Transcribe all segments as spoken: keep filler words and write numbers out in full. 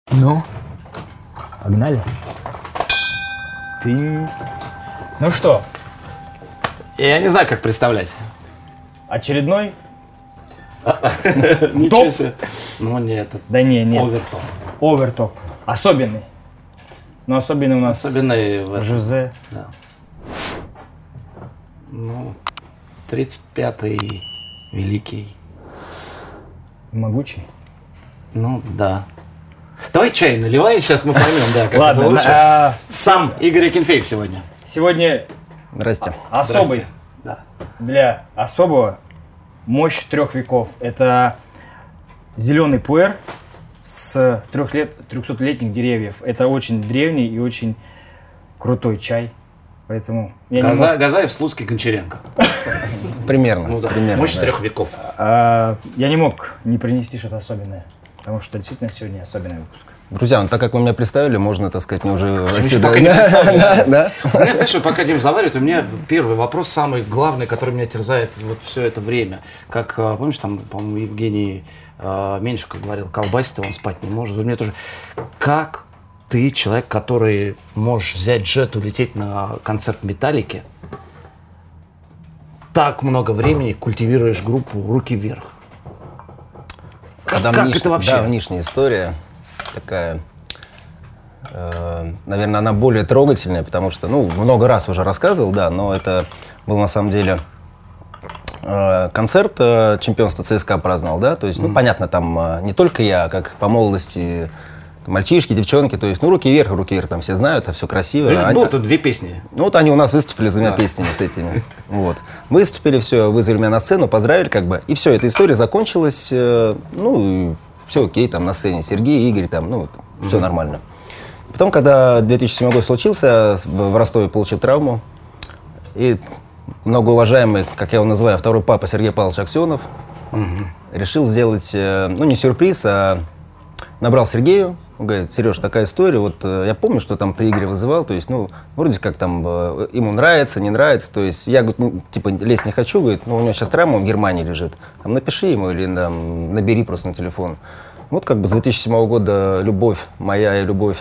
Ну, погнали. Ты... Ну что? Я не знаю, как представлять. Очередной? Ничего себе. Ну нет. Да не, нет. Овертоп. Овертоп. Особенный. Но особенный у нас Особенный в этом. Жозе. Да. Ну, тридцать пятый великий. Могучий. Ну, да. Давай чай наливай, сейчас мы поймем, да, как Ладно, это лучше. а, Сам Игорь Акинфеев сегодня. сегодня Здрасте. особый Здрасте. Да. для особого мощь трех веков. Это зеленый пуэр с трех лет, трехсотлетних деревьев. Это очень древний и очень крутой чай. Поэтому я не Газа, мог- Газаев, Слуцкий, Гончаренко. Примерно. Ну да, примерно, мощь да. трех веков. а, я не мог не принести что-то особенное. Потому что действительно сегодня особенный выпуск. Друзья, ну так как вы меня представили, можно, так сказать, мне уже отсюда... пока не представили. Да, да. У меня, знаешь, вот пока не разговаривают, у меня первый вопрос, самый главный, который меня терзает вот все это время. Как, а, помнишь, там, по-моему, Евгений а, Меньшиков говорил, колбасит, он спать не может. Вот мне тоже. Как ты, человек, который можешь взять джет, улететь на концерт Металлики, так много времени культивируешь группу «Руки вверх»? Как, Там как ниш- это вообще? Да, внешняя история такая, э, наверное, она более трогательная, потому что, ну, много раз уже рассказывал, да, но это был на самом деле э, концерт э, чемпионства ЦСКА праздновал, да, то есть, ну, понятно, там э, не только я, как по молодости, мальчишки, девчонки, то есть, ну, руки вверх, руки вверх, там все знают, это все красиво. Ну, Они- было тут две песни. Ну, вот они у нас выступили с двумя Да. песнями с этими. Вот. Выступили, все, вызвали меня на сцену, поздравили, как бы. И все, эта история закончилась. э, ну, все окей, там на сцене Сергей, Игорь, там, ну, все нормально. Потом, когда две тысячи седьмой год случился, в в Ростове получил травму. И многоуважаемый, как я его называю, второй папа Сергей Павлович Аксенов решил сделать, э, ну, не сюрприз, а набрал Сергею. Он говорит: Сереж, такая история, вот э, я помню, что там ты Игоря вызывал, то есть, ну, вроде как там э, ему нравится, не нравится, то есть, я, говорит, ну, типа, лезть не хочу, говорит, ну, у него сейчас травма, он в Германии лежит, там, напиши ему или там, набери просто на телефон. Вот как бы с две тысячи седьмого года любовь, моя и любовь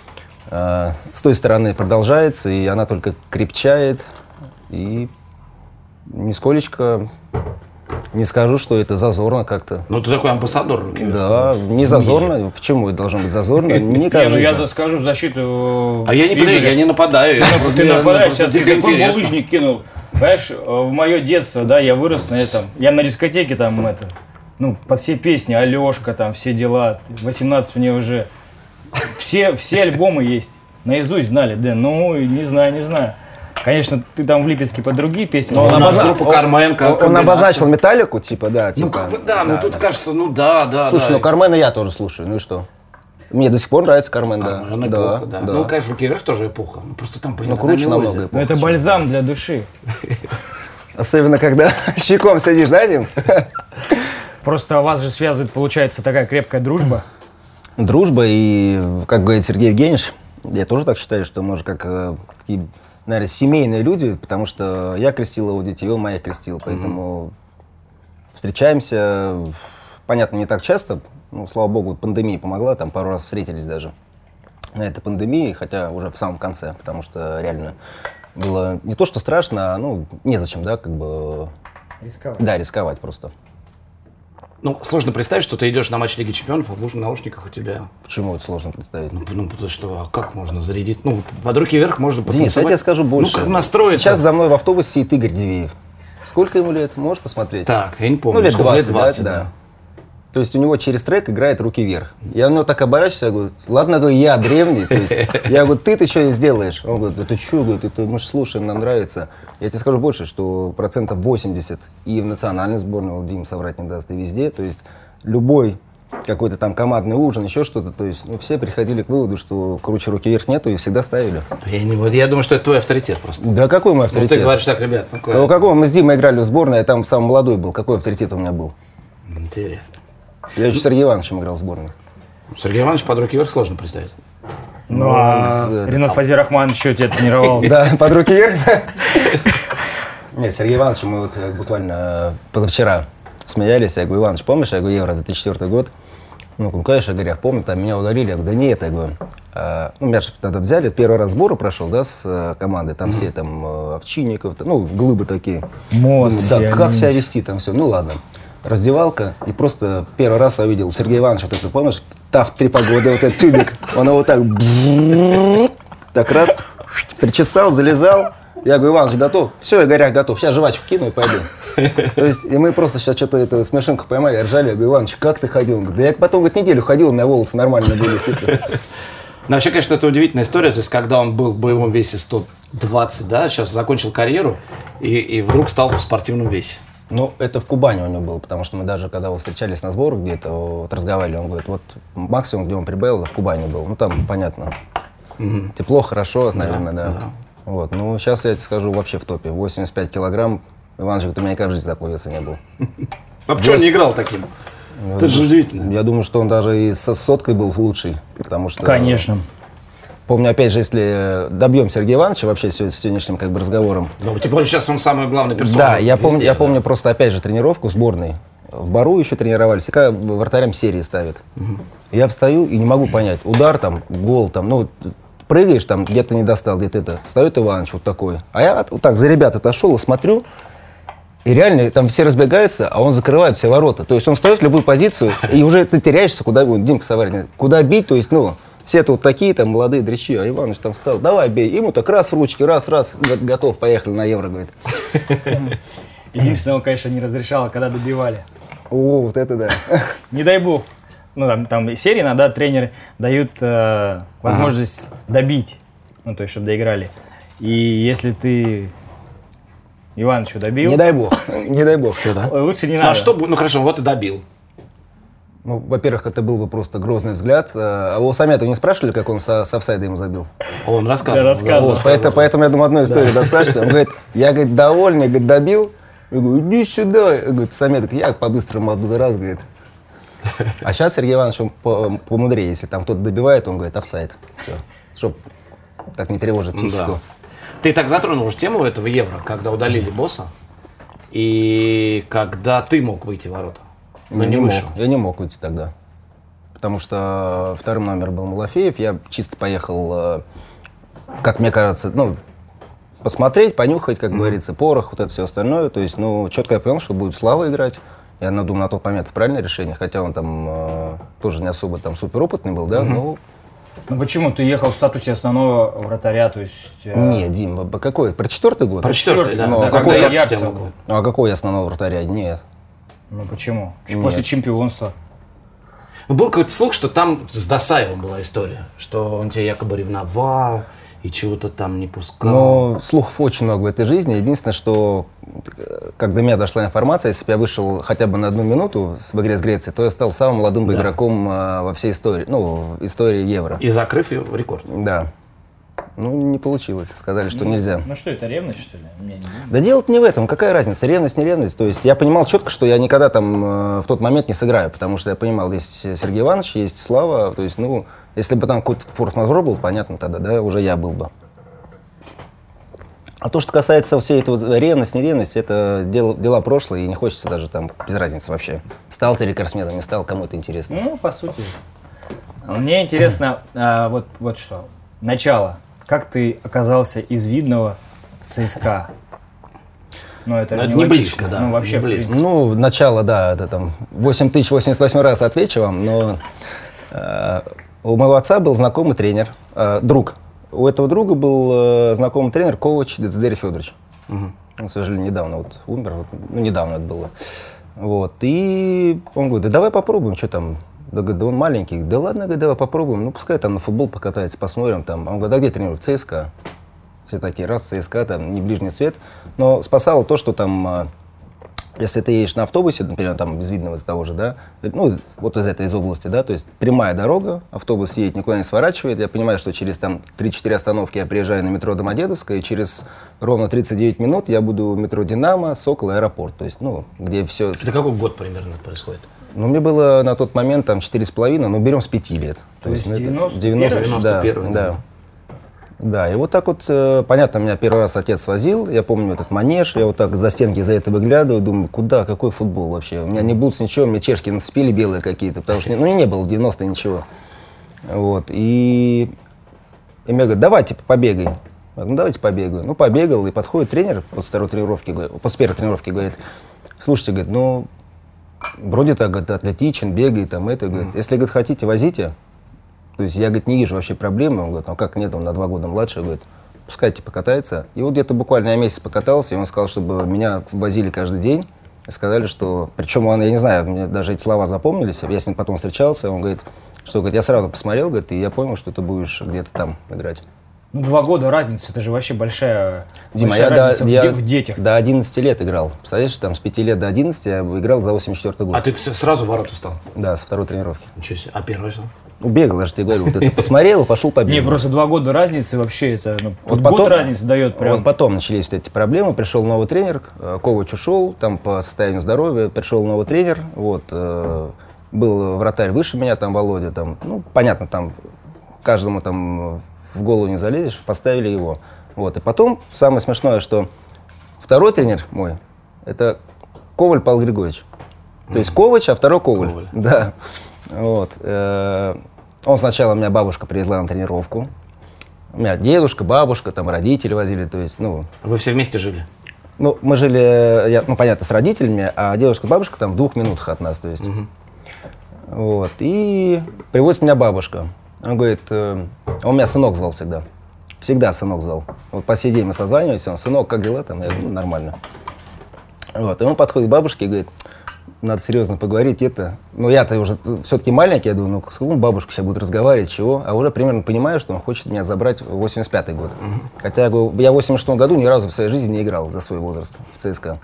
э, с той стороны продолжается, и она только крепчает, и нисколечко не скажу, что это зазорно как-то. Ну, ты такой амбассадор «Руки вверх». Да, не зазорно. Почему это должно быть зазорно? Мне Не, ну кажется. я за- скажу в защиту. А я не, подожди, Игоря. я не нападаю. я- Ну, ты мне нападаешь, просто сейчас ты дико какой интересно. булыжник кинул. Понимаешь, в мое детство, да, я вырос на этом. Я на дискотеке там это, ну, под все песни, Алешка, там, все дела. восемнадцать мне уже. Все, все альбомы есть. Наизусть знали, Дэн. Ну, не знаю, не знаю. Конечно, ты там в Липецке под другие песни. Но У он, нас обозна- группа он- Карменко, он- он комбинация. обозначил металлику, типа, да, типа. Ну, как бы, да, ну тут кажется, ну да, да, Слушай, да. ну Кармена я тоже слушаю, ну и что? Мне до сих пор нравится Кармен, да. Кармен, да, эпоха, да. да. Ну, конечно, «Руки вверх» тоже эпоха. Ну, просто там, блин, Ну, одна круче мелодия. намного эпоха. Ну, это бальзам для души. Особенно, когда щеком сидишь, да, Дим? Просто вас же связывает, получается, такая крепкая дружба. Дружба и, как говорит Сергей Евгеньевич, я тоже так считаю, что, может, как э, такие, наверное, семейные люди, потому что я крестил его детей, он моих крестил, поэтому встречаемся, понятно, не так часто, ну, слава богу, пандемия помогла, там пару раз встретились даже на этой пандемии, хотя уже в самом конце, потому что реально было не то, что страшно, а, ну, незачем, да, как бы, Рисковать. да, рисковать просто. Ну, сложно представить, что ты идешь на матч Лиги Чемпионов, а в наушниках у тебя... Почему это сложно представить? Ну, ну, потому что, а как можно зарядить? Ну, под «Руки вверх» можно Денис, я потанцевать. тебе скажу больше. Ну, как настроиться? Сейчас за мной в автобусе сидит Игорь Дивеев. Сколько ему лет? Можешь посмотреть? Так, я не помню. Ну, лет сколько, двадцать, двадцать, да, да. То есть у него через трек играет «Руки вверх». Я на него так оборачиваюсь, я говорю: ладно, говорю, я древний. То есть, я говорю: ты-то что сделаешь? Он говорит: это что? Говорит, это мы же слушаем, нам нравится. Я тебе скажу больше, что процентов восемьдесят и в национальной сборной, вот Дим соврать не даст, и везде. То есть любой какой-то там командный ужин, еще что-то. То есть, ну, все приходили к выводу, что круче «Руки вверх» нету, и всегда ставили. Я, не, вот я думаю, что это твой авторитет просто. Да какой мой Ну, авторитет? ты говоришь так, ребят, ну, Ну, какой? Мы с Димой играли в сборной, я там самый молодой был. Какой авторитет у меня был? интересно. Я еще с Сергеем Ивановичем играл в сборной. Сергей Иванович под «Руки вверх» сложно представить. Ну, а Ну, Ренат Фазирахман еще тебя тренировал. Да, под «Руки вверх». Нет, Сергей Иванович, мы вот буквально позавчера смеялись. Я говорю: Иванович, помнишь? Я говорю: Евро, две тысячи четвёртый год. Ну, ну, конечно, говорю, я помню, там меня ударили, я говорю, да нет, я говорю. А, ну, меня же тогда взяли, первый раз сборы прошел, да, с э, командой, там mm-hmm. все там э, Овчинников, ну, глыбы такие. Мост. Да, как себя вести там все, ну ладно. Раздевалка, и просто первый раз я увидел Сергея Ивановича, вот это, помнишь, ТАФ три погоды, вот этот тюбик, он его так, так раз, причесал, залезал. Я говорю, Иванович, готов? Все, я говорю, готов, сейчас жвачку кину и пойду. То есть, и мы просто сейчас что-то эту смешинку поймали, ржали. Я говорю, Иванович, как ты ходил? Он говорит, да я потом говорит, неделю ходил, у меня волосы нормально были. Ну, вообще, конечно, это удивительная история. То есть, когда он был в боевом весе сто двадцать, да, сейчас закончил карьеру и, и вдруг стал в спортивном весе. Ну, это в Кубани у него было, потому что мы даже, когда вот встречались на сборах где-то, вот разговаривали, он говорит, вот максимум, где он прибавил, в Кубани был. Ну, там, понятно, угу. Тепло, хорошо, наверное, да. да. да. Вот, ну, сейчас я тебе скажу, вообще в топе, восемьдесят пять килограмм. Иванович говорит, у меня никогда в жизни такого веса не был. А почему он не играл таким? Это же удивительно. Я думаю, что он даже и с соткой был лучший, потому что... Конечно. Помню, опять же, если добьем Сергея Ивановича вообще с сегодняшним как бы разговором. Ну, тем более сейчас он самый главный персона. Да, я помню, я помню просто, опять же, тренировку сборной. В Бару еще тренировались, и когда вратарям серии ставят. Угу. Я встаю и не могу понять, удар там, гол там, ну... Прыгаешь там, где-то не достал, где-то это. Встает Иванович вот такой. А я вот так за ребят отошел и смотрю. И реально там все разбегаются, а он закрывает все ворота. То есть он встает в любую позицию, и уже ты теряешься, куда бить. Димка Саварин, куда бить. То есть, ну, все-то вот такие там молодые дрищи. А Иванович там встал, давай бей. Ему так раз в ручки, раз, раз. Готов, поехали на Евро, говорит. Единственное, он, конечно, не разрешал, когда добивали. О, вот это да. Не дай бог. Ну, там, там серии иногда тренеры дают э, возможность ага. добить, ну, то есть, чтобы доиграли. И если ты Ивановичу добил... Не дай бог, не дай бог. Все, да? Лучше не ну, надо. А что, ну, хорошо, вот и добил. Ну, во-первых, это был бы просто грозный взгляд. А у Самятова не спрашивали, как он со, с офсайда ему забил? Он рассказывал. Да, рассказывал. Вот, поэтому, поэтому, я думаю, одну историю достаточно. Он говорит, я, говорит, довольный, говорит, добил. Я говорю, иди сюда. Я говорю, Самятов, я по-быстрому один раз, говорит. А сейчас Сергей Иванович, он помудрее, если там кто-то добивает, он говорит, офсайд. Все, чтобы так не тревожить психику. Да. Ты так затронул уже тему этого Евро, когда удалили босса, и когда ты мог выйти в ворота. Но не мог. Я не мог выйти тогда, потому что вторым номером был Малафеев. Я чисто поехал, как мне кажется, ну, посмотреть, понюхать, как mm-hmm. говорится, порох, вот это все остальное. То есть, ну, четко я понял, что будет Слава играть. Я думаю, на тот момент это правильное решение, хотя он там э, тоже не особо там суперопытный был, да, mm-hmm. но... Ну почему? Ты ехал в статусе основного вратаря, то есть... Э... Нет, Дим, какой? Про четвертый год? Про четвертый, да. Ну, да, а какой я Ярцев был? Ну, а какой основного вратаря? Нет. Ну почему? Нет. После чемпионства. Был какой-то слух, что там с Досаевым была история, что он тебя якобы ревновал и чего-то там не пускал. Ну, слухов очень много в этой жизни. Единственное, что как до меня дошла информация, если бы я вышел хотя бы на одну минуту в игре с Грецией, то я стал самым молодым да. игроком а, во всей истории, ну, в истории Евро. И закрыв рекорд. Да. Ну, не получилось. Сказали, что ну, нельзя. Ну что, это ревность, что ли? Не, не... Да дело не в этом. Какая разница? Ревность, не ревность. То есть я понимал четко, что я никогда там э, в тот момент не сыграю, потому что я понимал, есть Сергей Иванович, есть Слава. То есть, ну, если бы там какой-то форс-мажор был, понятно тогда, да, уже я был бы. А то, что касается всей этой вот ревности, не ревности, это дело, дела прошлые, и не хочется даже там, без разницы вообще. Стал ты рекордсменом, не стал, кому это интересно. Ну, по сути. Мне интересно, а, вот, вот что. Начало. Как ты оказался из Видного в ЦСКА? Ну, это же не, не близко, да. Ну, вообще, не близко. Ну, начало, да, это там восемь тысяч восемьдесят восемь раз отвечу вам, но э, у моего отца был знакомый тренер, э, друг. У этого друга был э, знакомый тренер Ковач Децидерий Федорович. Угу. Он, к сожалению, недавно вот умер, вот, ну, недавно это было. Вот, и он говорит, да давай попробуем, что там. Да, говорит, да он маленький. Да ладно, говорит, давай попробуем. Ну, пускай там на футбол покатается, посмотрим. Там. Он говорит, да где тренирует? В ЦСКА. Все такие, раз, ЦСКА, там, не ближний свет. Но спасало то, что там, если ты едешь на автобусе, например, там, из Видного, из того же, да, ну, вот из этой, из области, да, то есть прямая дорога, автобус едет, никуда не сворачивает. Я понимаю, что через там три-четыре остановки я приезжаю на метро Домодедовская, и через ровно тридцать девять минут я буду в метро Динамо, Сокол, аэропорт. То есть, ну, где все... Это какой год примерно происходит? Ну, мне было на тот момент там четыре с половиной, но берем с пяти лет. То, То есть девяносто первый? девяносто, да, да. Да, и вот так вот, э, понятно, меня первый раз отец возил, я помню этот манеж, я вот так за стенки за это выглядываю, думаю, куда, какой футбол вообще? У меня не бутс, ничего, мне чешки нацепили белые какие-то, потому что, ну, не было в девяностые ничего. Вот, и, и мне говорят, давай, типа, побегай. Я говорю, ну, давайте побегаю. Ну, побегал, и подходит тренер после второй тренировки, после первой тренировки, говорит, слушайте, говорит, ну, вроде так, говорит, атлетичен, бегает, там, это, говорит, если, говорит, хотите, возите. То есть я, говорит, не вижу вообще проблемы. Он говорит, ну как нет, он на два года младше, говорит, пускайте покатается. И вот где-то буквально я месяц покатался, и он сказал, чтобы меня возили каждый день. И сказали, что, причем он, я не знаю, мне даже эти слова запомнились, я с ним потом встречался, он говорит, что, говорит, я сразу посмотрел, говорит, и я понял, что ты будешь где-то там играть. Ну, два года разница, это же вообще большая, Дима, большая я разница до, в, я де- в детях. до одиннадцати лет играл. Представляешь, там с пяти лет до одиннадцати я играл за восемьдесят четвёртый год. А ты сразу в ворота стал? Да, со второй тренировки. Ничего себе. А первый что? Убегал, я же тебе говорю, вот это посмотрел, пошел побегал. Не, просто два года разницы вообще это, ну, Вот вот потом- год разницы дает прям. Вот потом начались вот эти проблемы, пришел новый тренер, э, Ковач ушел, там по состоянию здоровья, пришел новый тренер, вот, э, был вратарь выше меня, там Володя, там, ну, понятно, там каждому там в голову не залезешь, поставили его. Вот, и потом самое смешное, что второй тренер мой, это Коваль Павел Григорьевич. То есть Ковач, а второй Коваль. Коваль. Да. Вот. э, Он сначала, меня бабушка привезла на тренировку. У меня дедушка, бабушка, там родители возили, то есть, ну, Вы все вместе жили? ну, мы жили, я, ну, понятно, с родителями, а дедушка, бабушка там в двух минутах от нас, то есть. Вот. И привозит меня бабушка. Он говорит, э, он меня сынок звал всегда. Всегда сынок звал. Вот по сей день мы созваниваемся, он, сынок, как дела там? Я говорю, ну, нормально. Вот. И он подходит к бабушке и говорит, надо серьезно поговорить, это... Ну, я-то уже все-таки маленький, я думаю, ну, с какой бабушка сейчас будет разговаривать, чего? А уже примерно понимаю, что он хочет меня забрать в восемьдесят пятый год. Mm-hmm. Хотя я, говорю, я в восемьдесят шестом году ни разу в своей жизни не играл за свой возраст в ЦСКА.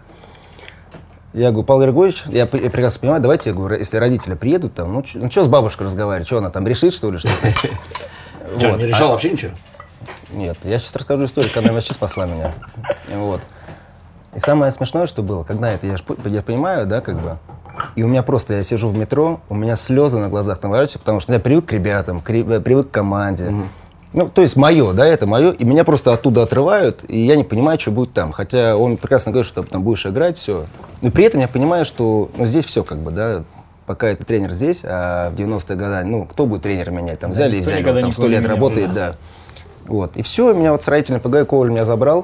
Я говорю, Павел Григорьевич, я, пр- я прекрасно понимаю, давайте, я говорю, если родители приедут, там, ну, ч- ну что с бабушкой разговаривать, что она там решит, что ли, что-то? Что, Вот. не решал вообще ничего? Нет, я сейчас расскажу историю, когда она вообще спасла меня. Вот. И самое смешное, что было, когда это, я, ж, по- я понимаю, да, как бы, и у меня просто, я сижу в метро, у меня слезы на глазах наворачиваются, потому что я привык к ребятам, к ре- привык к команде. Mm-hmm. Ну, то есть мое, да, это мое, и меня просто оттуда отрывают, и я не понимаю, что будет там. Хотя он прекрасно говорит, что там будешь играть, все. Но при этом я понимаю, что ну, здесь все как бы, да, пока это тренер здесь, а в девяностые годы, ну, кто будет тренера менять? Там взяли и взяли, он там сто лет работает, да. Вот, и все, меня вот с родителями поговорили, Коваль меня забрал.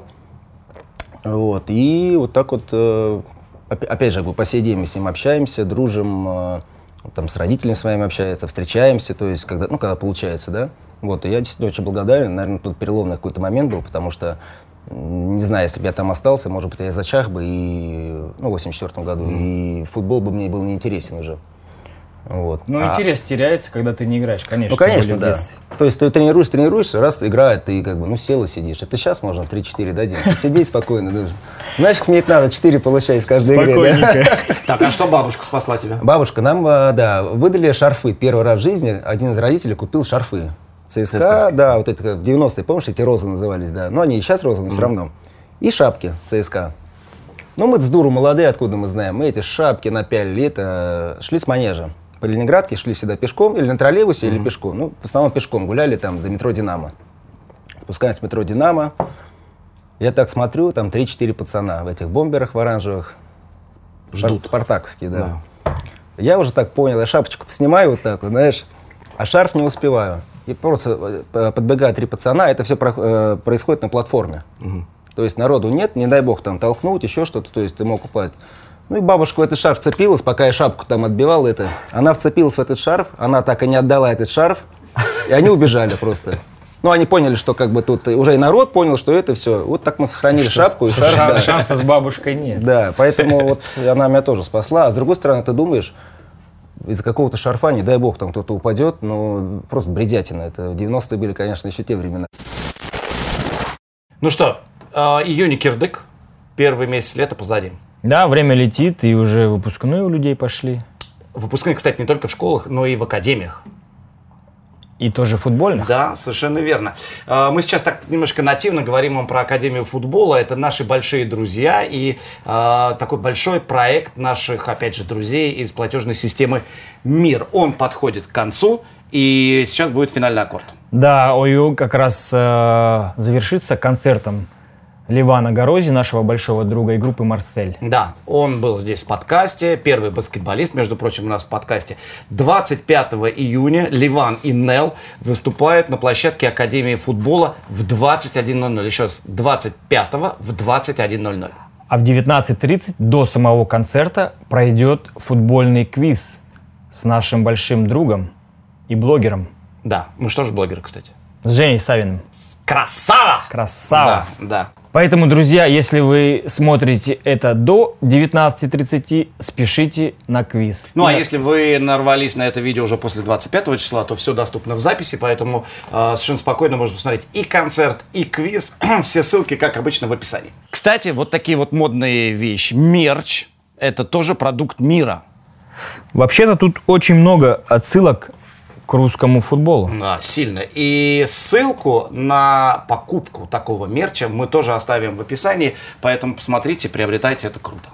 Вот, и вот так вот, э, опять, опять же, по сей день мы с ним общаемся, дружим, э, там с родителями своими общаются, встречаемся, то есть, когда, ну, когда получается, да. Вот, и я действительно очень благодарен, наверное, тут переломный какой-то момент был, потому что, не знаю, если бы я там остался, может быть, я зачах бы и, ну, в восемьдесят четвёртом году, mm-hmm. и футбол бы мне был неинтересен уже. Вот. Ну, а... интерес теряется, когда ты не играешь, конечно. Ну, конечно, да. То есть ты тренируешь, тренируешься, раз играет, ты как бы, ну, сел и сидишь. Это сейчас можно в три-четыре дадим. Сидеть спокойно. Знаешь, мне это надо четыре получать в каждой игре. Да? Так, а что бабушка спасла тебя? Бабушка, нам, да, выдали шарфы. Первый раз в жизни один из родителей купил шарфы. ЦСКА, ЦСКА, да, вот это в девяностые, помнишь, эти розы назывались, да. Ну, они и сейчас розы, но mm-hmm. все равно. И шапки ЦСКА. Ну, мы с дуру молодые, откуда мы знаем. Мы эти шапки напялили, это, шли с манежа. По Ленинградке шли всегда пешком, или на троллейбусе, mm-hmm. или пешком. Ну, в основном пешком гуляли там до метро «Динамо». Спускаемся в метро «Динамо». Я так смотрю, там три-четыре пацана в этих бомберах в оранжевых. Ждут. Спартаковские, да. да. Я уже так понял, я шапочку-то снимаю вот так вот, знаешь, а шарф не успеваю. И просто подбегают три пацана, это все происходит на платформе. Mm-hmm. То есть народу нет, не дай бог там толкнуть, еще что-то, то есть ты мог упасть. Ну и бабушка в этот шарф вцепилась, пока я шапку там отбивал это. Она вцепилась в этот шарф, она так и не отдала этот шарф, и они убежали просто. Ну, они поняли, что как бы тут уже и народ понял, что это все. Вот так мы сохранили что, шапку и шарф. Шанс, да. Шанса с бабушкой нет. Да, поэтому вот она меня тоже спасла. А с другой стороны, ты думаешь, из-за какого-то шарфа, не дай бог, там кто-то упадет, ну, просто бредятина. Это девяностые были, конечно, еще те времена. Ну что, июнь кирдык, первый месяц лета позади. Да, время летит, и уже выпускные у людей пошли. Выпускные, кстати, не только в школах, но и в академиях. И тоже футбольных? Да, совершенно верно. Мы сейчас так немножко нативно говорим вам про Академию футбола. Это наши большие друзья и э, такой большой проект наших, опять же, друзей из платежной системы «Мир». Он подходит к концу. И сейчас будет финальный аккорд. Да, ОЮ как раз э, завершится концертом Левана Горози, нашего большого друга, и группы «Марсель». Да, он был здесь в подкасте, первый баскетболист, между прочим, у нас в подкасте. двадцать пятого июня Ливан и Нел выступают на площадке Академии футбола в двадцать один ноль ноль. Еще раз, двадцать пятого в двадцать один ноль ноль. А в девятнадцать тридцать до самого концерта пройдет футбольный квиз с нашим большим другом и блогером. Да, мы что же блогеры, кстати? С Женей Савиным. Красава! Красава! Да, да. Поэтому, друзья, если вы смотрите это до девятнадцати тридцати, спешите на квиз. Ну, а И- если вы нарвались на это видео уже после двадцать пятого числа, то все доступно в записи, поэтому э, совершенно спокойно можно посмотреть и концерт, и квиз. Все ссылки, как обычно, в описании. Кстати, вот такие вот модные вещи. Мерч – это тоже продукт мира. Вообще-то тут очень много отсылок к русскому футболу. Да, сильно. И ссылку на покупку такого мерча мы тоже оставим в описании, поэтому посмотрите, приобретайте, это круто.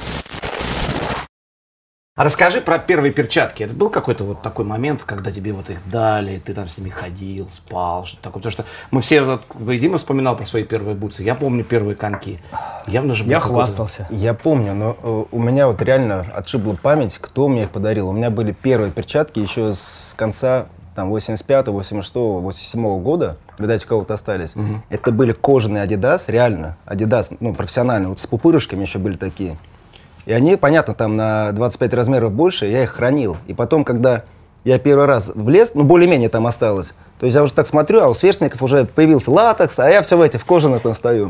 А расскажи про первые перчатки. Это был какой-то вот такой момент, когда тебе вот их дали, ты там с ними ходил, спал, что-то такое? Потому что мы все, вот, Дима вспоминал про свои первые бутсы, я помню первые коньки. Явно же был Я какой-то- хвастался. Я помню, но э, у меня вот реально отшибла память, кто мне их подарил. У меня были первые перчатки еще с конца там восемьдесят пятого, восемьдесят шестого, восемьдесят седьмого года, видать, у кого-то остались. Мгм. Это были кожаные Adidas, реально, Adidas, ну, профессиональные, вот с пупырышками еще были такие. И они, понятно, там на двадцать пять размеров больше, я их хранил. И потом, когда я первый раз влез, ну, более-менее там осталось, то есть я уже так смотрю, а у сверстников уже появился латекс, а я все в этих кожаных там стою.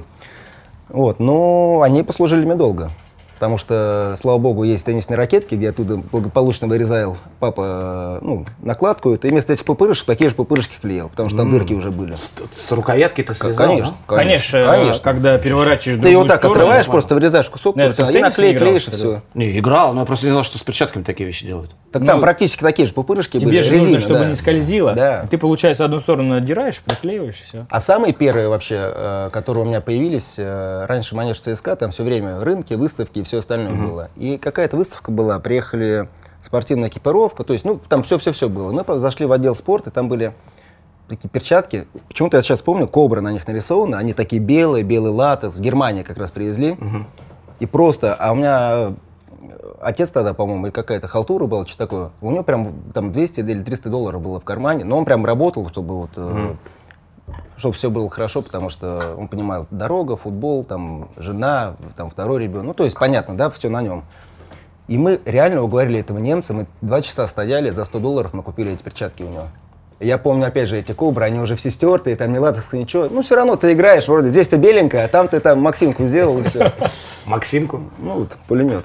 Вот, но они послужили мне долго. Потому что, слава богу, есть теннисные ракетки, где оттуда благополучно вырезал папа, ну, накладку. И вместо этих пупырышек такие же пупырышки клеил, потому что там дырки уже были. С, с рукоятки ты слезал, Конечно, да? Конечно, конечно. когда переворачиваешь Ты его другую так сторону, отрываешь, да. просто вырезаешь кусок, Да, ты в и теннисе наклей, играл, клеишь, и что ли? все. Не, играл, но я просто не знал, что с перчатками такие вещи делают. Так Ну, там практически такие же пупырышки были. Тебе же нужно, резина, чтобы да. не скользило. Да. Ты, получается, одну сторону отдираешь, приклеиваешь, все. А самые первые вообще, э, которые у меня появились, э, раньше Манеж ЦСКА, там все время рынки, выставки и все остальное было. И какая-то выставка была, приехали спортивная экипировка, то есть, ну, там все-все-все было. Мы зашли в отдел спорта, там были такие перчатки. Почему-то я сейчас помню, кобра на них нарисована, они такие белые, белый латекс, с Германии как раз привезли. И просто, а у меня отец тогда, по-моему, или какая-то халтура была, что такое, у него прям там двести или триста долларов было в кармане, но он прям работал, чтобы вот, э, чтобы все было хорошо, потому что он понимал, дорога, футбол, там, жена, там, второй ребенок, ну, то есть, понятно, да, все на нем. И мы реально уговорили этого немца, мы два часа стояли, за сто долларов мы купили эти перчатки у него. Я помню, опять же, эти кобры, они уже все стертые, там не латекс, ничего. Ну, все равно ты играешь, вроде, здесь ты беленькая, а там ты там Максимку сделал, и все. Максимку? Ну, вот, пулемет.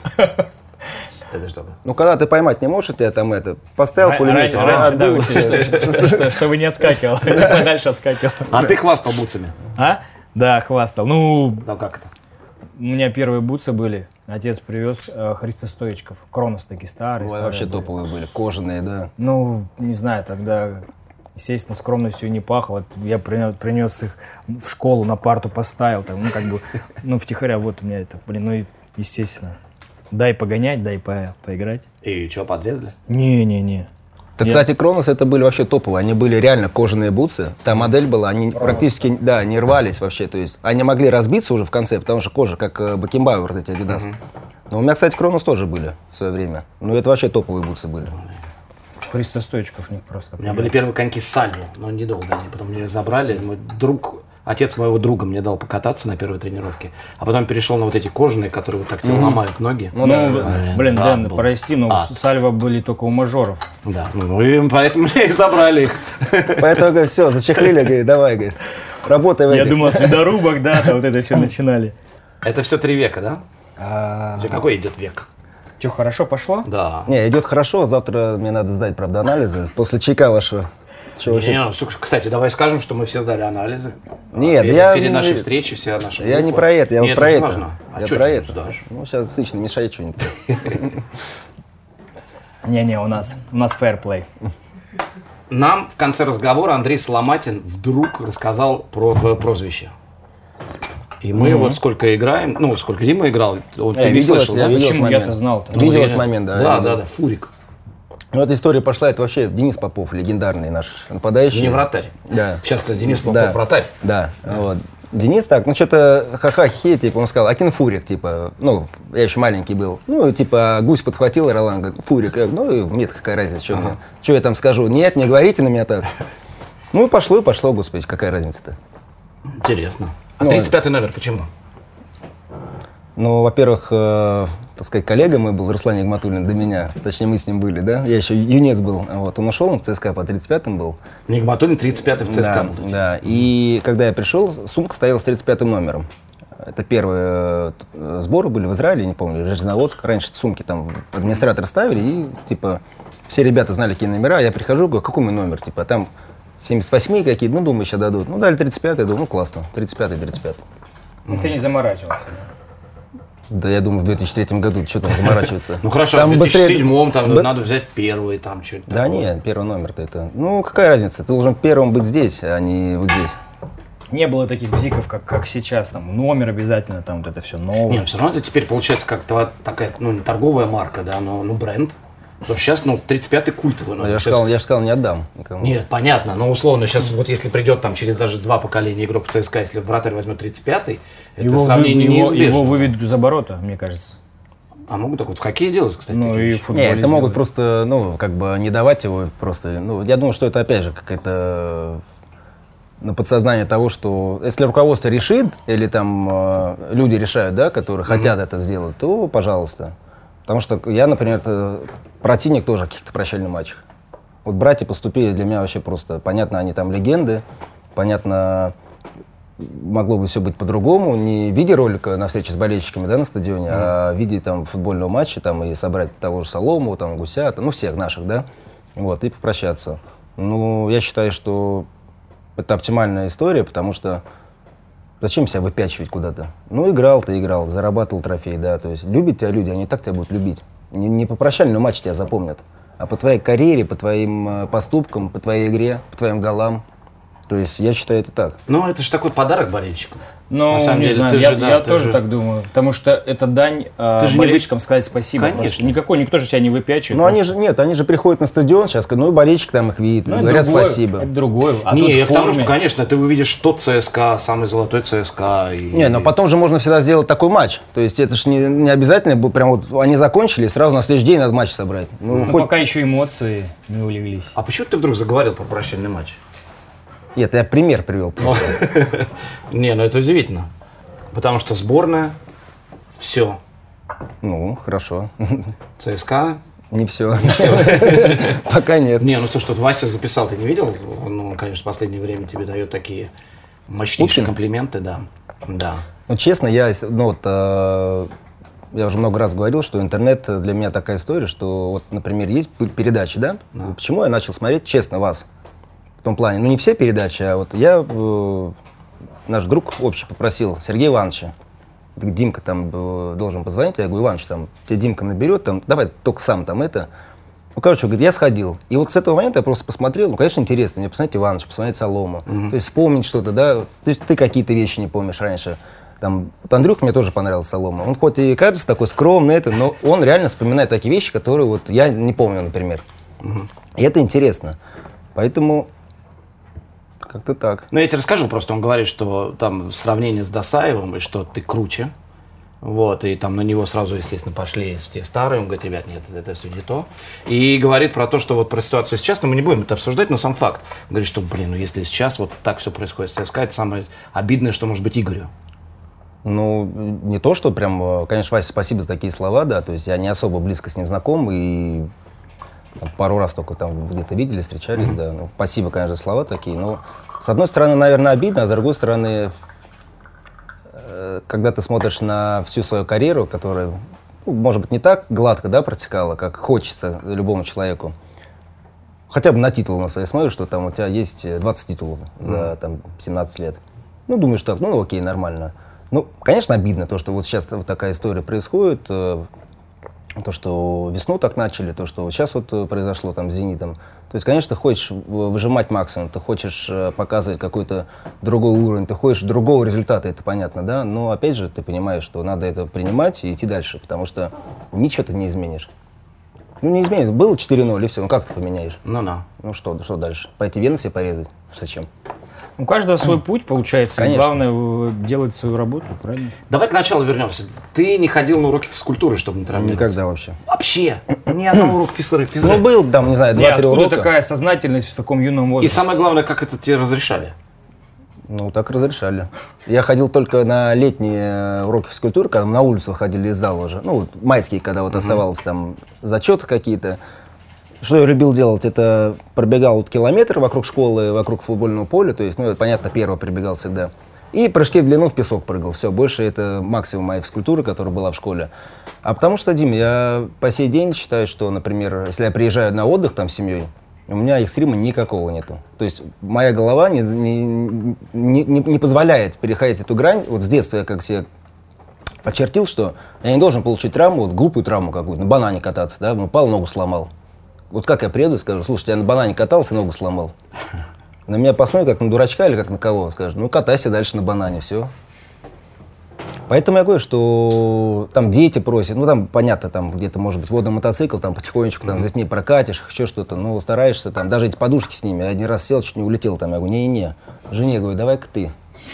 Это что? Ну, когда ты поймать не можешь, у тебя там это, поставил Ра- пулемет, ран- Раньше, да, отбил, вот, всё. что- что- что- чтобы не отскакивал, подальше отскакивал. А ты хвастал бутсами? А? Да, хвастал. Ну, Ну как это? у меня первые бутсы были. Отец привез э, христостоечков. Кронос такие старые. Ой, старые вообще были. топовые были, кожаные, да. Ну, не знаю, тогда, естественно, скромностью не пахло. Я принес, принес их в школу, на парту поставил. Там, ну, как бы, ну, втихаря, вот у меня это, блин, ну, и, естественно. Дай погонять, дай по, поиграть. И что, подрезали? Не-не-не. Так, Я- кстати, Кронос это были вообще топовые, они были реально кожаные бутсы. Та модель была, они практически, да, не рвались вообще, то есть они могли разбиться уже в конце, потому что кожа, как э, Бакенбауэр, вот эти Adidas. Но у меня, кстати, Кронос тоже были в свое время. Ну, это вообще топовые бутсы были. Христостоечков у них просто. У меня были первые коньки с сальвы, но недолго они. Потом меня забрали. Мой друг, отец моего друга мне дал покататься на первой тренировке, а потом перешел на вот эти кожаные, которые вот так тебе ломают ноги. Ну, Блин, блин, да, Дэн, был. прости, но А. сальва были только у мажоров. Да, ну и поэтому меня и забрали их. Поэтому, говорю, все, зачехлили, говорит, давай, говорит, работай в Я этих. думал, с ледорубок, да, там вот это все начинали. Это все три века, да? А, Уже какой идет век? Что, хорошо пошло? Да. Не, идет хорошо, завтра мне надо сдать, правда, анализы, после чека вашего. Чё вообще? Не, ну, слушай, кстати, давай скажем, что мы все сдали анализы. Нет, перед, я перед не- нашей встречей вся наша Я не группа. про это, я Нет, вот про же это. важно. А Я что про ты это. сдашь? Ну, сейчас сыч, не мешай что-нибудь. Не-не, у нас, у нас фэрплей. Нам в конце разговора Андрей Соломатин вдруг рассказал про твое прозвище. И мы вот сколько играем, ну, сколько Дима играл, он, Я ты не видел слышал, это, я да? видел Почему этот я-то момент. знал-то? Видел Ну, этот я- момент, да. Да, я да, видел. да, Фурик. Ну, эта история пошла, это вообще Денис Попов, легендарный наш нападающий. Не вратарь. Да. Часто Денис Попов Да. вратарь. Да. Вот. Денис так, ну что-то ха-ха-хе, типа, он сказал, Акин Фурик, типа, ну, я еще маленький был. Ну, типа, гусь подхватил, и Ролан говорит, Фурик. Я говорю, ну, и мне какая разница, что, ага. что я там скажу? Нет, не говорите на меня так. Ну, и пошло, и пошло, господи, какая разница-то. Интересно. А Ну, тридцать пятый номер почему? Ну, во-первых, э, так сказать, коллега мой был, Руслан Нигматуллин, до меня. Точнее, мы с ним были, да? Я еще юнец был. Вот, он ушел, он в ЦСКА по тридцать пятым был. Нигматуллин тридцать пятый в ЦСКА Да, был. да. И когда я пришел, сумка стояла с тридцать пятым номером. Это первые э, сборы были в Израиле, не помню, Железноводск. Раньше сумки там администраторы ставили, и, типа, все ребята знали, какие номера. Я прихожу, говорю, какой мой номер? Типа, там семьдесят восемь какие-то, ну, думаю, сейчас дадут. Ну, дали тридцать пятый, я думаю, ну, классно, тридцать пятый, тридцать пятый. Ну, ты не заморачивался. Да, я думаю, в две тысячи третьем году что там заморачиваться. Ну хорошо, Там в две тысячи седьмом быстрее... там Б... надо взять первый, там что-то Да такое. нет, первый номер-то это... Ну, какая разница? Ты должен первым быть здесь, а не вот здесь. Не было таких бзиков, как, как сейчас, там, номер обязательно, там, вот это все новое. Нет, все равно это теперь получается как такая, ну, не торговая марка, да, но ну, бренд. Потому что сейчас, ну, тридцать пятый культовый номер. Я же Сейчас... сказал, я же сказал, не отдам никому. Нет, понятно, но условно сейчас вот если придет там через даже два поколения игрок в ЦСКА, если вратарь возьмет тридцать пятый, это его, сравнение вы, его, неизбежно. его выведут из оборота, мне кажется. А могут так вот в хоккее делать, кстати. Ну и в футболе. Нет, это могут сделали. просто, ну, как бы не давать его просто. Ну, я думаю, что это опять же какая-то на подсознание того, что если руководство решит, или там э, люди решают, да, которые mm-hmm. хотят это сделать, то пожалуйста. Потому что я, например, противник тоже каких-то прощальных матчах. Вот братья поступили для меня вообще просто, понятно, они там легенды, понятно, могло бы все быть по-другому, не в виде ролика на встрече с болельщиками, да, на стадионе, mm. а в виде там футбольного матча, там, и собрать того же Солому, там, Гуся, там, ну, всех наших, да, вот, и попрощаться. Ну, я считаю, что это оптимальная история, потому что зачем себя выпячивать куда-то? Ну, играл ты, играл, зарабатывал трофей, да, то есть любят тебя люди, они и так тебя будут любить. Не, не по прощальному матчу тебя запомнят, а по твоей карьере, по твоим э, поступкам, по твоей игре, по твоим голам. То есть я считаю это так. Ну, это же такой подарок болельщикам. Ну, на самом не деле, знаю, ты я, же, да, я ты тоже же... так думаю, потому что это дань э, же болельщикам не... сказать спасибо. Конечно. Никакой, никто же себя не выпячивает. Ну, просто. они же, нет, они же приходят на стадион сейчас, ну, и болельщик там их видит, Ну, говорят другое, спасибо. Это другое. А не, тут я в к тому, форме. что, конечно, ты увидишь тот ЦСКА, самый золотой ЦСКА. И... Не, но потом же можно всегда сделать такой матч. То есть это же не, не обязательно, было прям вот они закончили, и сразу на следующий день надо матч собрать. Ну, Но хоть... пока еще эмоции не улеглись. А почему ты вдруг заговорил про прощальный матч? Нет, я пример привел. Не, ну это удивительно. Потому что сборная, все. Ну, хорошо. ЦСКА. Не все. Пока нет. Не, ну слушай, тут Вася записал, ты не видел? Ну, конечно, в последнее время тебе дает такие мощнейшие комплименты, да. Да. Ну, честно, я, ну, вот, э, я уже много раз говорил, что интернет для меня такая история, что, вот, например, есть передачи, да? Да. Почему я начал смотреть, честно, вас? В том плане, ну, не все передачи, а вот я, э, наш друг общий попросил Сергея Ивановича, Димка там э, должен позвонить, я говорю, Иванович, там, тебе Димка наберет, там, давай только сам там это. Ну, короче, говорит, я сходил. И вот с этого момента я просто посмотрел, ну, конечно, интересно, мне посмотреть Ивановича, посмотреть Солому, Мгм. то есть вспомнить что-то, да, то есть ты какие-то вещи не помнишь раньше. Там, вот Андрюх мне тоже понравился Солома. Он хоть и кажется такой скромный, это, но он реально вспоминает такие вещи, которые вот я не помню, например. Мгм. И это интересно. Поэтому как-то так. Ну, я тебе расскажу, просто он говорит, что там сравнение с Досаевым, и что ты круче. Вот, и там на него сразу, естественно, пошли те старые. Он говорит, ребят, нет, это все не то. И говорит про то, что вот про ситуацию сейчас, но мы не будем это обсуждать, но сам факт. Говорит, что, блин, ну если сейчас вот так все происходит с ЦСКА, это самое обидное, что может быть Игорю. Ну, не то, что прям, конечно, Вася, спасибо за такие слова, да, то есть я не особо близко с ним знаком, и там, пару раз только там где-то видели, встречались, mm-hmm. да, ну, спасибо, конечно, за слова такие, но с одной стороны, наверное, обидно, а с другой стороны, э, когда ты смотришь на всю свою карьеру, которая, ну, может быть, не так гладко, да, протекала, как хочется любому человеку, хотя бы на титул на свои смотришь, что там у тебя есть двадцать титулов за mm-hmm. там, семнадцать лет, ну, думаешь так, ну, окей, нормально. Ну, конечно, обидно то, что вот сейчас вот такая история происходит, э, то, что весну так начали, то, что сейчас вот произошло там с «Зенитом». То есть, конечно, ты хочешь выжимать максимум, ты хочешь э, показывать какой-то другой уровень, ты хочешь другого результата, это понятно, да, но опять же ты понимаешь, что надо это принимать и идти дальше, потому что ничего ты не изменишь. Ну, не изменится. Было четыре ноль, и все. Ну, как ты поменяешь? Ну, да. Ну, что, что дальше? Пойти вены себе порезать? Зачем? У каждого свой путь, получается. Конечно. Главное делать свою работу, правильно? Давай к началу вернемся. Ты не ходил на уроки физкультуры, чтобы не травмироваться? Никогда вообще. Вообще? Ни одного урока физкультуры? Ну, был там, не знаю, Не, два-три откуда урока. такая сознательность в таком юном И возрасте? самое главное, как это тебе разрешали? Ну, так разрешали. Я ходил только на летние уроки физкультуры, когда мы на улицу ходили из зала уже. Ну, вот майские, когда вот оставалось там зачеты какие-то. Что я любил делать, это пробегал вот километр вокруг школы, вокруг футбольного поля, то есть, ну, это, понятно, первый прибегал всегда. И прыжки в длину в песок прыгал. Все, больше это максимум моей физкультуры, которая была в школе. А потому что, Дим, я по сей день считаю, что, например, если я приезжаю на отдых там с семьей, у меня экстрима никакого нету. То есть моя голова не, не, не, не позволяет переходить эту грань. Вот с детства я как себе очертил, что я не должен получить травму, вот глупую травму какую-то, на банане кататься, да, упал, ногу сломал. Вот как я приеду и скажу: слушай, я на банане катался, ногу сломал. На меня посмотрят как на дурачка или как на кого. Скажут: ну катайся дальше на банане, все. Поэтому я говорю, что там дети просят, ну там понятно, там где-то может быть водный мотоцикл, там потихонечку там, с детьми прокатишь, еще что-то, ну стараешься там, даже эти подушки с ними. Я один раз сел, чуть не улетел там, я говорю: не-не-не, жене говорю, давай-ка ты.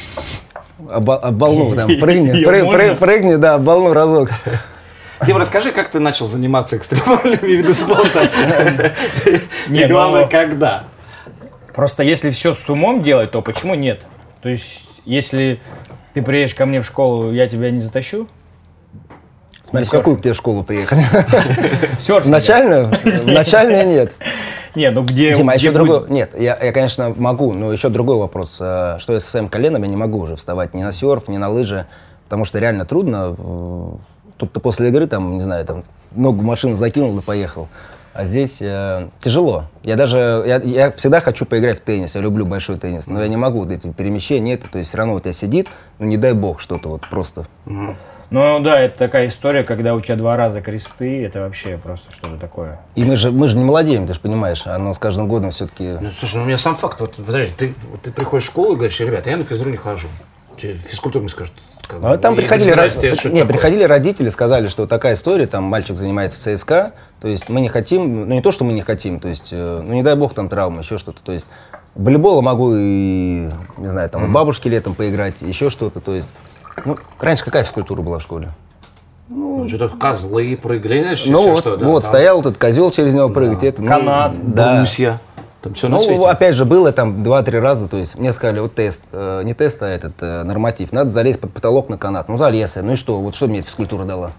Об, об волну там, прыгни, пры, пры, прыгни, да, об волну разок. Дим, расскажи, как ты начал заниматься экстремальными видами спорта? Не, И главное, ну, когда? Просто если все с умом делать, то почему нет? То есть, если ты приедешь ко мне в школу, я тебя не затащу? Смотри, в какую к тебе школу приехать? Серфинг. В начальную? В начальную нет. Не, ну где... Дима, а где еще будет? другой... Нет, я, я, конечно, могу, но еще другой вопрос. Что я со своим коленом, я не могу уже вставать ни на серф, ни на лыжи, потому что реально трудно. Тут-то после игры, там, не знаю, там, ногу в машину закинул и поехал. А здесь э, тяжело. Я даже, я, я всегда хочу поиграть в теннис, я люблю большой теннис, но я не могу, вот эти перемещения нет, то есть все равно у тебя сидит, ну не дай бог что-то вот просто. Угу. Ну да, это такая история, когда у тебя два раза кресты, это вообще просто что-то такое. И мы же, мы же не молодеем, ты же понимаешь, оно с каждым годом все-таки... Ну, слушай, ну у меня сам факт, вот, подожди, ты, вот, ты приходишь в школу и говоришь: ребята, я на физру не хожу. Тебе физкультуру мне скажут. Как бы, А там и приходили, не род... знаешь, что не, это приходили родители, сказали, что такая история, там мальчик занимается в ЦСКА, то есть мы не хотим, ну не то, что мы не хотим, то есть, э, ну не дай бог там травма, еще что-то, то есть в волейбол могу и, не знаю, там у бабушки летом поиграть, еще что-то, то есть, ну раньше какая физкультура была в школе? Ну, что-то козлы прыгали, знаешь, Ну еще вот, что, да, вот там, стоял этот козел, через него прыгать, это, ну, Канат, да. брусья, там все на Ну, свете. опять же, было там два-три раза, то есть мне сказали: вот тест, э, не тест, а этот э, норматив, надо залезть под потолок на канат. Ну, залез я, ну и что, вот что мне эта физкультура дала?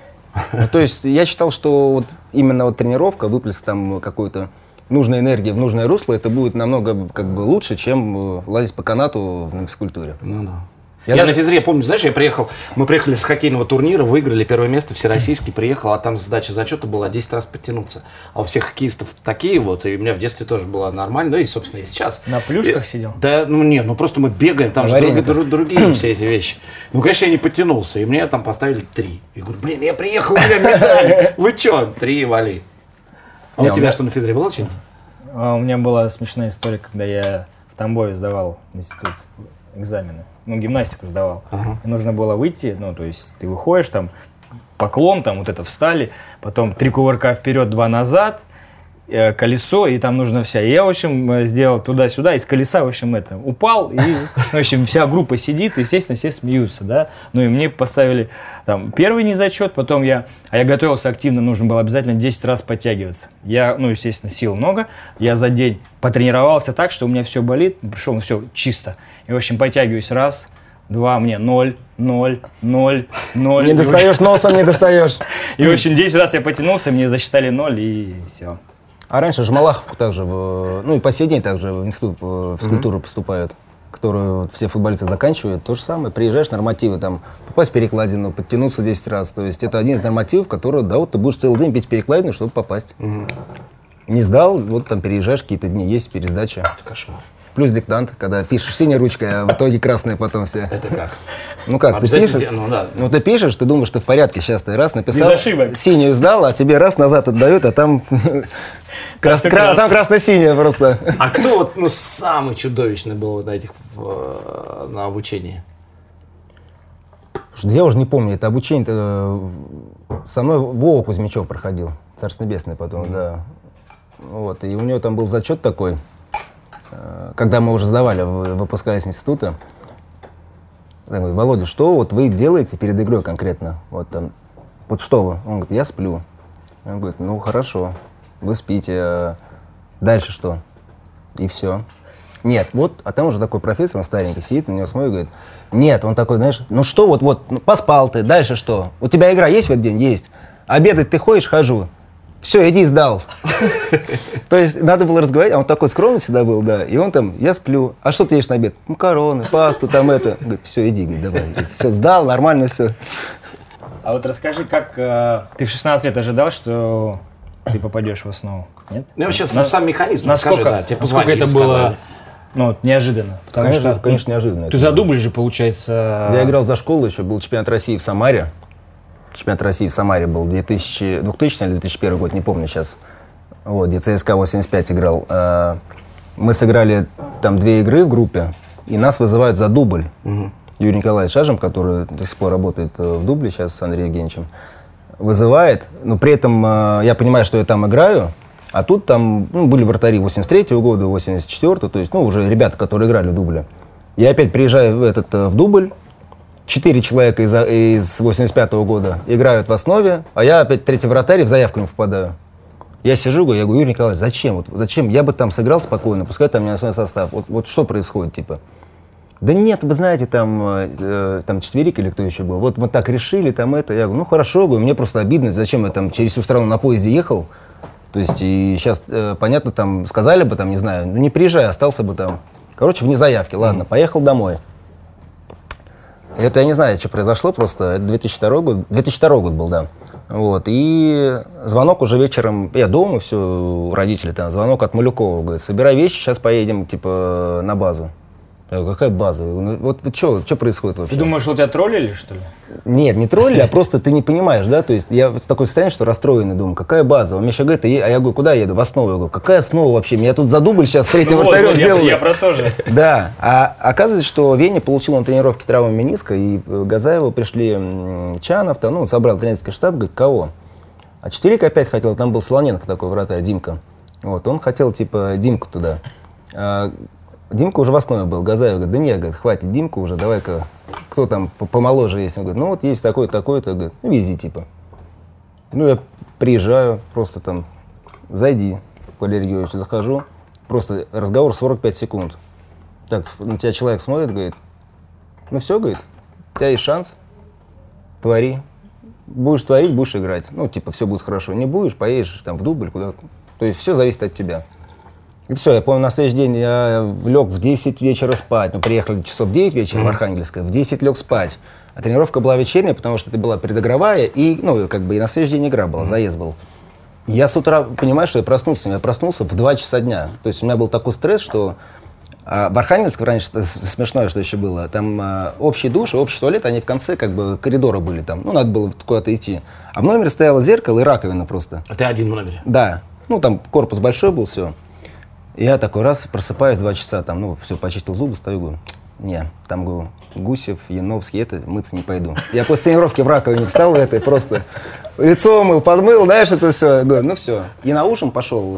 Ну, то есть я считал, что вот именно вот тренировка, выплеск там какой-то нужной энергии в нужное русло, это будет намного как бы лучше, чем э, лазить по канату на физкультуре. Ну да. Я Я, даже- на физре, помню, знаешь, я приехал, мы приехали с хоккейного турнира, выиграли первое место всероссийский, приехал, а там задача зачета была десять раз подтянуться. А у всех хоккеистов такие вот, и у меня в детстве тоже было нормально, ну и, собственно, и сейчас. На плюшках И- сидел? Да, ну не, ну просто мы бегаем, там же Варениках. друг- друг- другие все эти вещи. Ну, конечно, я не подтянулся, и мне там поставили три. Я говорю: блин, я приехал, у меня медаль, вы чё? Три, вали. А Не, у у тебя меня- что, на физре было что-нибудь? А у меня была смешная история, когда я в Тамбове сдавал в институт экзамены. Ну, гимнастику сдавал. Ага. И нужно было выйти, ну, то есть ты выходишь, там, поклон, там, вот это встали, потом три кувырка вперед, два назад, э, колесо, и там нужно вся. И я, в общем, э, сделал туда-сюда, из колеса, в общем, это, упал, и, в общем, вся группа сидит, и, естественно, все смеются, да. Ну, и мне поставили, там, первый незачет, потом я, а я готовился активно, нужно было обязательно десять раз подтягиваться. Я, ну, естественно, сил много, я за день потренировался так, что у меня все болит, пришел, ну, все чисто. И, в общем, подтягиваюсь раз, два, мне ноль, ноль, ноль, ноль. Не И, в общем- достаешь носом, не достаешь. И, в общем, десять раз я потянулся, мне засчитали ноль, и все. А раньше же Малаховку также, в, ну и по сей день также в институт э, физкультуры поступают, которые вот все футболисты заканчивают. То же самое, приезжаешь, нормативы, там, попасть в перекладину, подтянуться десять раз. То есть это один из нормативов, который, да, вот ты будешь целый день бить перекладину, чтобы попасть. Не сдал, вот там переезжаешь, какие-то дни есть, пересдача. Это кошмар. Плюс диктант, когда пишешь синей ручкой, а в итоге красная потом все. Это как? Ну как, ты Обязательно пишешь, де- ну да. ну ты пишешь, ты думаешь, ты в порядке, сейчас ты раз написал, Без ошибок. синюю сдал, а тебе раз назад отдают, а там, крас- всё кра- красно. там красно-синяя просто. А кто вот, ну, самый чудовищный был вот на этих, в- на обучении? Слушай, да я уже не помню, это обучение со мной Вова Кузьмичев проходил. Царство небесное потом, mm-hmm. да. Вот, и у него там был зачет такой, когда мы уже сдавали, выпускались из института. Я говорю: Володя, что вот вы делаете перед игрой конкретно? Вот там, вот что вы? Он говорит: я сплю. Он говорит: ну хорошо, вы спите, а дальше что? И все. Нет, вот, а там уже такой профессор, он старенький, сидит, на него смотрит и говорит: нет, он такой, знаешь, ну что, вот, вот, ну, поспал ты, дальше что? У тебя игра есть в этот день? Есть. Обедать ты ходишь? Хожу. Все, иди, сдал. То есть надо было разговаривать, а он такой скромный всегда был, да, и он там: я сплю. А что ты ешь на обед? Макароны, пасту, там это. Говорит: все, иди, говорит, давай. Все, сдал, нормально все. А вот расскажи, как э, ты в шестнадцать лет ожидал, что ты попадешь в основу? Нет? Ну, вообще, На, сам механизм, насколько, скажи, да, тебе насколько это было, сказали. Ну, вот, неожиданно? Потому конечно, что, конечно, неожиданно. Ты за дубль же, получается... Я играл за школу, еще был чемпионат России в Самаре. Чемпионат России в Самаре был двухтысячный или две тысячи первый год, не помню сейчас. Вот, где ЦСКА восемьдесят пять играл. Мы сыграли там две игры в группе, и нас вызывают за дубль. Угу. Юрий Николаевич Шажем, который до сих пор работает в дубле сейчас с Андреем Евгеньевичем, вызывает. Но при этом я понимаю, что я там играю, а тут там ну, были вратари восемьдесят третьего года, восемьдесят четвёртого, то есть ну, уже ребята, которые играли в дубле. Я опять приезжаю в, этот, в дубль. Четыре человека из, из восемьдесят пятого года играют в основе, а я опять третий вратарь, в заявку не попадаю. Я сижу, я говорю: Юрий Николаевич, зачем? Вот, зачем? Я бы там сыграл спокойно, пускай там не основной состав. Вот, вот что происходит, типа? Да нет, вы знаете, там, э, там четверик или кто еще был, вот мы так решили, там это. Я говорю: ну хорошо, говорю, мне просто обидно, зачем я там через всю страну на поезде ехал. То есть и сейчас, э, понятно, там сказали бы, там, не знаю, ну не приезжай, остался бы там. Короче, вне заявки, ладно, mm-hmm. поехал домой. Это я не знаю, что произошло, просто это две тысячи второй год, две тысячи второй год был, да. Вот, и звонок уже вечером, я дома, все, у родителей там, звонок от Малюкова, говорит: собирай вещи, сейчас поедем, типа, на базу. Я говорю: какая база? Ну, вот что, что происходит вообще? Ты думаешь, что тебя троллили, что ли? Нет, не троллили, а просто ты не понимаешь, да, то есть я в такое состояние, что расстроенный, думаю: какая база? Он мне еще говорит: а я говорю: куда я еду? В основу. Я говорю: какая основа вообще? Меня тут за дубль сейчас третьего вратаря сделали. Я про то же. Да, а оказывается, что Веня получил на тренировке травму мениска, и Газаеву пришли Чанов, там, ну, он собрал тренерский штаб, говорит: кого? А Четверик опять хотел, там был Солоненко такой вратарь, Димка. Вот, он хотел, типа, Димку туда. Димка уже в основе был. Газаев говорит: да нет, говорит, хватит Димку уже, давай-ка, кто там помоложе есть? Он говорит: ну вот есть такой-то, такой-то, говорит, ну вези, типа. Ну я приезжаю, просто там, зайди, Валерий Георгиевич, захожу, просто разговор сорок пять секунд. Так, на тебя человек смотрит, говорит: ну все, говорит, у тебя есть шанс, твори. Будешь творить, будешь играть. Ну, типа, все будет хорошо. Не будешь, поедешь там в дубль куда-то. То есть все зависит от тебя. И все, я помню, на следующий день я лег в десять вечера спать. Мы приехали часов в девять вечера mm-hmm. в Архангельское, в десять лег спать. А тренировка была вечерняя, потому что это была предыгровая, и, ну, как бы и на следующий день игра была, mm-hmm. заезд был. Я с утра понимаю, что я проснулся. Я проснулся в два часа дня. То есть у меня был такой стресс, что а, в Архангельске раньше, смешное, что еще было, там а, общий душ и общий туалет, они в конце как бы коридора были там. Ну, надо было куда-то идти. А в номере стояло зеркало и раковина просто. А ты один в номере? Да. Ну, там корпус большой был, все. И я такой раз просыпаюсь, два часа, там, ну, все, почистил зубы, стою, говорю: не, там, говорю, Гусев, Яновский, это, мыться не пойду. Я после тренировки в раковине встал, это, просто лицо мыл, подмыл, знаешь, это все. Говорю: ну, все. И на ужин пошел.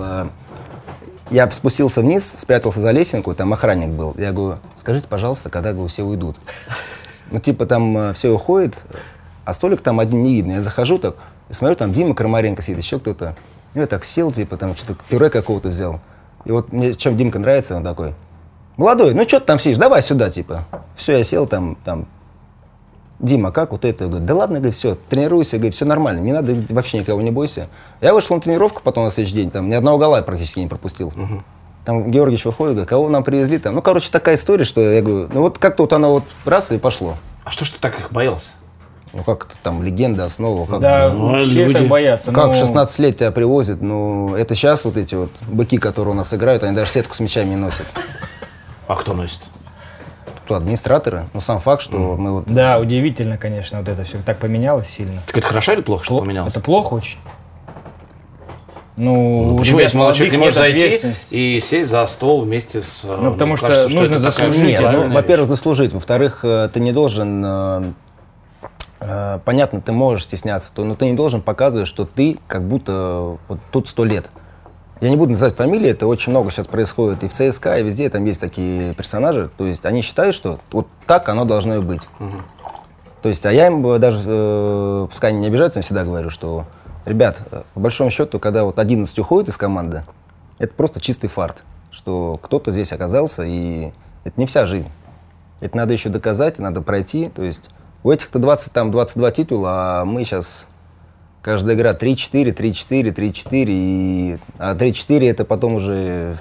Я спустился вниз, спрятался за лесенку, там охранник был. Я говорю: скажите, пожалуйста, когда, говорю, все уйдут. Ну, типа, там все уходит, а столик там один не видно. Я захожу так, и смотрю, там Дима Крамаренко сидит, еще кто-то. Ну, я так сел, типа, там что-то пюре какого-то взял. И вот мне чем Димка нравится, он такой: молодой, ну что ты там сидишь, давай сюда, типа. Все, я сел там, там, Дима, как вот это? Говорит: да ладно, говорит, все, тренируйся, говорит, все нормально, не надо, вообще никого не бойся. Я вышел на тренировку потом на следующий день, там, ни одного гола я практически не пропустил. Угу. Там Георгиевич выходит, говорит: кого нам привезли там? Ну, короче, такая история, что я говорю, ну вот как-то вот оно вот раз и пошло. А что ж ты так их боялся? Ну, как это там, легенда, основа. Как, да, ну, все люди... так боятся. Как но... в шестнадцать лет тебя привозят, ну, это сейчас вот эти вот быки, которые у нас играют, они даже сетку с мячами не носят. А кто носит? Кто, администраторы. Ну, сам факт, что mm. мы вот... Да, удивительно, конечно, вот это все так поменялось сильно. Так это хорошо или плохо, что Пло- поменялось? Это плохо очень. Ну, ну почему, если молодой человек не может зайти и сесть за стол вместе с... Ну, потому ну, что кажется, нужно что заслужить. Нет, ну, во-первых, заслужить. Во-вторых, ты не должен... Э, понятно, ты можешь стесняться, то, но ты не должен показывать, что ты как будто вот тут сто лет. Я не буду называть фамилии, это очень много сейчас происходит и в ЦСКА, и везде, там есть такие персонажи. То есть они считают, что вот так оно должно и быть. Угу. То есть, а я им даже, э, пускай они не обижаются, я всегда говорю, что, ребят, по большому счету, когда вот одиннадцать уходит из команды, это просто чистый фарт, что кто-то здесь оказался, и это не вся жизнь. Это надо еще доказать, надо пройти. То есть у этих-то двадцать, там, двадцать два титула, а мы сейчас... Каждая игра три-четыре, три-четыре, три-четыре, и... а три-четыре это потом уже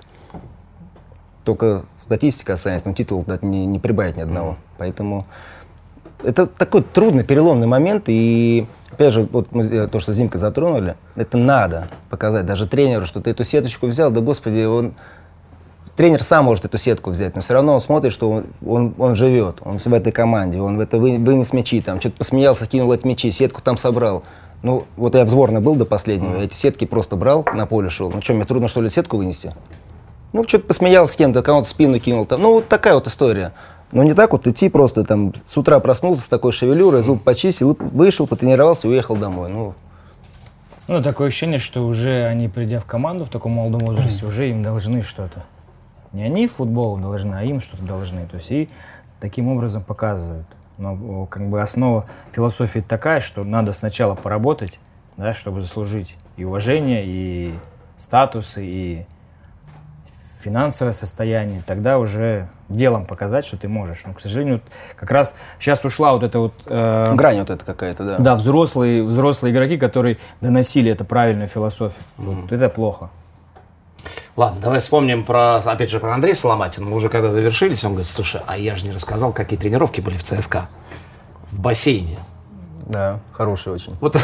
только статистика останется, но титул не, не прибавит ни одного. Mm-hmm. Поэтому это такой трудный, переломный момент, и опять же, вот мы, то, что с Димкой затронули, это надо показать даже тренеру, что ты эту сеточку взял, да господи, он... Тренер сам может эту сетку взять, но все равно он смотрит, что он, он, он живет, он в этой команде, он в это вы, вынес мячи, там, что-то посмеялся, кинул эти мячи, сетку там собрал. Ну, вот я в сборной был до последнего, mm-hmm. эти сетки просто брал, на поле шел. Ну что, мне трудно, что ли, сетку вынести? Ну, что-то посмеялся с кем-то, кому-то спину кинул там. Ну, вот такая вот история. Но не так вот идти просто там, с утра проснулся с такой шевелюрой, зуб почистил, вышел, потренировался и уехал домой. Ну, ну, такое ощущение, что уже они, придя в команду в таком молодом возрасте, mm-hmm. уже им должны что-то. Не они футбол должны, а им что-то должны. То есть и таким образом показывают. Но как бы основа философии такая, что надо сначала поработать, да, чтобы заслужить и уважение, и статус, и финансовое состояние. Тогда уже делом показать, что ты можешь. Но, к сожалению, как раз сейчас ушла вот эта вот... Э, Грань вот эта какая-то, да. Да, взрослые, взрослые игроки, которые доносили эту правильную философию. Mm-hmm. Вот это плохо. Ладно, давай вспомним про, опять же, про Андрея Соломатина. Мы уже когда завершились, он говорит, слушай, а я же не рассказал, какие тренировки были в ЦСКА. В бассейне. Да, хороший очень. Вот,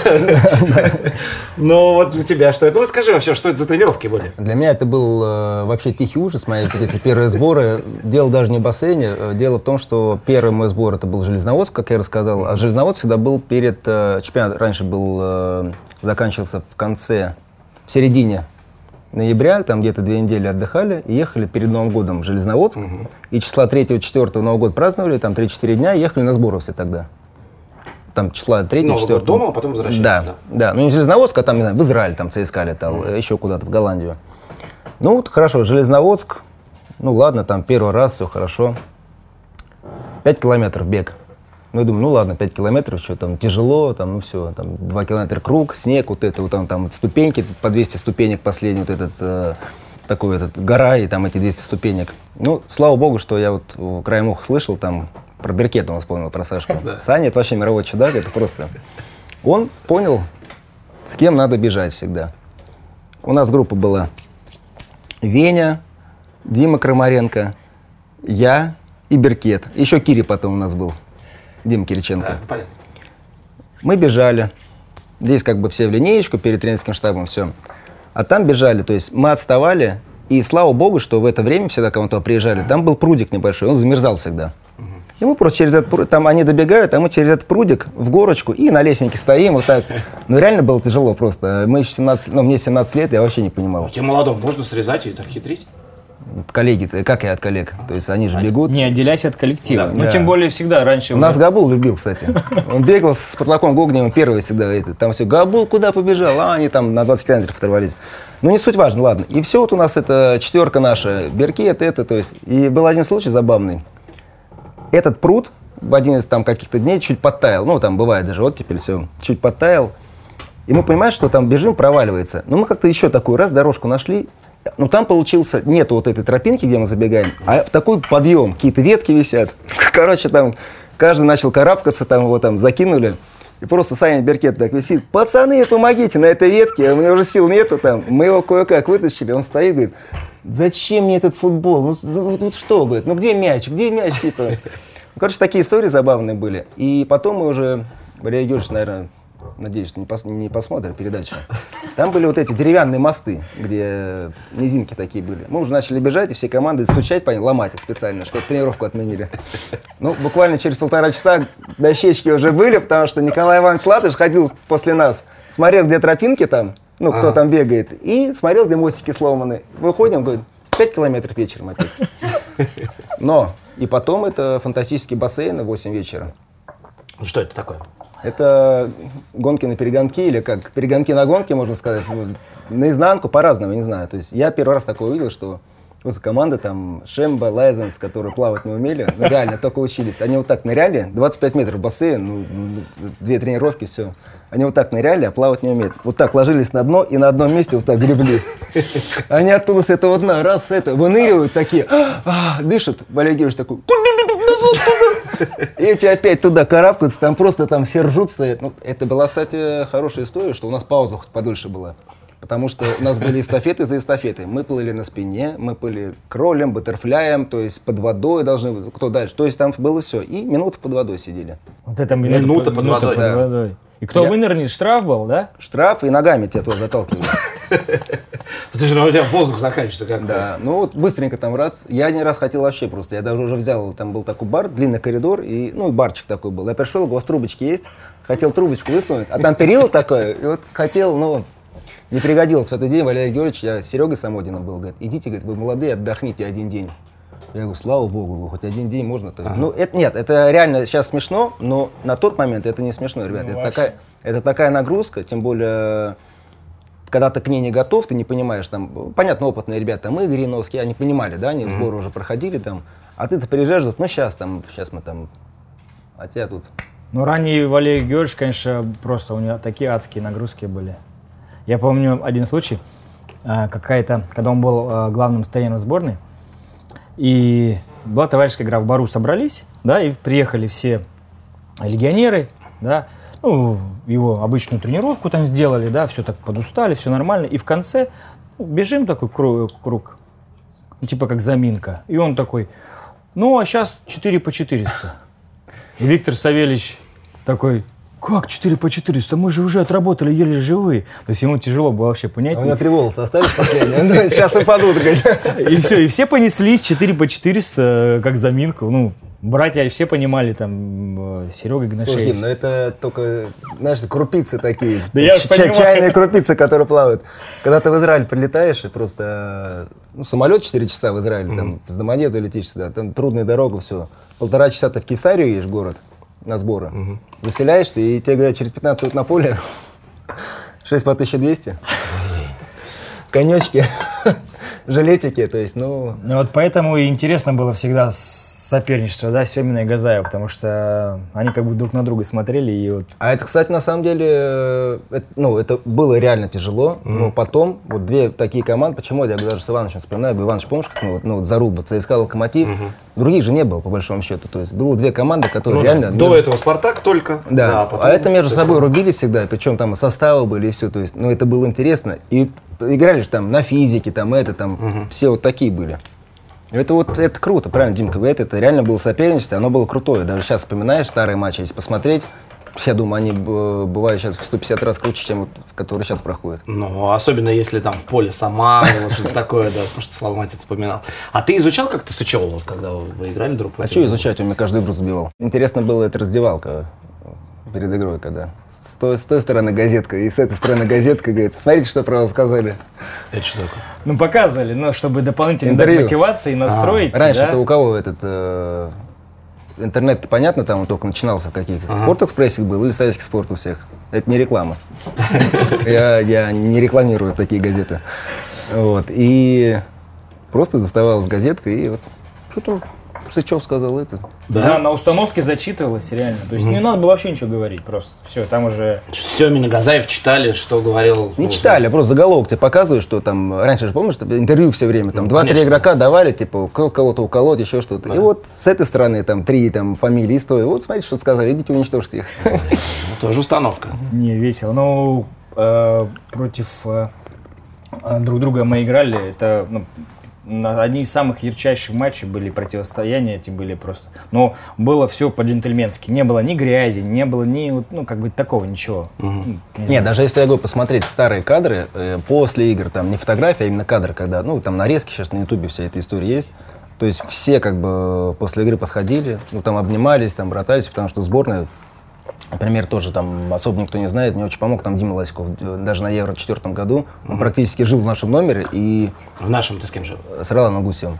ну вот для тебя что это? Ну расскажи вообще, что это за тренировки были? Для меня это был э, вообще тихий ужас, мои эти первые сборы. Дело даже не в бассейне. Дело в том, что первый мой сбор это был Железноводск, как я рассказал. А Железноводск всегда был перед... Э, чемпионат раньше был, э, заканчивался в конце, в середине ноября, там где-то две недели отдыхали и ехали перед Новым годом в Железноводск. Угу. И числа третьего-четвёртого Новый год праздновали, там три-четыре дня, ехали на сборы все тогда. Там числа третьего-четвёртого. Дома, а потом возвращались. Да, да, да. Ну не в Железноводск, а там, не знаю, в Израиль, там ЦСКА летал, угу. еще куда-то, в Голландию. Ну вот хорошо, Железноводск, ну ладно, там первый раз, все хорошо. Пять километров бег. Ну, я думаю, ну ладно, пять километров, что там тяжело, там, ну все, там два километра круг, снег, вот это, вот там, там ступеньки, по двести ступенек последний, вот этот, э, такой этот, гора, и там эти двести ступенек. Ну, слава богу, что я вот краем уха слышал, там, про Беркета он вспомнил, про Сашку. Саня, это вообще мировой чудак, это просто... Он понял, с кем надо бежать всегда. У нас группа была Веня, Дима Крамаренко, я и Беркет. Еще Кири потом у нас был. Дима Кириченко. Да, мы бежали. Здесь как бы все в линеечку перед тренерским штабом, все. А там бежали, то есть мы отставали. И слава богу, что в это время, всегда, когда мы туда приезжали, там был прудик небольшой, он замерзал всегда. Угу. И мы просто через этот пруд, там они добегают, а мы через этот прудик в горочку и на лестнике стоим вот так. Ну реально было тяжело просто. Мы еще семнадцать, ну мне семнадцать лет, я вообще не понимал. А тебе молодому можно срезать и так хитрить? Коллеги, как я от коллег? То есть они же бегут. Не отделяйся от коллектива. Да. Ну, да. Тем более всегда раньше... У нас Габул любил, кстати. Он бегал с Спартаком Гогневым первый всегда. Это, там все, Габул куда побежал? А они там на двадцать километров оторвались. Ну, не суть важно, ладно. И все вот у нас это четверка наша. Беркет, это, то есть. И был один случай забавный. Этот пруд в один из там каких-то дней чуть подтаял. Ну, там бывает даже оттепель, все. Чуть подтаял. И мы понимаем, что там бежим, проваливается. Но мы как-то еще такую раз дорожку нашли. Ну, там получился, нету вот этой тропинки, где мы забегаем, а такой подъем, какие-то ветки висят. Короче, там каждый начал карабкаться, там его там закинули. И просто Саня Беркет так висит. Пацаны, помогите на этой ветке, у меня уже сил нету там. Мы его кое-как вытащили, он стоит, говорит, зачем мне этот футбол? Ну, вот, вот что, говорит, ну где мяч, где мяч, типа. Короче, такие истории забавные были. И потом мы уже, Валерий Георгиевич, наверное, надеюсь, что не, пос, не посмотрят передачу. Там были вот эти деревянные мосты, где низинки такие были. Мы уже начали бежать, и все команды стучать, по ним, ломать их специально, чтобы тренировку отменили. Ну, буквально через полтора часа дощечки уже были, потому что Николай Иванович Латыш ходил после нас, смотрел, где тропинки там, ну, кто а. там бегает, и смотрел, где мостики сломаны. Выходим, говорит, пять километров вечером опять. Но, и потом это фантастический бассейн на восемь вечера. Ну, что это такое? Это гонки на перегонки или как? Перегонки на гонки, можно сказать. Наизнанку, по-разному, не знаю. То есть я первый раз такое увидел, что вот команда там Шемба, Лайзенс, которые плавать не умели, ну, реально только учились. Они вот так ныряли, двадцать пять метров бассейн, ну, две тренировки, все. Они вот так ныряли, а плавать не умеют. Вот так ложились на дно и на одном месте вот так гребли. Они оттуда с этого дна, раз, это, выныривают такие, а, дышат. Валерий Георгиевич такой, и эти опять туда карабкаются, там просто там все ржут, стоят. Ну, это была, кстати, хорошая история, что у нас пауза хоть подольше была. Потому что у нас были эстафеты за эстафетой. Мы плыли на спине, мы плыли кролем, баттерфляем, то есть под водой должны быть, кто дальше. То есть там было все. И минуту под водой сидели. Вот это минута, минута под, под минута водой. под Да. водой. И кто Я- вынырнет, штраф был, да? Штраф и ногами тебя туда заталкивали. Потому что у тебя воздух заканчивается как-то. Да, ну вот быстренько там раз. Я один раз хотел вообще просто. Я даже уже взял, там был такой бар, длинный коридор, и, ну и барчик такой был. Я пришел, у вас трубочки есть? Хотел трубочку высунуть, а там перила такое, и вот хотел, ну, не пригодилось в этот день. Валерий Георгиевич, я с Серегой Самодиным был, говорит, идите, говорит, вы молодые, отдохните один день. Я говорю, слава богу, хоть один день можно-то. Ага. Ну, это нет, это реально сейчас смешно, но на тот момент это не смешно, ребят. Ну, это, вообще. такая, это такая нагрузка, тем более, когда ты к ней не готов, ты не понимаешь, там, понятно, опытные ребята, мы, Гриновские, они понимали, да, они сборы уже проходили там, а ты-то приезжаешь, ну, сейчас там, сейчас мы там, а тебя тут... Ну, ранее Валерий Георгиевич, конечно, просто у него такие адские нагрузки были. Я помню один случай, а, какая-то, когда он был а, главным тренером сборной, и была товарищеская игра в бару, собрались, да, и приехали все легионеры, да, ну, его обычную тренировку там сделали, да, все так подустали, все нормально, и в конце ну, бежим такой круг, круг, ну, типа как заминка, и он такой, ну, а сейчас четыре по четыреста. И Виктор Савельевич такой, как четыре по четыреста? Мы же уже отработали, еле живые. То есть ему тяжело было вообще понять. А у меня три волоса остались последние, сейчас упадут. И все, и все понеслись четыре по четыреста, как заминку. Ну, братья все понимали, там, Серега Слушай, Игнашевич. Дим, ну это только, знаешь, крупицы такие, Да я уж Ч- понимаю. чайные крупицы, которые плавают. Когда ты в Израиль прилетаешь, и просто, ну, самолет четыре часа в Израиле, там, с Домодедово летишь сюда, там трудная дорога, все. Полтора часа ты в Кесарию едешь, город, на сборы, заселяешься, и тебе говорят, через пятнадцать минут на поле, шесть по тысяче двести, конечки, жилетики, то есть, ну... Ну, вот поэтому и интересно было всегда соперничество, да, Семина и Газаева, потому что они как бы друг на друга смотрели, и вот... А это, кстати, на самом деле, э, это, ну, это было реально тяжело, mm-hmm. но потом вот две такие команды, почему я даже с Ивановичем вспоминаю, говорю, Иванович, помнишь, как мы вот, ну, вот Заруба, ЦСКА, Локомотив, mm-hmm. других же не было, по большому счету, то есть было две команды, которые Ну, реально... до между... этого Спартак только. Да, потом а это между ЦСКА. собой рубились всегда, причем там составы были и все, то есть, ну, это было интересно, и играли же там на физике, там это, там, mm-hmm. все вот такие были. Это вот, это круто, правильно Димка говорит, это реально было соперничество, оно было крутое. Даже сейчас вспоминаешь старые матчи, если посмотреть, я думаю, они б- бывают сейчас в сто пятьдесят раз круче, чем вот, которые сейчас проходят. Ну, особенно если там в поле сама, вот что-то такое, да, то, что Слава Матец вспоминал. А ты изучал как-то Сычева, вот, когда вы играли друг А против что друга? изучать, он меня каждую игру забивал. Интересно было это раздевалка перед игрой, когда с той, с той стороны газетка и с этой стороны газетка, говорит, смотрите, что про вас сказали. Это что такое? Ну, показывали, ну, чтобы дополнительно дать Интервью. мотивации, настроить, Раньше да? это у кого этот э, интернет, понятно, там он только начинался в каких-то. Ага. Спортэкспрессик был или советский спорт у всех. Это не реклама. Я я не рекламирую такие газеты. Вот. И просто доставалась газетка и вот что-то Сычев сказал это. Да, на установке зачитывалось реально. То есть не надо было вообще ничего говорить, просто все, там уже... Семин и Газаев читали, что говорил... Не ну, читали, а просто заголовок тебе показывают, что там, раньше же, помнишь, там интервью все время, там, Ну, два-три конечно. игрока давали, типа, ко- кого-то уколоть, еще что-то. Да. И вот с этой стороны, там, три там, фамилии стоят. Вот, смотрите, что сказали, идите уничтожьте их. Ну, тоже установка. Не, весело. Ну, э, против э, э, друг друга мы играли. Это ну, на- одни из самых ярчайших матчей были, противостояния эти были просто. Но было все по-джентльменски. Не было ни грязи, не было ни, вот, ну, как бы такого ничего. Ну, не Нет, знаю. даже если я говорю посмотреть старые кадры э, после игр, там не фотографии, а именно кадры, когда, ну, там нарезки сейчас на ютубе вся эта история есть. То есть все как бы после игры подходили, ну, там обнимались, там братались, потому что сборная, например, тоже там особо никто не знает, мне очень помог там Дима Лоськов, э, даже на Евро четвертом году, он практически жил в нашем номере и В нашем ты с кем жил? с Роланом Гусевым.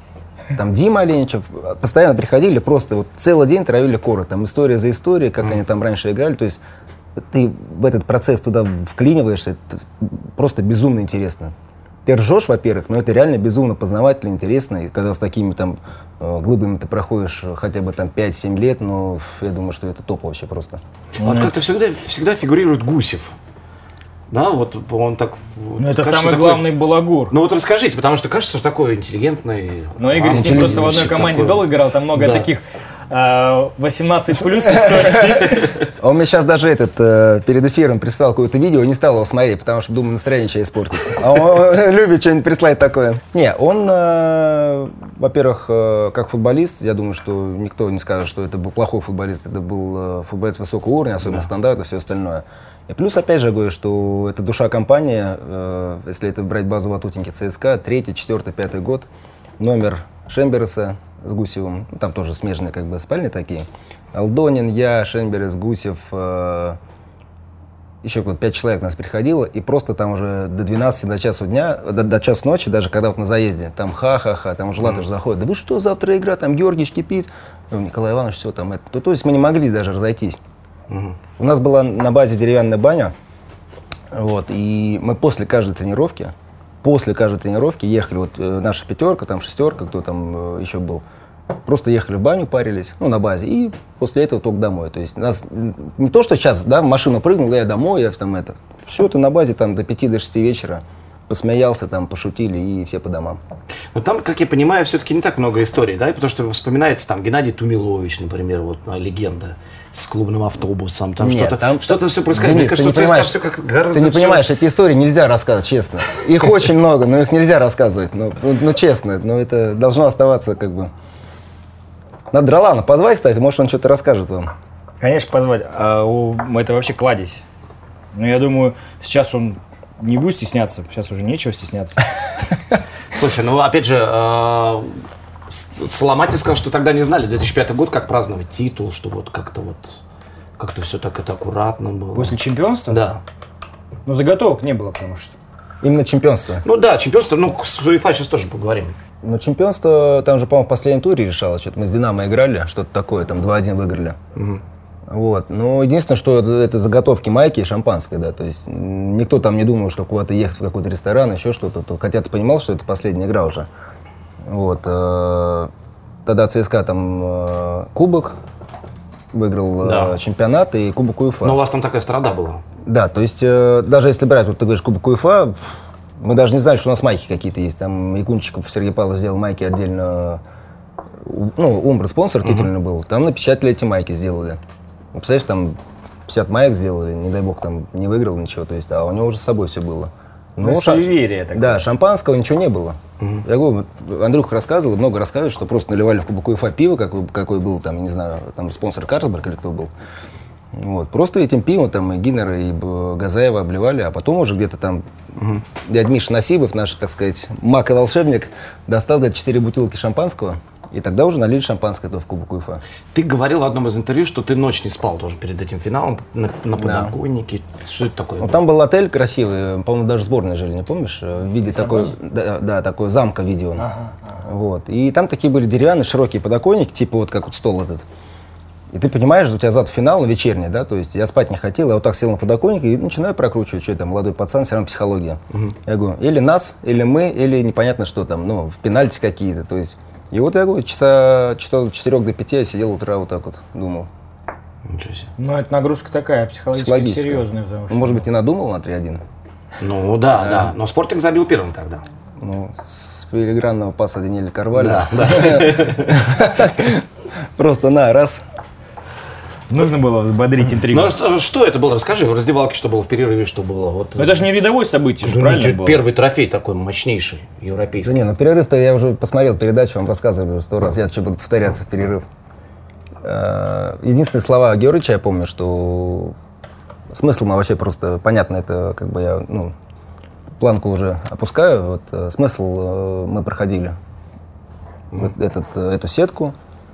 там Дима Оленичев, постоянно приходили, просто вот целый день травили коры, там история за историей, как mm. они там раньше играли, то есть ты в этот процесс туда вклиниваешься, это просто безумно интересно. Ты ржешь, во-первых, но это реально безумно познавательно, интересно, и когда с такими там глыбами ты проходишь хотя бы там пять-семь лет, ну, я думаю, что это топ вообще просто. Mm. Вот как-то всегда, всегда фигурирует Гусев. Да, вот он так... Ну, это самый такой... главный балагур. Ну, вот расскажите, потому что кажется, что такой интеллигентный... Ну, Игорь с ним просто в одной команде такой... долго играл, там много да. таких э, восемнадцать плюс историй. Он мне сейчас даже этот, э, перед эфиром прислал какое-то видео, не стал его смотреть, потому что, думаю, настроение сейчас испортит. А он любит что-нибудь прислать такое. Не, он, э, во-первых, э, как футболист, я думаю, что никто не скажет, что это был плохой футболист, это был футболист высокого уровня, особенно да. стандарт и все остальное. И плюс, опять же, говорю, что это душа компании, э, если это брать базу Ватутинки ЦСКА, третий, четвертый, пятый год, номер Шембереса с Гусевым, ну, там тоже смежные как бы спальни такие, Алдонин, я, Шемберес, Гусев, э, еще вот пять человек у нас приходило, и просто там уже до двенадцати, до часу дня, до, до часу ночи, даже когда вот на заезде, там ха-ха-ха, там уже Латыш заходит, да вы что, завтра игра, там Георгиевич кипит, ну, Николай Иванович, все там, это, то, то есть мы не могли даже разойтись. Угу. У нас была на базе деревянная баня, вот, и мы после каждой тренировки, после каждой тренировки ехали, вот э, наша пятерка, там шестерка, кто там э, еще был, просто ехали в баню, парились, ну, на базе, и после этого только домой. То есть нас не то, что сейчас, да, в машину прыгнул, я домой, я там это, все это на базе там до пяти, до шести вечера. Посмеялся, там, пошутили, и все по домам. Но там, как я понимаю, все-таки не так много историй, да? Потому что вспоминается там Геннадий Тумилович, например, вот легенда с клубным автобусом, там Нет, что-то, там что-то все происходит. Денис, Мне кажется, ты не понимаешь, все как гораздо Ты не все... понимаешь, эти истории нельзя рассказывать, честно. Их очень много, но их нельзя рассказывать. Ну, ну честно, но это должно оставаться как бы... Надо Ролана позвать, кстати, может, он что-то расскажет вам. Конечно, позвать. А у... это вообще кладезь. Ну, я думаю, сейчас он... не будет стесняться, сейчас уже нечего стесняться. Слушай, ну опять же, э, Соломатин сказал, что тогда не знали, две тысячи пятый год, как праздновать титул, что вот как-то вот, как-то все так это аккуратно было. После чемпионства? Да. Ну, заготовок не было, потому что. Именно чемпионство? Ну да, чемпионство, ну, с УЕФА сейчас тоже поговорим. Ну, чемпионство, там же, по-моему, в последнем туре решалось, что-то мы с Динамо играли, что-то такое, там два-один выиграли. Угу. Вот. Но единственное, что это, это заготовки майки и шампанское, да, то есть никто там не думал, что куда-то ехать в какой-то ресторан, еще что-то, хотя ты понимал, что это последняя игра уже. Вот. Тогда ЦСКА там кубок выиграл, да. чемпионат и кубок УЕФА. Но у вас там такая страда была. Да, то есть даже если брать, вот ты говоришь, кубок УЕФА, мы даже не знаем, что у нас майки какие-то есть, там Якунчиков Сергей Павлович сделал майки отдельно, ну, Умбра спонсор титульный uh-huh. был, там напечатали эти майки, сделали. Представляешь, там пятьдесят маек сделали, не дай бог, там не выиграл ничего, то есть, а у него уже с собой все было. Ну, суеверие такое. Да, шампанского ничего не было. Угу. Я говорю, Андрюха рассказывал, много рассказывает, что просто наливали в кубок УЕФА пиво, какой, какой был, там, не знаю, там спонсор Карлсберг или кто был. Вот. Просто этим пивом там и Гиннера, и Газаева обливали, а потом уже где-то там угу. дядь Миша Насибов, наш, так сказать, маг и волшебник, достал где-то четыре бутылки шампанского. И тогда уже налили шампанское в кубок УЕФА. Ты говорил в одном из интервью, что ты ночь не спал тоже перед этим финалом на, на подоконнике. Да. Что это такое? Ну, там был отель красивый, по-моему, даже сборная жили, не помнишь? В виде такой, да, да, такой замка в виде он. Ага, ага. Вот. И там такие были деревянные широкие подоконники, типа вот как вот стол этот. И ты понимаешь, у тебя завтра финал вечерний, да, то есть я спать не хотел, я вот так сел на подоконник и начинаю прокручивать, что это, молодой пацан, все равно психология. Угу. Я говорю, или нас, или мы, или непонятно что там, ну, пенальти какие-то, то есть. И вот я говорю, часа от четырёх до пяти я сидел утра вот так вот, думал. Ничего себе. Ну, это нагрузка такая, психологически серьезная. Потому что... Может быть, и надумал на три один? Ну, да, да, да. Но Спортинг забил первым тогда. Ну, с филигранного паса Даниэля Карваля. Да, да. Просто на, раз. Нужно было взбодрить интригу. Ну, а что, что это было? Расскажи, в раздевалке, что было в перерыве, что было? Вот. Ну, это же не рядовое событие, же, правильно было? Первый трофей такой мощнейший, европейский. Да не, ну перерыв-то я уже посмотрел передачу, вам рассказывали уже сто раз, я что буду повторяться в перерыв. Единственные слова Георгиевича я помню, что смысл мы вообще просто, понятно, это как бы я, ну, планку уже опускаю, вот смысл мы проходили. Вот этот, эту сетку.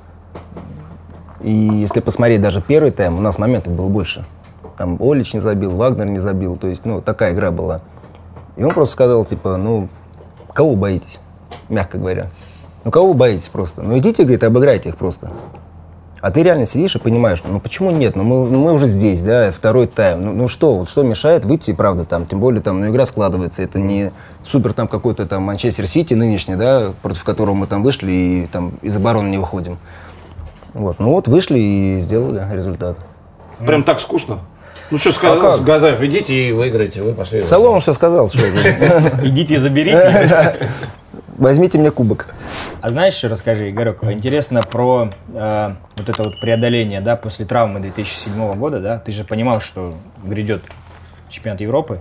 И если посмотреть даже первый тайм, у нас моментов было больше. Там Олич не забил, Вагнер не забил, то есть, ну, такая игра была. И он просто сказал, типа, ну, кого боитесь, мягко говоря. Ну кого вы боитесь просто? Ну идите, говорит, обыграйте их просто. А ты реально сидишь и понимаешь, ну почему нет? Ну мы, ну, мы уже здесь, да, второй тайм. Ну, ну что, вот что мешает выйти, правда, там, тем более там, ну игра складывается, это не супер там какой-то там Манчестер Сити нынешний, да, против которого мы там вышли и там из обороны не выходим. Вот, ну вот вышли и сделали результат. Прям так скучно? Ну что, сказал, а Газаев, идите и выиграйте, вы пошли. Соломон что сказал, что идите и заберите. Возьмите мне кубок. А знаешь, что расскажи, Игорек, интересно про э, вот это вот преодоление, да, после травмы две тысячи седьмого года, да, ты же понимал, что грядет чемпионат Европы,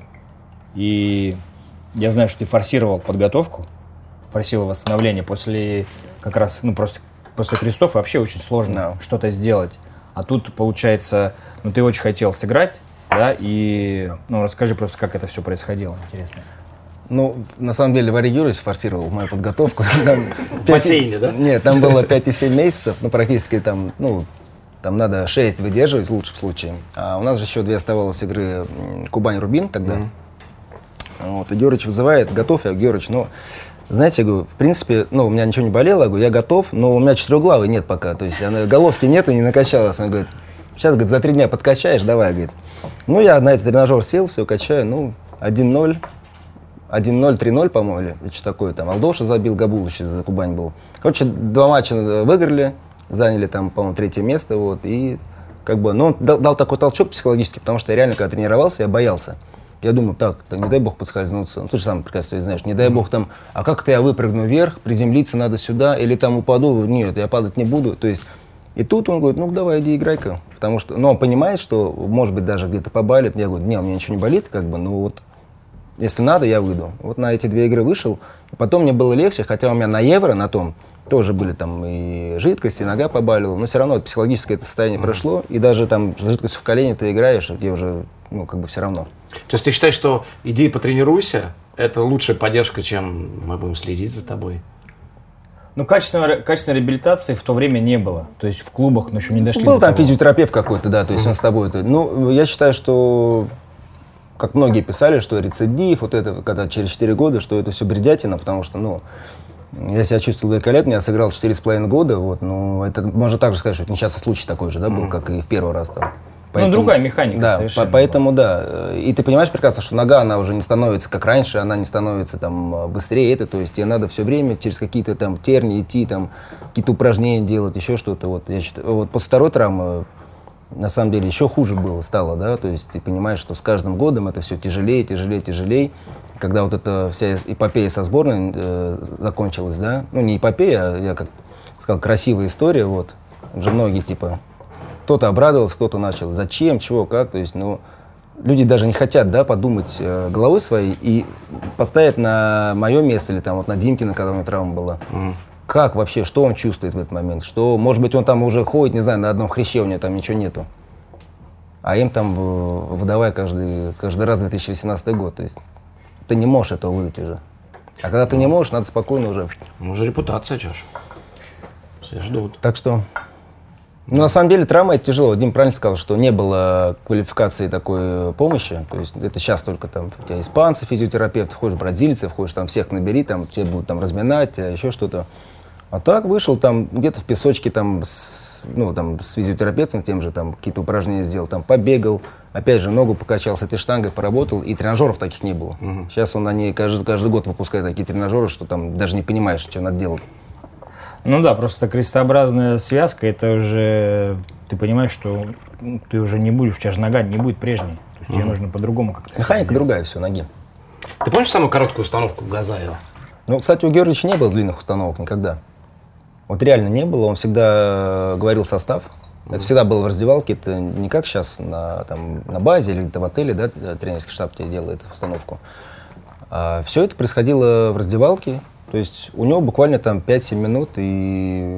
и я знаю, что ты форсировал подготовку, форсировал восстановление после как раз, ну, просто после крестов вообще очень сложно no. что-то сделать, а тут, получается, ну, ты очень хотел сыграть, да, и, ну, расскажи просто, как это все происходило, интересно. Ну, на самом деле, Варя Юрьевич форсировал мою подготовку. В бассейне, да? Нет, там было пять и семь месяцев, ну, практически там, ну, там надо шесть выдерживать в лучшем случае. А у нас же еще две оставалось игры Кубань-Рубин тогда. Mm-hmm. Вот, и Георгиевич вызывает, готов я, Георгиевич, ну, знаете, я говорю, в принципе, ну, у меня ничего не болело, я говорю, я готов, но у меня четырехглавой нет пока, то есть она, головки нету, не накачалась. Она говорит, сейчас, говорит, за три дня подкачаешь, давай, говорит. Ну, я на этот тренажер сел, все качаю, ну, один ноль. один ноль, три ноль, по-моему, или что такое там. Алдоша забил, Габул еще за Кубань был. Короче, два матча выиграли, заняли там, по-моему, третье место, вот, и как бы, ну, он дал, дал такой толчок психологический, потому что я реально, когда тренировался, я боялся. Я думаю, так, так не дай бог подскользнуться. Ну, ты же сам прекрасно знаешь, не дай бог там, а как-то я выпрыгну вверх, приземлиться надо сюда, или там упаду, нет, я падать не буду, то есть. И тут он говорит, ну давай иди играй-ка, потому что, ну, он понимает, что, может быть, даже где-то побалит, я говорю, не, у меня ничего не болит, как бы, ну вот. Если надо, я выйду. Вот на эти две игры вышел. И потом мне было легче, хотя у меня на Евро, на том, тоже были там и жидкости, и нога побаливала. Но все равно психологическое это состояние mm-hmm. прошло. И даже там с жидкостью в колене ты играешь, где уже, ну, как бы все равно. То есть ты считаешь, что иди и потренируйся, это лучшая поддержка, чем мы будем следить за тобой? Ну, качественной, качественной реабилитации в то время не было. То есть в клубах мы еще не дошли Был до там того. Физиотерапевт какой-то, да, то есть mm-hmm. он с тобой. Ну, я считаю, что... Как многие писали, что рецидив, вот это, когда через четыре года, что это все бредятина, потому что, ну, я себя чувствовал великолепно, я сыграл четыре с половиной года, вот, ну, это можно также сказать, что это несчастный случай такой же, да, был, mm-hmm. как и в первый раз там. Поэтому, ну, другая механика да, совершенно. По- поэтому, да, и ты понимаешь прекрасно, что нога, она уже не становится как раньше, она не становится там быстрее, это, то есть тебе надо все время через какие-то там тернии идти, там, какие-то упражнения делать, еще что-то, вот, я считаю, вот после второй травмы, на самом деле еще хуже было, стало, да, то есть ты понимаешь, что с каждым годом это все тяжелее, тяжелее, тяжелее. Когда вот эта вся эпопея со сборной э, закончилась, да, ну не эпопея, а, я как сказал, красивая история, вот, уже многие, типа, кто-то обрадовался, кто-то начал, зачем, чего, как, то есть, ну, люди даже не хотят, да, подумать э, головой своей и поставить на мое место или там вот на Димкина, когда у него травма была. Mm. Как вообще, что он чувствует в этот момент? Что, может быть, он там уже ходит, не знаю, на одном хряще, у него там ничего нету. А им там выдавай каждый, каждый раз две тысячи восемнадцатый год. То есть ты не можешь этого выдать уже. А когда ты не можешь, надо спокойно уже. Ну, уже репутация, чё ж. Все ждут. Так что, ну, на самом деле, травма это тяжело. Дим правильно сказал, что не было квалификации такой помощи. То есть это сейчас только там у тебя испанцы, физиотерапевты, входишь бразильцев, входишь там всех набери, там тебе будут там разминать, еще что-то. А так вышел там где-то в песочке там с, ну, там, с физиотерапевтом тем же, там какие-то упражнения сделал, там побегал, опять же ногу покачал, с этой штангой поработал, и тренажеров таких не было. Угу. Сейчас он они каждый, каждый год выпускает такие тренажеры, что там даже не понимаешь, что надо делать. Ну да, просто крестообразная связка, это уже, ты понимаешь, что ты уже не будешь, у тебя же нога не будет прежней. То есть угу. тебе нужно по-другому как-то. Механика другая все, ноги. Ты помнишь самую короткую установку Газаева? Ну, кстати, у Георгиевича не было длинных установок никогда. Вот реально не было, он всегда говорил состав. Mm-hmm. Это всегда было в раздевалке, это не как сейчас на, там, на базе или где-то в отеле, да, тренерский штаб тебе делает установку. А все это происходило в раздевалке, то есть у него буквально там пять-семь минут, и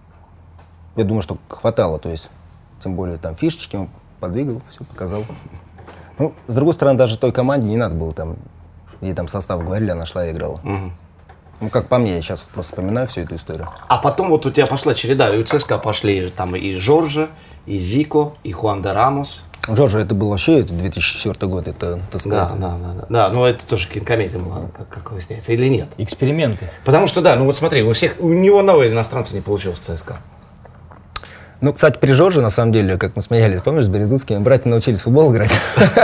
я думаю, что хватало, то есть тем более там фишечки он подвигал, все показал. Ну, с другой стороны, даже той команде не надо было там, ей там состав говорили, она шла и играла. Mm-hmm. Ну, как по мне, я сейчас просто вспоминаю всю эту историю. А потом вот у тебя пошла череда, и у ЦСКА пошли там и Жоржа, и Зико, и Хуан де Рамос. Жоржа, это был вообще две тысячи четвёртый год, это, так сказать. Да, да, да, да. Да, но это тоже кинокомедия была, как, как выясняется, или нет? Эксперименты. Потому что, да, ну вот смотри, у всех, у ни одного иностранца не получилось в ЦСКА. Ну, кстати, при Жорже, на самом деле, как мы смеялись, помнишь, с Березутскими, братья научились в футбол играть.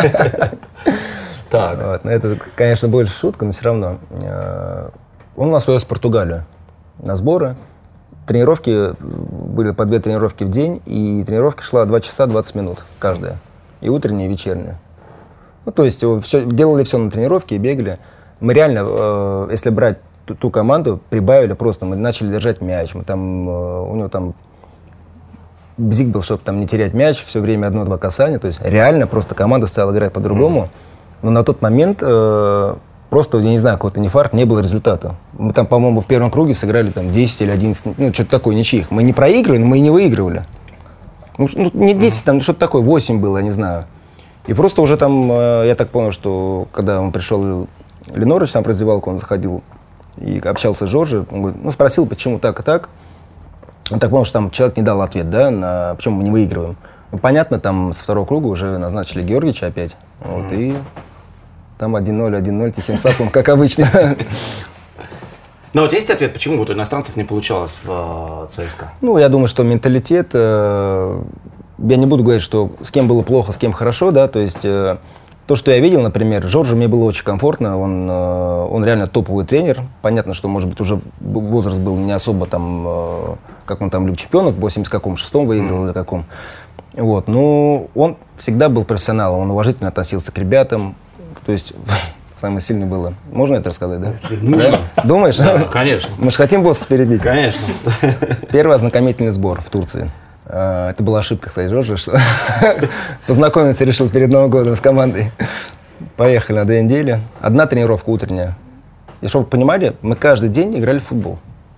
Так. Вот. Это, конечно, больше шутка, но все равно. Он у нас увез в Португалию на сборы. Тренировки были по две тренировки в день, и тренировка шла два часа двадцать минут каждая. И утренняя, и вечерняя. Ну, то есть все, делали все на тренировке и бегали. Мы реально, э, если брать ту, ту команду, прибавили просто. Мы начали держать мяч. Мы там, э, у него там бзик был, чтобы там не терять мяч, все время одно-два касания. То есть реально просто команда стала играть по-другому. Mm-hmm. Но на тот момент э, просто, я не знаю, какой-то нефарт, не было результата. Мы там, по-моему, в первом круге сыграли там десять или одиннадцать, ну, что-то такое, ничьих. Мы не проигрывали, но мы и не выигрывали. Ну, не десять, там что-то такое, восемь было, я не знаю. И просто уже там, э, я так понял, что когда он пришел, Ленорович там в раздевалку, он заходил и общался с Жоржем, он говорит, ну, спросил, почему так и так. Он так понял, что там человек не дал ответ, да, на почему мы не выигрываем. Ну, понятно, там со второго круга уже назначили Георгича опять. Вот, mm-hmm. И там один ноль, один ноль, тихим сапом, как обычно. Но вот есть ответ, почему вот у иностранцев не получалось в э, ЦСКА? Ну, я думаю, что менталитет, э, я не буду говорить, что с кем было плохо, с кем хорошо, да, то есть э, то, что я видел, например, Жоржу мне было очень комфортно, он, э, он реально топовый тренер, понятно, что, может быть, уже возраст был не особо там, э, как он там, Лиг чемпионов, в восемьдесят шестом выиграл или каком, вот, но он всегда был профессионалом, он уважительно относился к ребятам, то есть... Самое сильное было. Можно это рассказать, да? Нужно. Да? Думаешь? Да, конечно. Мы же хотим босса перебить. Конечно. Первый ознакомительный сбор в Турции. Это была ошибка, кстати, Жоржа, что познакомиться решил перед Новым годом с командой. Поехали на две недели. Одна тренировка утренняя. И чтобы вы понимали, мы каждый день играли в футбол.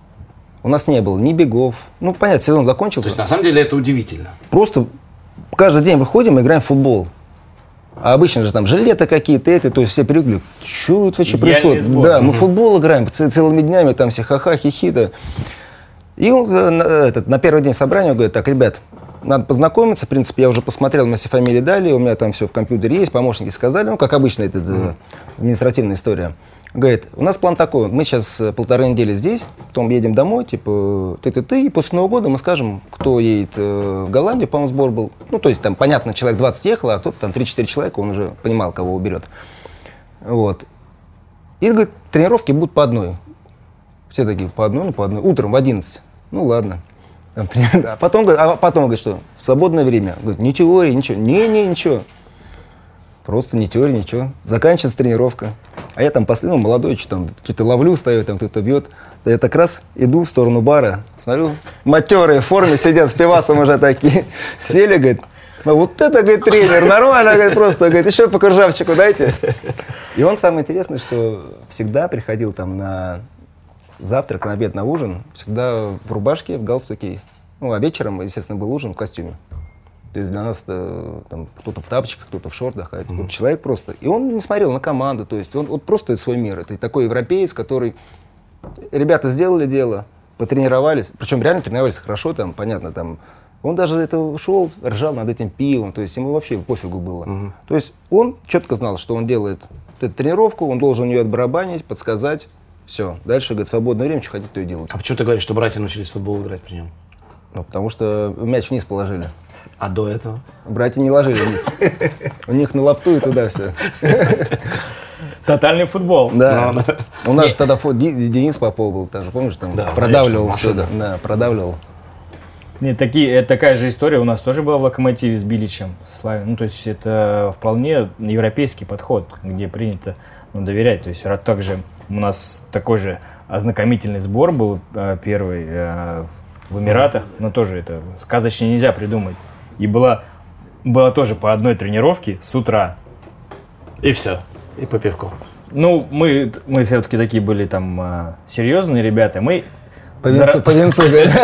У нас не было ни бегов. Ну, понятно, сезон закончился. То есть, на самом деле, это удивительно. Просто каждый день выходим и играем в футбол. А обычно же там жилеты какие-то, это, то есть все привыкли, что это вообще происходит? Сбор. Да, мы в футбол играем целыми днями, там все ха-ха, хихи-то. И он этот, на первый день собрания говорит, так, ребят, надо познакомиться, в принципе, я уже посмотрел, мы все фамилии дали, у меня там все в компьютере есть, помощники сказали, ну, как обычно, это mm. административная история. Говорит, у нас план такой, мы сейчас полторы недели здесь, потом едем домой, типа, ты-ты-ты, и после Нового года мы скажем, кто едет э, в Голландию, по-моему, сбор был. Ну, то есть, там, понятно, человек двадцать ехал, а кто-то там три-четыре человека, он уже понимал, кого уберет. Вот. И, говорит, тренировки будут по одной. Все такие, по одной, ну, по одной. Утром в одиннадцать. Ну, ладно. Там, а потом, а потом, говорит, что, в свободное время. Говорит, ни теории, ничего. Не-не, ничего. Просто ни теории, ничего. Заканчивается тренировка. А я там последний, ну, молодой, что там, что-то ловлю, стою, там кто-то бьет. Я так раз иду в сторону бара, смотрю, матерые в форме сидят, с пивасом уже такие. Сели, говорит, ну, вот это, говорит, тренер, нормально, говорит, просто, говорит, еще по кружавчику дайте. И он, самое интересное, что всегда приходил там на завтрак, на обед, на ужин, всегда в рубашке, в галстуке. Ну, а вечером, естественно, был ужин в костюме. То есть для нас там, кто-то в тапочках, кто-то в шортах, а mm-hmm. человек просто. И он не смотрел на команду, то есть он вот просто свой мир. Это такой европеец, который... Ребята сделали дело, потренировались, причем реально тренировались хорошо, там, понятно, там... Он даже это ушел, ржал над этим пивом, то есть ему вообще пофигу было. Mm-hmm. То есть он четко знал, что он делает вот эту тренировку, он должен ее отбарабанить, подсказать, все. Дальше, говорит, свободное время, что хотите, то и делать. А почему ты говоришь, что братья научились в футбол играть при нем? Ну, потому что мяч вниз положили. А до этого? Братья не ложили вниз. У них на лапту и туда все. Тотальный футбол. Да. У нас тогда Денис Попов был, тоже, помнишь, там продавливал все. Да, продавливал. Нет, такие, это такая же история у нас тоже была в «Локомотиве» с Биличем. Славе. Ну, то есть это вполне европейский подход, где принято ну, доверять. То есть также у нас такой же ознакомительный сбор был э, первый э, в Эмиратах, но тоже это сказочнее нельзя придумать. И была, была тоже по одной тренировке с утра. И все. И по пивку. Ну, мы, мы все-таки такие были там э, серьезные ребята. Мы по венцу, по венцу,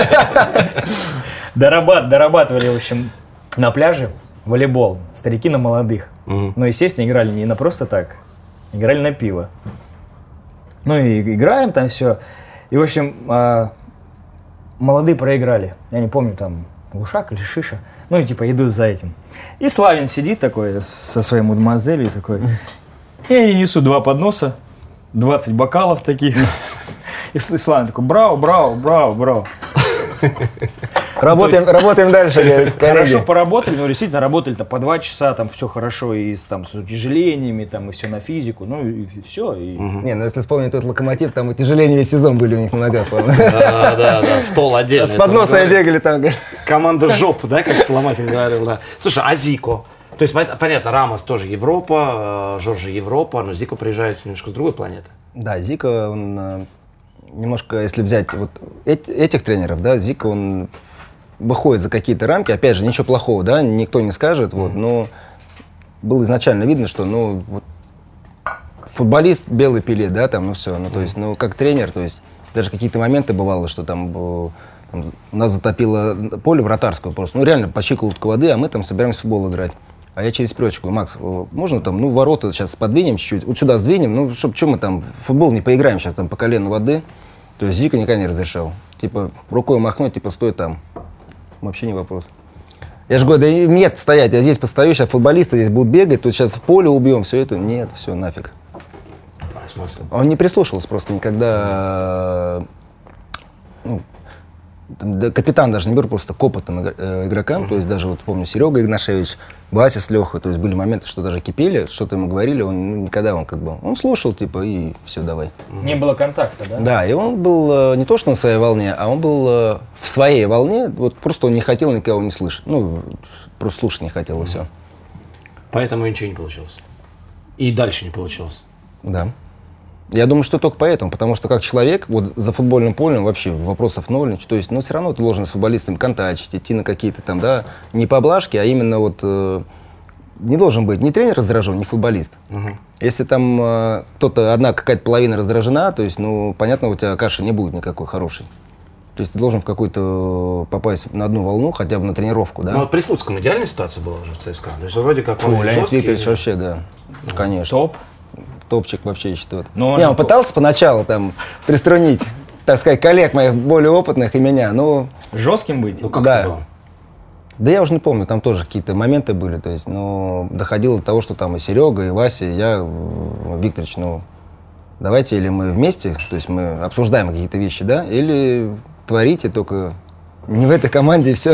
дорабатывали, в общем, на пляже волейбол. Старики на молодых. Mm-hmm. Но, естественно, играли не на просто так. Играли на пиво. Ну и играем там все. И, в общем, э, молодые проиграли. Я не помню, там Глушак или шиша. Ну и типа идут за этим. И Славин сидит такой со своей мадемуазелью такой. И они несут два подноса, двадцать бокалов таких. И Славин такой, браво, браво, браво, браво. Работаем, есть, работаем дальше, говорит, хорошо поработали, но действительно работали-то по два часа, там все хорошо, и с, там, с утяжелениями, там, и все на физику, ну и, и все. И... Угу. Не, ну если вспомнить тот Локомотив, там утяжеления весь сезон были у них на ногах. Да, да, да, стол отдельно. С подносами бегали там. Команда жоп, да, как Соломатин говорил, да. Слушай, а Зико? То есть, понятно, Рамос тоже Европа, Жоржи Европа, но Зико приезжает немножко с другой планеты. Да, Зико, он немножко, если взять вот этих тренеров, да, Зико, он выходит за какие-то рамки, опять же, ничего плохого, да, никто не скажет, вот, но было изначально видно, что, ну, вот, футболист белый Пеле, да, там, ну все, ну, то есть, ну, как тренер, то есть, даже какие-то моменты бывало, что там, там у нас затопило поле вратарское просто, ну, реально, по щиколотку воды, а мы там собираемся в футбол играть. А я через прёчку говорю, Макс, можно там, ну, ворота сейчас подвинем чуть-чуть, вот сюда сдвинем, ну, чтоб, что мы там, в футбол не поиграем сейчас там по колену воды. То есть Зико никогда не разрешал. Типа, рукой махнуть, типа, стой там. Вообще не вопрос. Я же говорю, да нет стоять, я здесь постою, сейчас футболисты здесь будут бегать, тут сейчас в поле убьем, все это. Нет, все, нафиг. А смысл? Он не прислушивался просто никогда, ну, да, капитан даже не беру просто к опытным игрокам, mm-hmm. то есть даже вот помню Серега Игнашевич, Батя с Лехой, то есть были моменты, что даже кипели, что-то ему говорили, он ну, никогда он как бы, он слушал типа и все, давай. Не было контакта, да? Да, и он был не то, что на своей волне, а он был в своей волне, вот просто он не хотел никого не слышать, ну просто слушать не хотел и все. Поэтому ничего не получилось. И дальше не получилось. Да. Я думаю, что только поэтому, потому что как человек, вот за футбольным полем вообще вопросов ноль, то есть, ну, все равно ты должен с футболистами контачить, идти на какие-то там, да, не поблажки, а именно вот э, не должен быть ни тренер раздражен, ни футболист. Угу. Если там э, кто-то, одна какая-то половина раздражена, то есть, ну, понятно, у тебя каши не будет никакой хорошей. То есть ты должен в какую-то попасть на одну волну, хотя бы на тренировку, да? Ну, вот при Слуцком идеальная ситуация была уже в ЦСКА. То есть вроде как Фу, он Леонид жесткий. Викторович вообще, да, ну, конечно. Топ. Топчик вообще, я считаю. Но он не, же он пытался поначалу там приструнить, так сказать, коллег моих более опытных и меня, но... Жестким быть? Ну, как да. это было? Да я уже не помню, там тоже какие-то моменты были, то есть, ну, доходило до того, что там и Серега, и Вася, и я, Викторович, ну, давайте или мы вместе, то есть мы обсуждаем какие-то вещи, да, или творите, только не в этой команде, и все.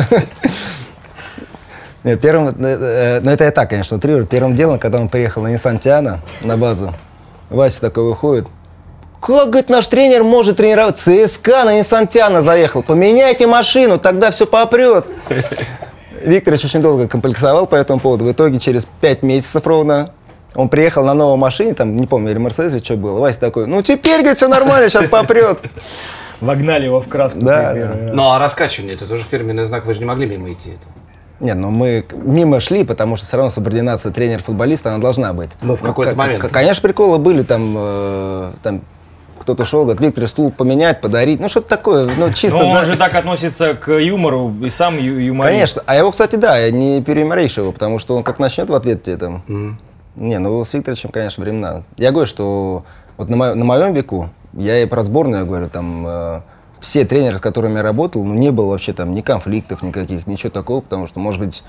Первым, ну это я так, конечно, утрирую. Первым делом, когда он приехал на Nissan Tiana на базу, Вася такой выходит. Как, говорит, наш тренер может тренировать? ЦСКА на Nissan Tiana заехал. Поменяйте машину, тогда все попрет. Викторович очень долго комплексовал по этому поводу. В итоге через пять месяцев ровно он приехал на новой машине, там, не помню, или Мерседес, или что было. Вася такой, ну теперь, говорит, все нормально, сейчас попрет. Вогнали его в краску. Да, да. Ну, а раскачивание, это тоже фирменный знак, вы же не могли мимо идти этого. Нет, ну мы мимо шли, потому что все равно субординация тренер-футболиста, она должна быть. Ну, в какой-то ну, момент. К- конечно, приколы были, там, э, там кто-то шел, говорит, Виктор, стул поменять, подарить, ну что-то такое, ну чисто... Но он да. же так относится к юмору, и сам ю- юморист. Конечно, а его, кстати, да, я не переюморишь его, потому что он как начнет в ответ тебе там... Mm-hmm. Не, ну с Викторовичем, конечно, времена. Я говорю, что вот на, мо- на моем веку, я и про сборную говорю, там... Э, все тренеры, с которыми я работал, ну не было вообще там ни конфликтов никаких, ничего такого, потому что, может быть,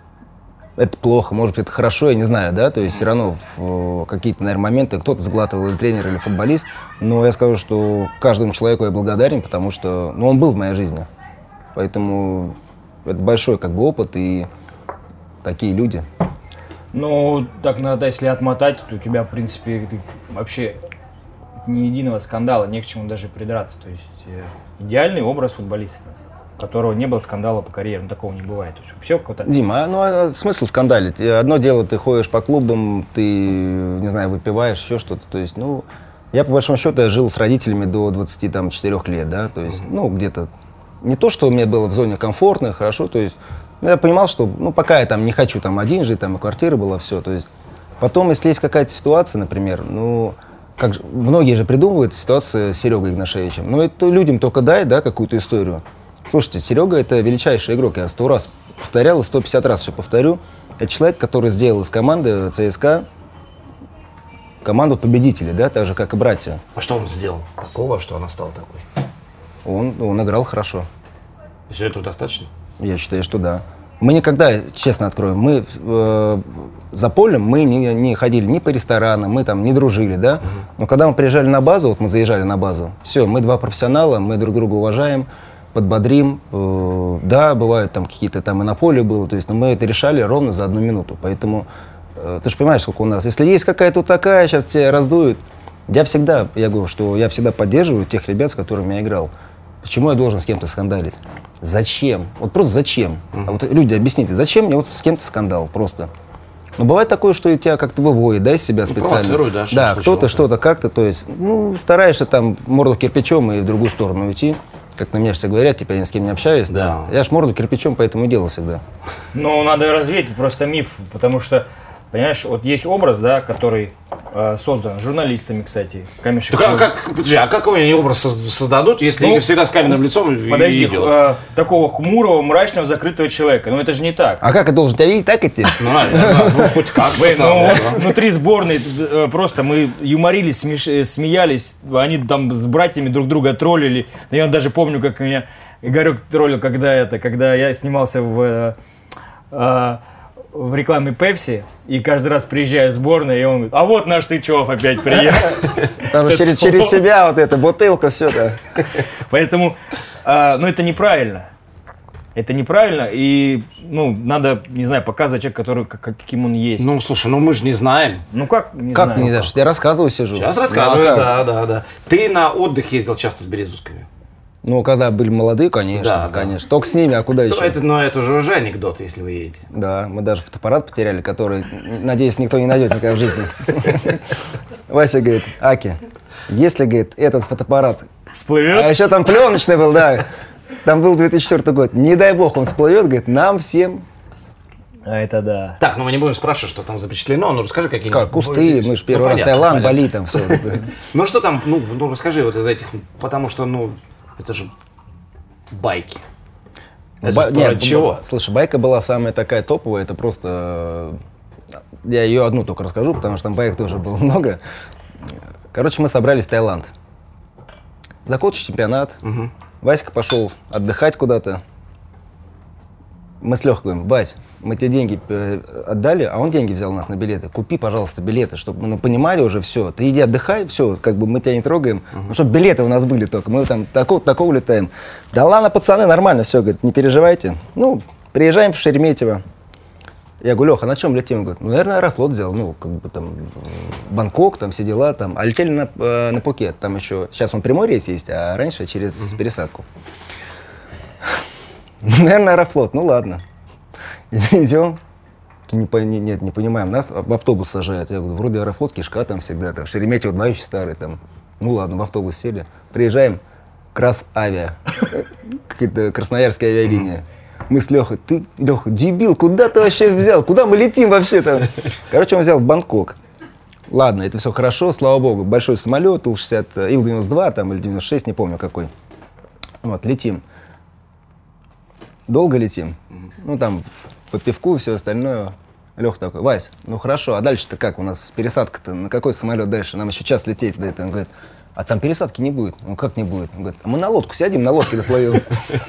это плохо, может быть, это хорошо, я не знаю, да, то есть все равно в какие-то, наверное, моменты кто-то сглатывал, или тренер, или футболист, но я скажу, что каждому человеку я благодарен, потому что, ну, он был в моей жизни, поэтому это большой, как бы, опыт и такие люди. Ну, так надо, если отмотать, то у тебя, в принципе, ты вообще ни единого скандала, не к чему даже придраться, то есть э, идеальный образ футболиста, у которого не было скандала по карьере, ну такого не бывает. То есть, все какое-то... Дима, а, ну а смысл скандалить? Одно дело, ты ходишь по клубам, ты, не знаю, выпиваешь, еще что-то. То есть, ну, я по большому счету я жил с родителями до двадцати четырёх лет, да, то есть, ну, где-то не то, что мне было в зоне комфортно, хорошо, то есть, ну, я понимал, что, ну, пока я там не хочу там один жить, там и квартира была, все, то есть, потом, если есть какая-то ситуация, например, ну, как же, многие же придумывают ситуацию с Серегой Игнашевичем, но это людям только дай, да, какую-то историю. Слушайте, Серега — это величайший игрок, я сто раз повторял и сто пятьдесят раз еще повторю. Это человек, который сделал из команды ЦСКА команду победителей, да, так же, как и братья. А что он сделал такого, что она стала такой? Он, он играл хорошо. И все этого достаточно? Я считаю, что да. Мы никогда, честно открою, мы э, за полем мы не, не ходили ни по ресторанам, мы там не дружили, да. Uh-huh. Но когда мы приезжали на базу, вот мы заезжали на базу, все, мы два профессионала, мы друг друга уважаем, подбодрим. Э, да, бывают там какие-то там и на поле было, то есть, но мы это решали ровно за одну минуту. Поэтому э, ты же понимаешь, сколько у нас. Если есть какая-то вот такая, сейчас тебя раздуют. Я всегда, я говорю, что я всегда поддерживаю тех ребят, с которыми я играл. Почему я должен с кем-то скандалить? Зачем? Вот просто зачем? Uh-huh. А вот люди, объясните, зачем мне вот с кем-то скандал просто? Но бывает такое, что и тебя как-то выводит, да, из себя ну, специально. Да, да кто-то что-то как-то, то есть, ну, стараешься там морду кирпичом и в другую сторону уйти. Как на меня все говорят, типа, я ни с кем не общаюсь. Да. Я ж морду кирпичом поэтому и делал всегда. Ну, надо развеять просто миф, потому что, понимаешь, вот есть образ, да, который э, создан журналистами, кстати. Камешек. Так, а, как, подожди, а какой они образ создадут, если ну, Игорь всегда с каменным лицом подожди, идет? Э, такого хмурого, мрачного, закрытого человека. Ну, это же не так. А как я должен тебя видеть, так идти? Ну, ну хоть как-то. Ну, внутри сборной просто мы юморились, смеялись. Они там с братьями друг друга троллили. Я даже помню, как меня Игорек троллил, когда это, когда я снимался в... в рекламе Пепси, и каждый раз приезжаю в сборную, и он говорит, а вот наш Сычев опять приехал. Там же через, через себя вот эта бутылка, все это. Поэтому, а, ну, это неправильно. Это неправильно, и, ну, надо, не знаю, показывать человека, который, как, каким он есть. Ну, слушай, ну мы же не знаем. Ну, как не как знаю. не знаешь? Я рассказываю, сижу. Сейчас рассказываешь, да, да, да. Ты на отдых ездил часто с Березовскими? Ну, когда были молодые, конечно, да, конечно. Да. Только с ними, а куда еще? Это, но это же уже анекдот, если вы едете. Да, мы даже фотоаппарат потеряли, который, надеюсь, никто не найдет никогда в жизни. Вася говорит, Аки, если, говорит, этот фотоаппарат... Всплывет? А еще там пленочный был, да. Там был две тысячи четвёртый год. Не дай бог он всплывет, говорит, нам всем... А это да. Так, ну мы не будем спрашивать, что там запечатлено, ну расскажи какие-нибудь... Как, кусты, мы же первый раз Таиланд, Бали там все. Ну что там, ну расскажи вот из этих, потому что, ну... Это же байки. Это Ба- же нет, чего? Слушай, байка была самая такая топовая, это просто... Я ее одну только расскажу, потому что там байк тоже было много. Короче, мы собрались в Таиланд. Закончил чемпионат. Угу. Васька пошел отдыхать куда-то. Мы с Лехой говорим, Вась, мы тебе деньги отдали, а он деньги взял у нас на билеты. Купи, пожалуйста, билеты, чтобы мы понимали уже все. Ты иди отдыхай, все, как бы мы тебя не трогаем. Uh-huh. Ну, чтобы билеты у нас были только. Мы там такого, такого летаем. Да ладно, пацаны, нормально, все, говорит, не переживайте. Ну, приезжаем в Шереметьево. Я говорю, Леха, на чем летим? Он говорит, ну, наверное, Аэрофлот взял, ну, как бы там, Бангкок, там все дела, там. А летели на, э, на Пхукет, там еще, сейчас он прямой рейс есть, а раньше через uh-huh. пересадку. Наверное, Аэрофлот, ну ладно. Идем. Не, не, нет, не понимаем. Нас в автобус сажают. Я говорю, вроде Аэрофлот, кишка там всегда. Там, Шереметьево два очень старый. Там. Ну ладно, в автобус сели. Приезжаем. Красавиа. Какая-то красноярская авиалиния. Мы с Лехой, ты, Леха, дебил, куда ты вообще взял? Куда мы летим вообще-то? Короче, он взял в Бангкок. Ладно, это все хорошо, слава богу. Большой самолет, Ил шестьдесят, Ил девяносто два там, или девяносто шесть, не помню какой. Вот, летим. Долго летим. Ну, там, по пивку и все остальное. Леха такой, Вась, ну хорошо, а дальше-то как? У нас пересадка-то на какой самолет дальше? Нам еще час лететь до этого. Он говорит, а там пересадки не будет. Ну, как не будет? Он говорит, а мы на лодку сядем, на лодке доплывем.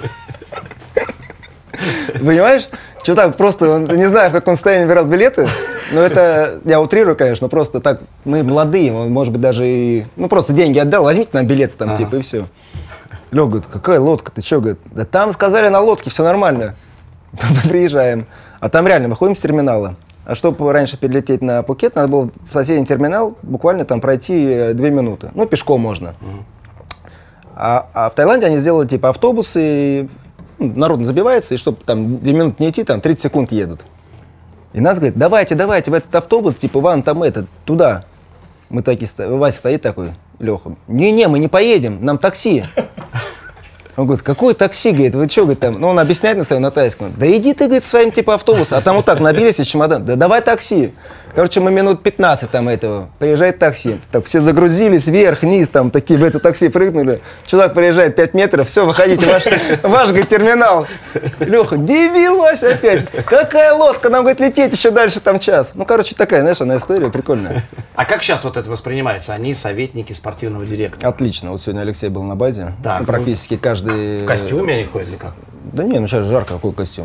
Понимаешь? Что так просто, не знаю, в каком состоянии выбирал билеты, но это, я утрирую, конечно, просто так, мы молодые, он, может быть, даже и, ну, просто деньги отдал, возьмите нам билеты там, ага. типа, и все. Лёг говорит, какая лодка, ты чё, говорит, да там сказали на лодке, все нормально. Приезжаем, а там реально, выходим с терминала. А чтобы раньше перелететь на Пхукет, надо было в соседний терминал буквально там пройти две минуты, ну, пешком можно. А, а в Таиланде они сделали, типа, автобусы, народ забивается, и чтобы там две минуты не идти, там тридцать секунд едут. И нас говорит, давайте, давайте в этот автобус, типа, ван там этот, туда. Мы такие, Вася стоит такой, Леха, не-не, мы не поедем, нам такси. Он говорит, какое такси, говорит, вы что, говорит, там, ну он объясняет на своем на тайском. Да иди ты, говорит, своим типа автобусом, а там вот так набились из чемодан, да давай такси. Короче, мы минут пятнадцать там этого, приезжает такси, так все загрузились вверх, вниз, там такие в это такси прыгнули. Чувак приезжает пять метров, все, выходите, ваш, ваш, говорит, терминал. Леха, дебил, Вася опять, какая лодка, нам, говорит, лететь еще дальше там час. Ну, короче, такая, знаешь, она история прикольная. А как сейчас вот это воспринимается? Они советники спортивного директора. Отлично, вот сегодня Алексей был на базе, так, ну, практически каждый... В костюме они ходят или как? Да не, ну сейчас жарко, какой костюм?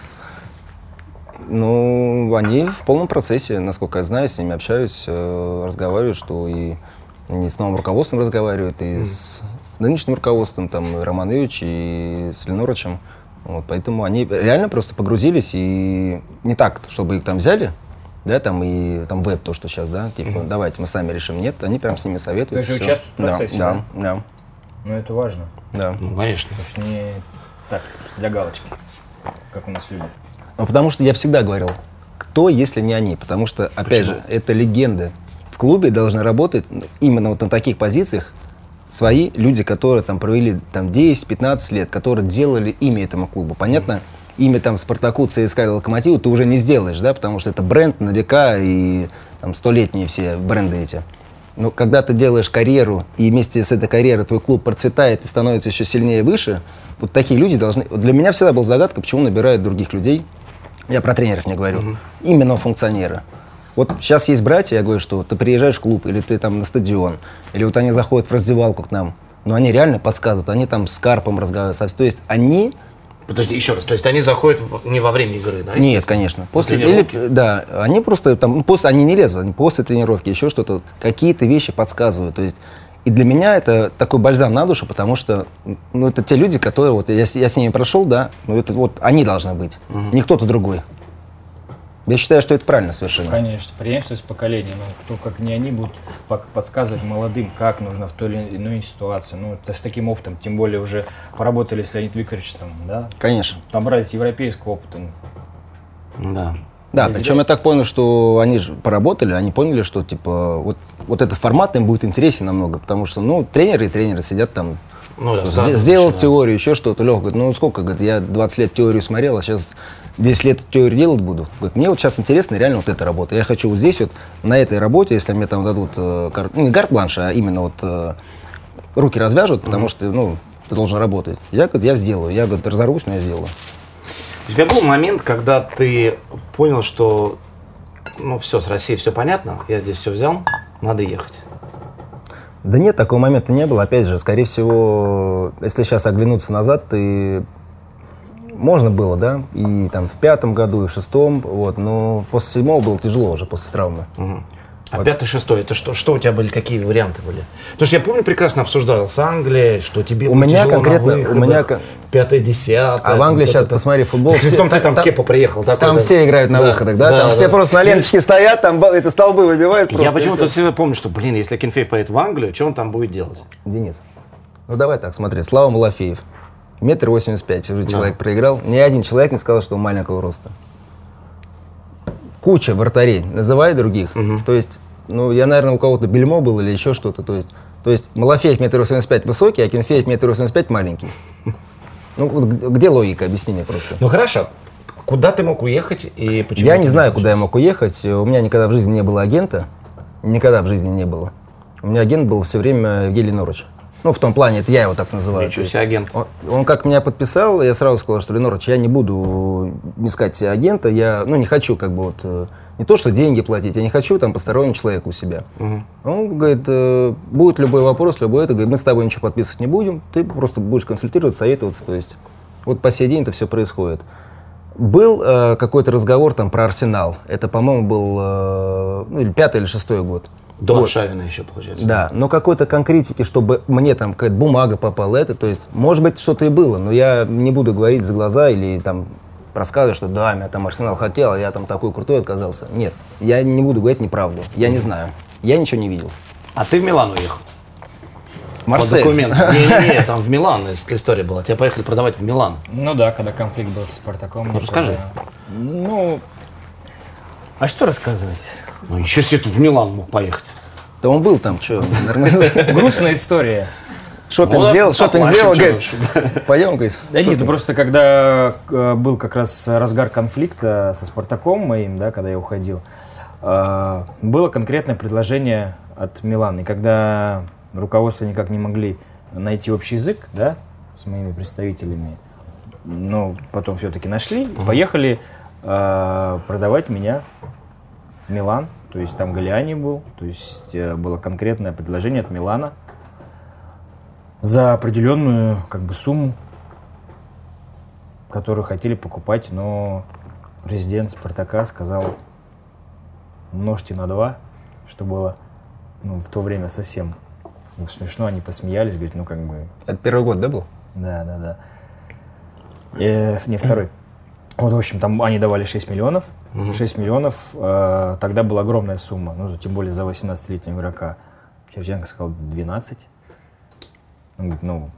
Ну, они в полном процессе, насколько я знаю, с ними общаюсь, э, разговариваю, что и они с новым руководством разговаривают, и mm. с нынешним руководством, там, и Роман Юрьевич, и с Ленорычем. Вот, поэтому они реально просто погрузились, и не так, чтобы их там взяли, да, там, и там веб, то, что сейчас, да, типа, mm-hmm. давайте мы сами решим. Нет, они прям с ними советуют. То есть участвуют в процессе, да? Да, да, да. Ну, это важно. Да. Ну, конечно. То есть не так, для галочки, как у нас любят. Ну, потому что я всегда говорил, кто, если не они, потому что, опять Почему? же, это легенды. В клубе должны работать именно вот на таких позициях свои люди, которые там провели там, десять-пятнадцать лет, которые делали имя этому клубу. Понятно? Mm-hmm. Имя там Спартаку, ЦСКА и Локомотиву ты уже не сделаешь, да, потому что это бренд на века и там столетние все бренды эти. Но когда ты делаешь карьеру, и вместе с этой карьерой твой клуб процветает и становится еще сильнее и выше, вот такие люди должны... Для меня всегда была загадка, почему набирают других людей. Я про тренеров не говорю. Mm-hmm. Именно функционеры. Вот сейчас есть братья, я говорю, что ты приезжаешь в клуб, или ты там на стадион, или вот они заходят в раздевалку к нам, но они реально подсказывают, они там с Карпом разговаривают. То есть они... Подожди, еще раз, то есть они заходят в, не во время игры, да? Нет, конечно. После, или, да, они просто там, после, они не лезут, они после тренировки, еще что-то, какие-то вещи подсказывают. То есть, и для меня это такой бальзам на душу, потому что, ну, это те люди, которые, вот, я, я с ними прошел, да, ну, это вот они должны быть, угу. не кто-то другой. Я считаю, что это правильно совершенно. Конечно, преемственность поколений, но кто как не они будут подсказывать молодым, как нужно в той или иной ситуации. Ну, это с таким опытом, тем более уже поработали с Леонидом Викторовичем, там, да? Конечно. Там брать с европейского опыта. Да. Да, причем я так понял, что они же поработали, они поняли, что типа вот, вот этот формат им будет интересен намного, потому что, ну, тренеры и тренеры сидят там, ну, да, сделал, сделал да. теорию, еще что-то, Леха говорит, ну сколько, говорит, я двадцать лет теорию смотрел, а сейчас десять лет теорию делать буду. Говорит, мне вот сейчас интересно реально вот эта работа. Я хочу вот здесь вот, на этой работе, если мне там дадут, э, кар... ну, не карт-бланш, а именно вот э, руки развяжут, потому mm-hmm. что, ну, ты должен работать. Я, говорит, я сделаю. Я, говорит, разорвусь, но я сделаю. У тебя был момент, когда ты понял, что, ну, все, с Россией все понятно, я здесь все взял, надо ехать? Да нет, такого момента не было. Опять же, скорее всего, если сейчас оглянуться назад, ты... Можно было, да, и там в пятом году, и в шестом, вот, но после седьмого было тяжело уже, после травмы. Угу. А вот. Пятый, шестой, это что, что у тебя были, какие варианты были? Потому что я помню, прекрасно обсуждал с Англией, что тебе у было меня тяжело конкретно, на выходах, у меня... пятое, десятое. А в Англии там, сейчас, это, посмотри, футбол... Так, все, в том ты там там Кепа приехал. Да, там все играют на да, выходах, да? да Там да, все да. просто на ленточке стоят, там это столбы выбивают просто. Я почему-то всегда помню, что, блин, если Акинфеев поедет в Англию, что он там будет делать? Денис, ну давай так, смотри, Слава Малафеев. Метр восемьдесят пять, уже да. человек проиграл. Ни один человек не сказал, что он маленького роста. Куча вратарей, называй других. Угу. То есть, ну, я, наверное, у кого-то бельмо был или еще что-то. То есть, то есть Малафеев метр восемьдесят пять высокий, а Акинфеев метр восемьдесят пять маленький. Ну, вот где логика? Объясни мне просто. Ну, хорошо. Куда ты мог уехать и почему? Я не знаю, куда я мог уехать. У меня никогда в жизни не было агента. Никогда в жизни не было. У меня агент был все время Евгений Ленорович. Ну, в том плане, это я его так называю. Ничего себе агент. Он, он как меня подписал, я сразу сказал, что, Ленорович, я не буду искать себе агента, я, ну, не хочу, как бы, вот, не то, что деньги платить, я не хочу там постороннему человеку у себя. Угу. Он говорит, э, будет любой вопрос, любой это, говорит, мы с тобой ничего подписывать не будем, ты просто будешь консультироваться, советоваться, то есть, вот по сей день это все происходит. Был э, какой-то разговор там про Арсенал, это, по-моему, был, э, ну, или пятый или шестой год. До вот. Аршавина еще, получается. Да, но какой-то конкретики, чтобы мне там какая-то бумага попала, это, то есть, может быть, что-то и было, но я не буду говорить за глаза или там рассказывать, что да, меня там Арсенал хотел, а я там такой крутой отказался. Нет, я не буду говорить неправду, я не знаю, я ничего не видел. А ты в Милан уехал? Марсель. По документам. Не-не-не, там в Милан история была, тебя поехали продавать в Милан. Ну да, когда конфликт был с Спартаком. Ну, расскажи. Ну, а что рассказывать? Ну, еще себе в Милан мог поехать. Да он был там, что, нормально. Грустная история. Шопинг вот, сделал, шопинг сделал, говорит, пойдем, говорит. Да нет, ну просто когда был как раз разгар конфликта со Спартаком моим, да, когда я уходил, было конкретное предложение от Милана. И когда руководство никак не могли найти общий язык, да, с моими представителями, но потом все-таки нашли, uh-huh. поехали э, продавать меня в Милан. То есть там Галиани был, то есть э, было конкретное предложение от Милана за определенную как бы сумму. которые хотели покупать, но президент «Спартака» сказал, умножьте на два, что было ну, в то время совсем ну, смешно, они посмеялись, говорят, ну как бы... Это первый год, да, был? Да, да, да. Э, не второй. Вот, в общем, там они давали шесть миллионов. Mm-hmm. шесть миллионов, э, тогда была огромная сумма, ну, тем более за восемнадцатилетнего игрока. Шевченко сказал двенадцать. Он говорит, ну,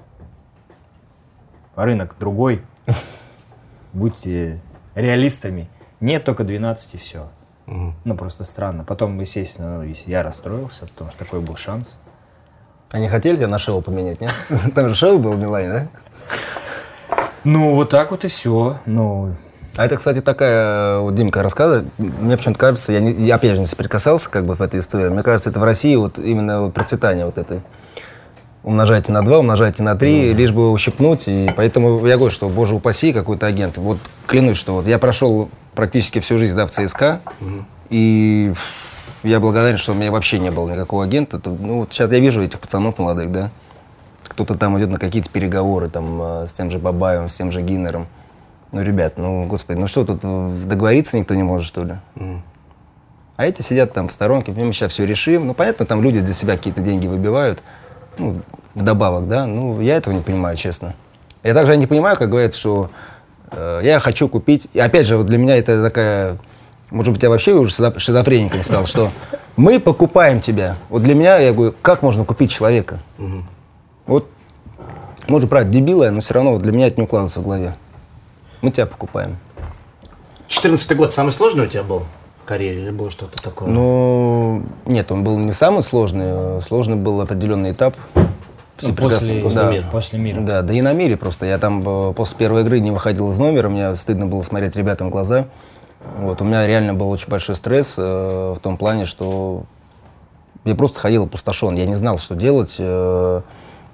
рынок другой, будьте реалистами. Нет, только двенадцать и все. Mm-hmm. Ну, просто странно. Потом, естественно, ну, я расстроился, потому что такой был шанс. Они хотели тебя на шоу поменять, нет? Там же шоу было в Милане, да? Ну, вот так вот и все. Ну... А это, кстати, такая, вот Димка рассказывает, мне почему-то кажется, я, не, я опять же не соприкасался как бы в этой истории, мне кажется, это в России вот именно вот процветание вот этой. Умножайте на два, умножайте на три, mm-hmm. лишь бы ущипнуть, и поэтому я говорю, что, боже упаси, какой-то агент. Вот клянусь, что вот я прошел практически всю жизнь, да, в ЦСКА, mm-hmm. и я благодарен, что у меня вообще не было никакого агента. То, ну, вот сейчас я вижу этих пацанов молодых, да, кто-то там идет на какие-то переговоры там, с тем же Бабаевым, с тем же Гиннером. Ну, ребят, ну, господи, ну что, тут договориться никто не может, что ли? Mm. А эти сидят там в сторонке, мы сейчас все решим. Ну, понятно, там люди для себя какие-то деньги выбивают, ну, вдобавок, да. Ну, я этого не понимаю, честно. Я также не понимаю, как говорят, что э, я хочу купить... И опять же, вот для меня это такая... Может быть, я вообще уже шизофреником стал, что мы покупаем тебя. Вот для меня, я говорю, как можно купить человека? Mm-hmm. Вот, может, правда, дебила, но все равно вот для меня это не укладывается в голове. Мы тебя покупаем. четырнадцатый год самый сложный у тебя был в карьере или было что-то такое? Ну, нет, он был не самый сложный. Сложный был определенный этап. Ну, после, после, да, мира. после мира. Да, да и на мире просто. Я там после первой игры не выходил из номера, мне стыдно было смотреть ребятам в глаза. Вот, у меня реально был очень большой стресс э, в том плане, что я просто ходил опустошен. Я не знал, что делать. Э,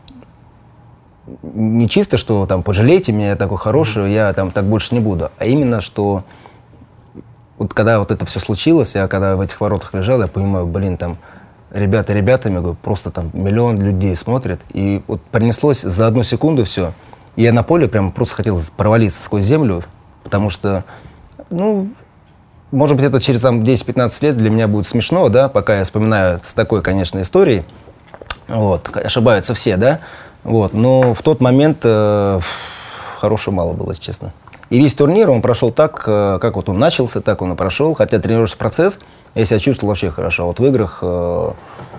Не чисто, что там пожалейте меня, я такой хороший, mm-hmm. я там так больше не буду, а именно, что вот когда вот это все случилось, я когда в этих воротах лежал, я понимаю, блин, там ребята ребятами, говорю, просто там миллион людей смотрят, и вот принеслось за одну секунду все, и я на поле прям просто хотел провалиться сквозь землю, потому что, ну, может быть, это через там десять-пятнадцать лет для меня будет смешно, да, пока я вспоминаю с такой, конечно, историей, вот, ошибаются все, да. Вот, но в тот момент э, хорошего мало было, если честно. И весь турнир он прошел так, э, как вот он начался, так он и прошел. Хотя тренировочный процесс, я себя чувствовал вообще хорошо. Вот в играх э,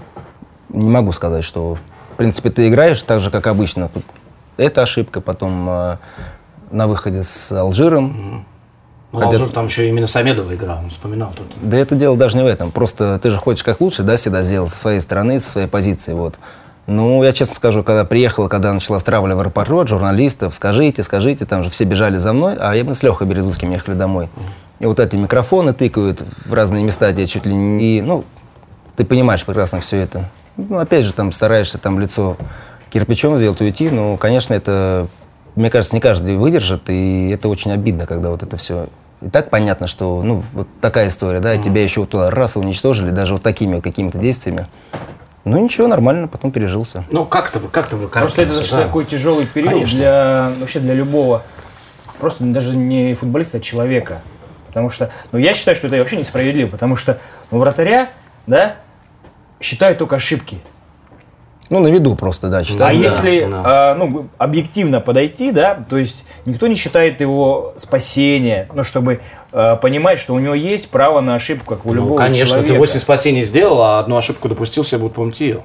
не могу сказать, что в принципе ты играешь так же, как обычно. Тут это ошибка, потом э, на выходе с Алжиром. Mm-hmm. Ну, Хотя... Алжир там еще именно Самедова играл, он вспоминал тут. Да это дело даже не в этом. Просто ты же хочешь как лучше, да, всегда сделать со своей стороны, со своей позиции, вот. Ну, я честно скажу, когда приехала, когда началась травля в аэропорту от журналистов, скажите, скажите, там же все бежали за мной, а мы с Лехой Березутским ехали домой. И вот эти микрофоны тыкают в разные места, где чуть ли не... Ну, ты понимаешь прекрасно все это. Ну, опять же, там стараешься там лицо кирпичом сделать, уйти, но, конечно, это, мне кажется, не каждый выдержит, и это очень обидно, когда вот это все... И так понятно, что, ну, вот такая история, да, и тебя еще вот туда раз уничтожили, даже вот такими какими-то действиями. Ну ничего, нормально, потом пережился. Ну как-то вы, как-то вы Просто это да. такой тяжелый период Конечно. для вообще для любого, просто даже не футболиста, а человека. Потому что, ну я считаю, что это вообще несправедливо, потому что ну, вратаря, да, считают только ошибки. Ну, на виду просто, да, считают. А да, если да. А, ну, объективно подойти, да, то есть никто не считает его спасения, ну, чтобы а, понимать, что у него есть право на ошибку, как у любого ну, конечно, человека. Конечно, ты восемь спасений сделал, а одну ошибку допустил, все будут помнить ее.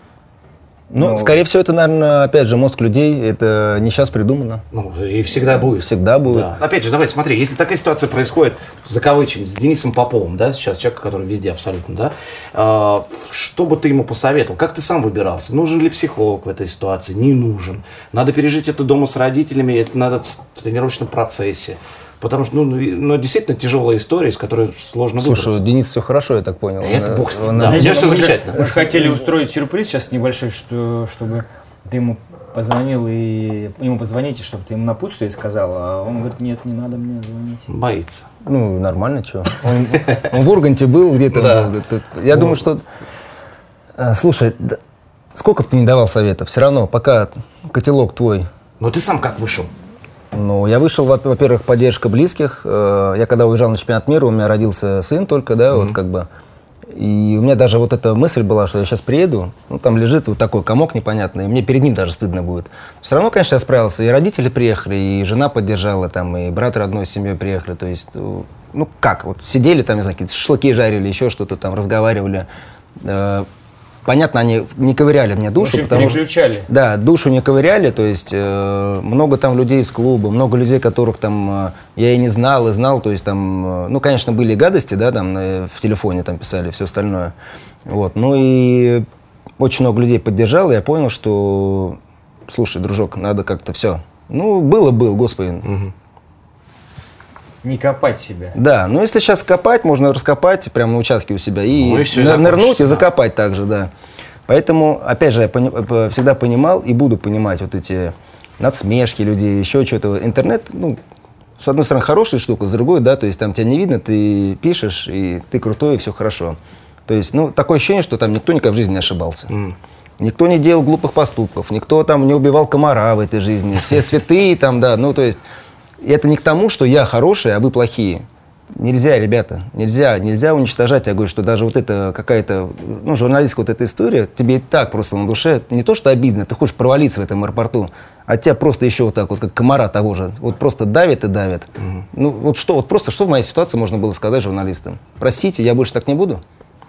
Ну, ну, скорее всего, это, наверное, опять же, мозг людей, это не сейчас придумано. Ну, и всегда будет. Всегда будет. Да. Опять же, давай смотри, если такая ситуация происходит, закавычем, с Денисом Поповым, да, сейчас человек, который везде абсолютно, да, э, что бы ты ему посоветовал? Как ты сам выбирался? Нужен ли психолог в этой ситуации? Не нужен. Надо пережить это дома с родителями, это надо в тренировочном процессе. Потому что, ну, ну, действительно тяжелая история, из которой сложно выбраться. Слушай, у Дениса все хорошо, я так понял. Это бог с ним. Да, да, все замечательно. Мы хотели устроить сюрприз сейчас небольшой, что, чтобы ты ему позвонил и ему позвоните, чтобы ты ему напутствие сказал, а он говорит, нет, не надо мне звонить. Боится. Ну, нормально, что. Он, он в Урганте был где-то. Да. Был, я думаю, что... Слушай, сколько бы ты не давал советов, все равно, пока котелок твой... Но ты сам как вышел? Ну, я вышел, во- во-первых, поддержка близких. Э, Я когда уезжал на чемпионат мира, у меня родился сын только, да, вот как бы. И у меня даже вот эта мысль была, что я сейчас приеду, ну, там лежит вот такой комок непонятный, и мне перед ним даже стыдно будет. Все равно, конечно, я справился. И родители приехали, и жена поддержала, там, и брат родной с семьей приехали. То есть, э, ну, как, вот сидели там, не знаю, какие-то шашлыки жарили, еще что-то там, разговаривали. Э, Понятно, они не ковыряли мне душу. В общем, потому переключали. Что, да, душу не ковыряли, то есть э, много там людей из клуба, много людей, которых там э, я и не знал, и знал, то есть там, э, ну, конечно, были и гадости, да, там э, в телефоне там писали, все остальное. Вот, ну и очень много людей поддержал, и я понял, что, слушай, дружок, надо как-то все. Ну, было-было, господи. Угу. Не копать себя. Да, ну если сейчас копать, можно раскопать прямо на участке у себя и, Ну, и всё, и на- нырнуть и закончится, да. закопать также, да. Поэтому, опять же, я пони- п- всегда понимал и буду понимать вот эти надсмешки людей, еще что-то. Интернет, ну, с одной стороны, хорошая штука, с другой, да, то есть там тебя не видно, ты пишешь, и ты крутой, и все хорошо. То есть, ну, такое ощущение, что там никто никогда в жизни не ошибался. М. Никто не делал глупых поступков, никто там не убивал комара в этой жизни. Все святые там, да, ну, то есть, и это не к тому, что я хороший, а вы плохие. Нельзя, ребята, нельзя, нельзя уничтожать. Я говорю, что даже вот это какая-то, ну, журналистская вот эта история, тебе и так просто на душе, не то, что обидно, ты хочешь провалиться в этом аэропорту, а тебя просто еще вот так вот, как комара того же, вот просто давит и давит. Mm-hmm. Ну, вот что, вот просто что в моей ситуации можно было сказать журналистам? Простите, я больше так не буду?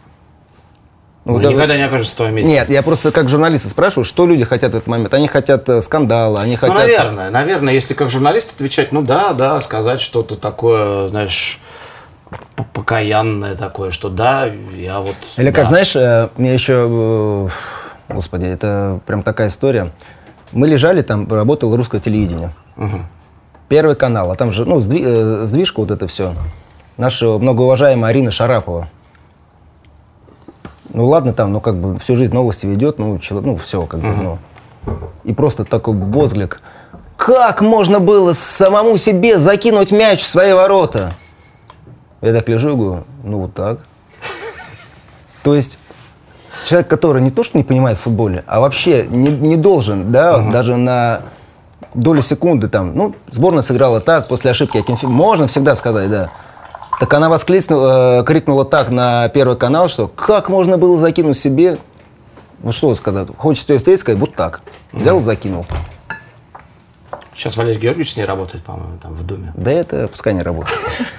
Ну, вот никогда это... не окажешься в твоем месте. Нет, я просто как журналисты спрашиваю, что люди хотят в этот момент. Они хотят э, скандала, они Ну, хотят... наверное, наверное, если как журналист отвечать, ну да, да, сказать что-то такое, знаешь, п- покаянное такое, что да, я вот... Или да. как, знаешь, э, мне еще, э, господи, это прям такая история. Мы лежали, там работало русское телевидение. Мгм. Первый канал, а там же, ну, сдви- э, сдвижка вот это все. Наша многоуважаемая Арина Шарапова. Ну ладно, там, ну как бы всю жизнь новости ведет, ну, чело- ну все, как бы, ну. И просто такой возглик. Как можно было самому себе закинуть мяч в свои ворота? Я так лежу и говорю, ну вот так. То есть человек, который не то что не понимает в футболе, а вообще не, не должен, да, uh-huh. даже на долю секунды там, ну, сборная сыграла так, после ошибки Акинфеева, можно всегда сказать, да. Так она воскликнула, э, крикнула так на Первый канал, что как можно было закинуть себе, ну что сказать, хочется ее встретить, сказать, вот так. Взял и закинул. Сейчас Валерий Георгиевич с ней работает, по-моему, там в Думе. Да это пускай не работает.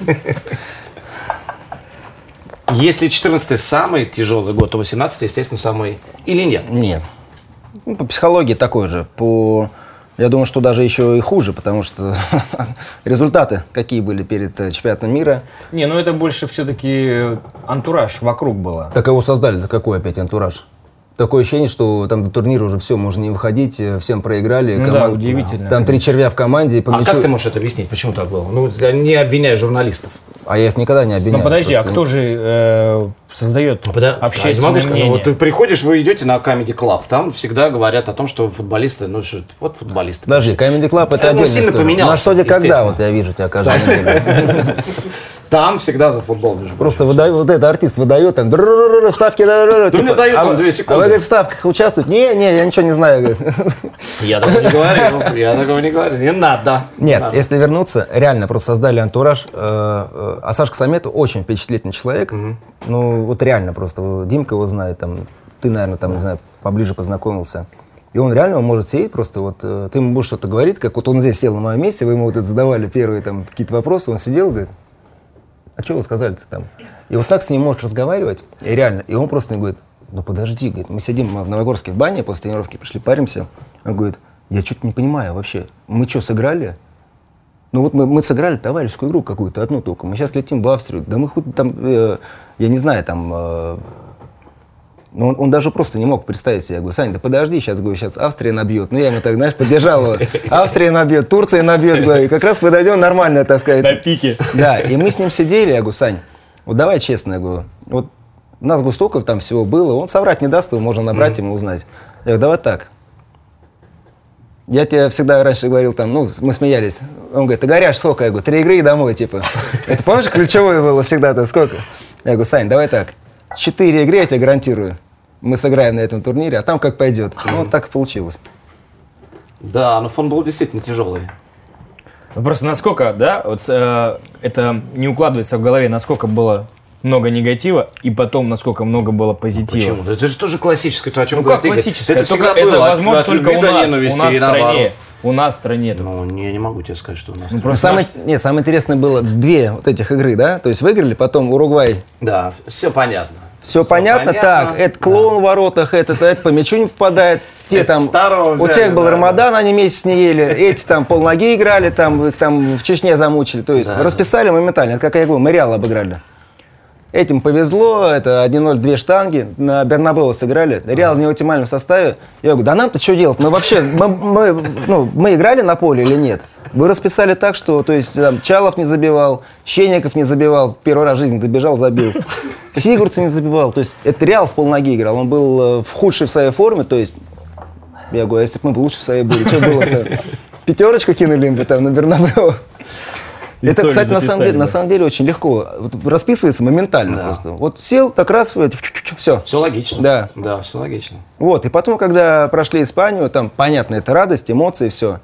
Если четырнадцатый самый тяжелый год, то восемнадцатый, естественно, самый... Или нет? Нет. Ну, по психологии такой же. По... Я думаю, что даже еще и хуже, потому что результаты какие были перед э, чемпионатом мира. Не, ну это больше все-таки антураж вокруг было. Так его создали, да какой опять антураж? Такое ощущение, что там до турнира уже все, можно не выходить, э, всем проиграли. Ну да, удивительно, Там три конечно. червя в команде. и по А мячу- как ты можешь это объяснить? Почему так было? Ну, я не обвиняю журналистов. А я их никогда не обвиняю. Ну подожди, а просто кто же э, создает Подо- общественное а, не могу сказать, мнение? ну, вот ты приходишь, вы идете на Comedy Club, там всегда говорят о том, что футболисты, ну что, вот футболисты. Подожди, Comedy Club это Ну, отдельная сильно история. поменялся, На что когда естественно. вот я вижу тебя каждую неделю. Там всегда за футбол. между Просто прочим. выдает, вот это артист выдает, там, дррррррр, ставки, дрррррр, Да мне дают а там вы- две А секунды. вы, говорит, в ставках участвуете? Не, не, я ничего не знаю. говорит. Я такого не говорил, я такого не говорил. Не надо. не Нет, надо. если вернуться, реально просто создали антураж. э, э, А Сашка Саметов очень впечатлительный человек. Ну, вот реально просто. вот Димка его знает, там, ты, наверное, там, не знаю, поближе познакомился. И он реально он может сидеть просто, вот, э, ты ему будешь что-то говорить, как вот он здесь сел на моем месте, вы ему вот это задавали первые там какие-то вопросы, он сидел, говорит, а что вы сказали-то там? И вот так с ним можешь разговаривать, и реально, и он просто мне говорит, ну подожди, говорит, мы сидим в Новогорске в бане, после тренировки пришли, паримся, он говорит, я что-то не понимаю вообще, мы что, сыграли? Ну вот мы, мы сыграли товарищескую игру какую-то, одну только, мы сейчас летим в Австрию, да мы хоть там, э, я не знаю, там, э, ну он, он даже просто не мог представить себе, я говорю, Саня, да подожди, сейчас, говорю, сейчас Австрия набьет, ну я ему так, знаешь, поддержал его, Австрия набьет, Турция набьет, говорю, и как раз подойдем нормально, так сказать. На пике. Да, и мы с ним сидели, я говорю, Сань, вот давай честно, я говорю, вот у нас столько там всего было, он соврать не даст, его можно набрать ему узнать. Я говорю, давай так. Я тебе всегда раньше говорил, там, ну, мы смеялись. Он говорит, ты горяш, сколько? Я говорю, три игры и домой, типа. Это помнишь, ключевое было всегда-то, сколько? Я говорю, Сань, давай так, четыре игры я тебе гарантирую. Мы сыграем на этом турнире, а там как пойдет. Ну, вот так и получилось. Да, но фон был действительно тяжелый. Просто насколько, да, вот э, это не укладывается в голове, насколько было много негатива, и потом насколько много было позитива. Почему? Это же тоже классическое, то, о чем Ну говорит как классическое? Это, только, было, это возможно от только у нас, у нас в стране. У нас в стране. Ну, не, я не могу тебе сказать, что у нас. Ну, Ну, самое, наш... Нет, самое интересное было две вот этих игры, да? То есть выиграли, потом Уругвай. Да, все понятно. Все, все понятно? понятно? Так, это клоун да. в воротах, этот, это по мячу не попадает. Те там, взяли, у тех был да, Рамадан, да. Они месяц не ели, эти там полноги играли, там, их там в Чечне замучили. То есть да, расписали да. моментально. Это как я говорю, мы Реал обыграли. Этим повезло, это один ноль, две штанги, на Бернабеу сыграли, Реал в неоптимальном составе. Я говорю, да нам-то что делать? Мы вообще, мы, мы, ну, мы играли на поле или нет? Вы расписали так, что, то есть, там, Чалов не забивал, Щенников не забивал, первый раз в жизни добежал, забил. Сигурдсен не забивал, то есть, это Реал в полноги играл, он был в худшей в своей форме, то есть, я говорю, а если бы мы лучше в своей были, что было-то? Пятерочку кинули им бы там на Бернабеу. Это, кстати, на самом, деле, да. на самом деле очень легко. Вот расписывается моментально да. просто. Вот сел, так раз, все. Все логично. Да. Да, все логично. Вот, и потом, когда прошли Испанию, там, понятно, это радость, эмоции, все.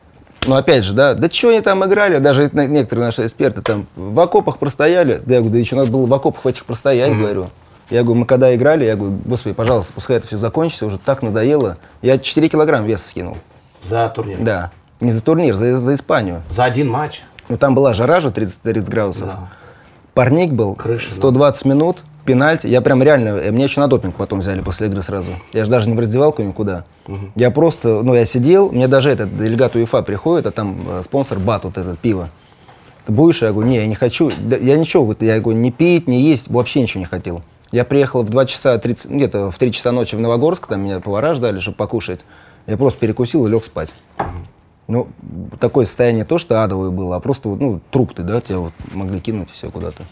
Но опять же, да, да что они там играли, даже некоторые наши эксперты там в окопах простояли. Да я говорю, да еще надо было в окопах в этих простоять, mm-hmm. говорю. Я говорю, мы когда играли, я говорю, господи, пожалуйста, пускай это все закончится, уже так надоело. Я четыре килограмма веса скинул. За турнир? Да. Не за турнир, за, за Испанию. За один матч? Ну, там была жара же тридцать, тридцать градусов. Да. Парник был, крыша, сто двадцать да. минут, пенальти. Я прям реально, мне еще на допинг потом взяли после игры сразу. Я же даже не в раздевалку никуда. Угу. Я просто, ну, я сидел, мне даже этот делегат УЕФА приходит, а там э, спонсор БАТ, вот этот, пиво. Ты будешь? Я говорю, не, я не хочу. Да, я ничего, я говорю, не пить, не есть, вообще ничего не хотел. Я приехал в два часа тридцать, где-то в три часа ночи в Новогорск, там меня повара ждали, чтобы покушать. Я просто перекусил и лег спать. Угу. Ну, такое состояние то, что адовое было, а просто, ну, труп ты, да, тебя вот могли кинуть и все куда-то.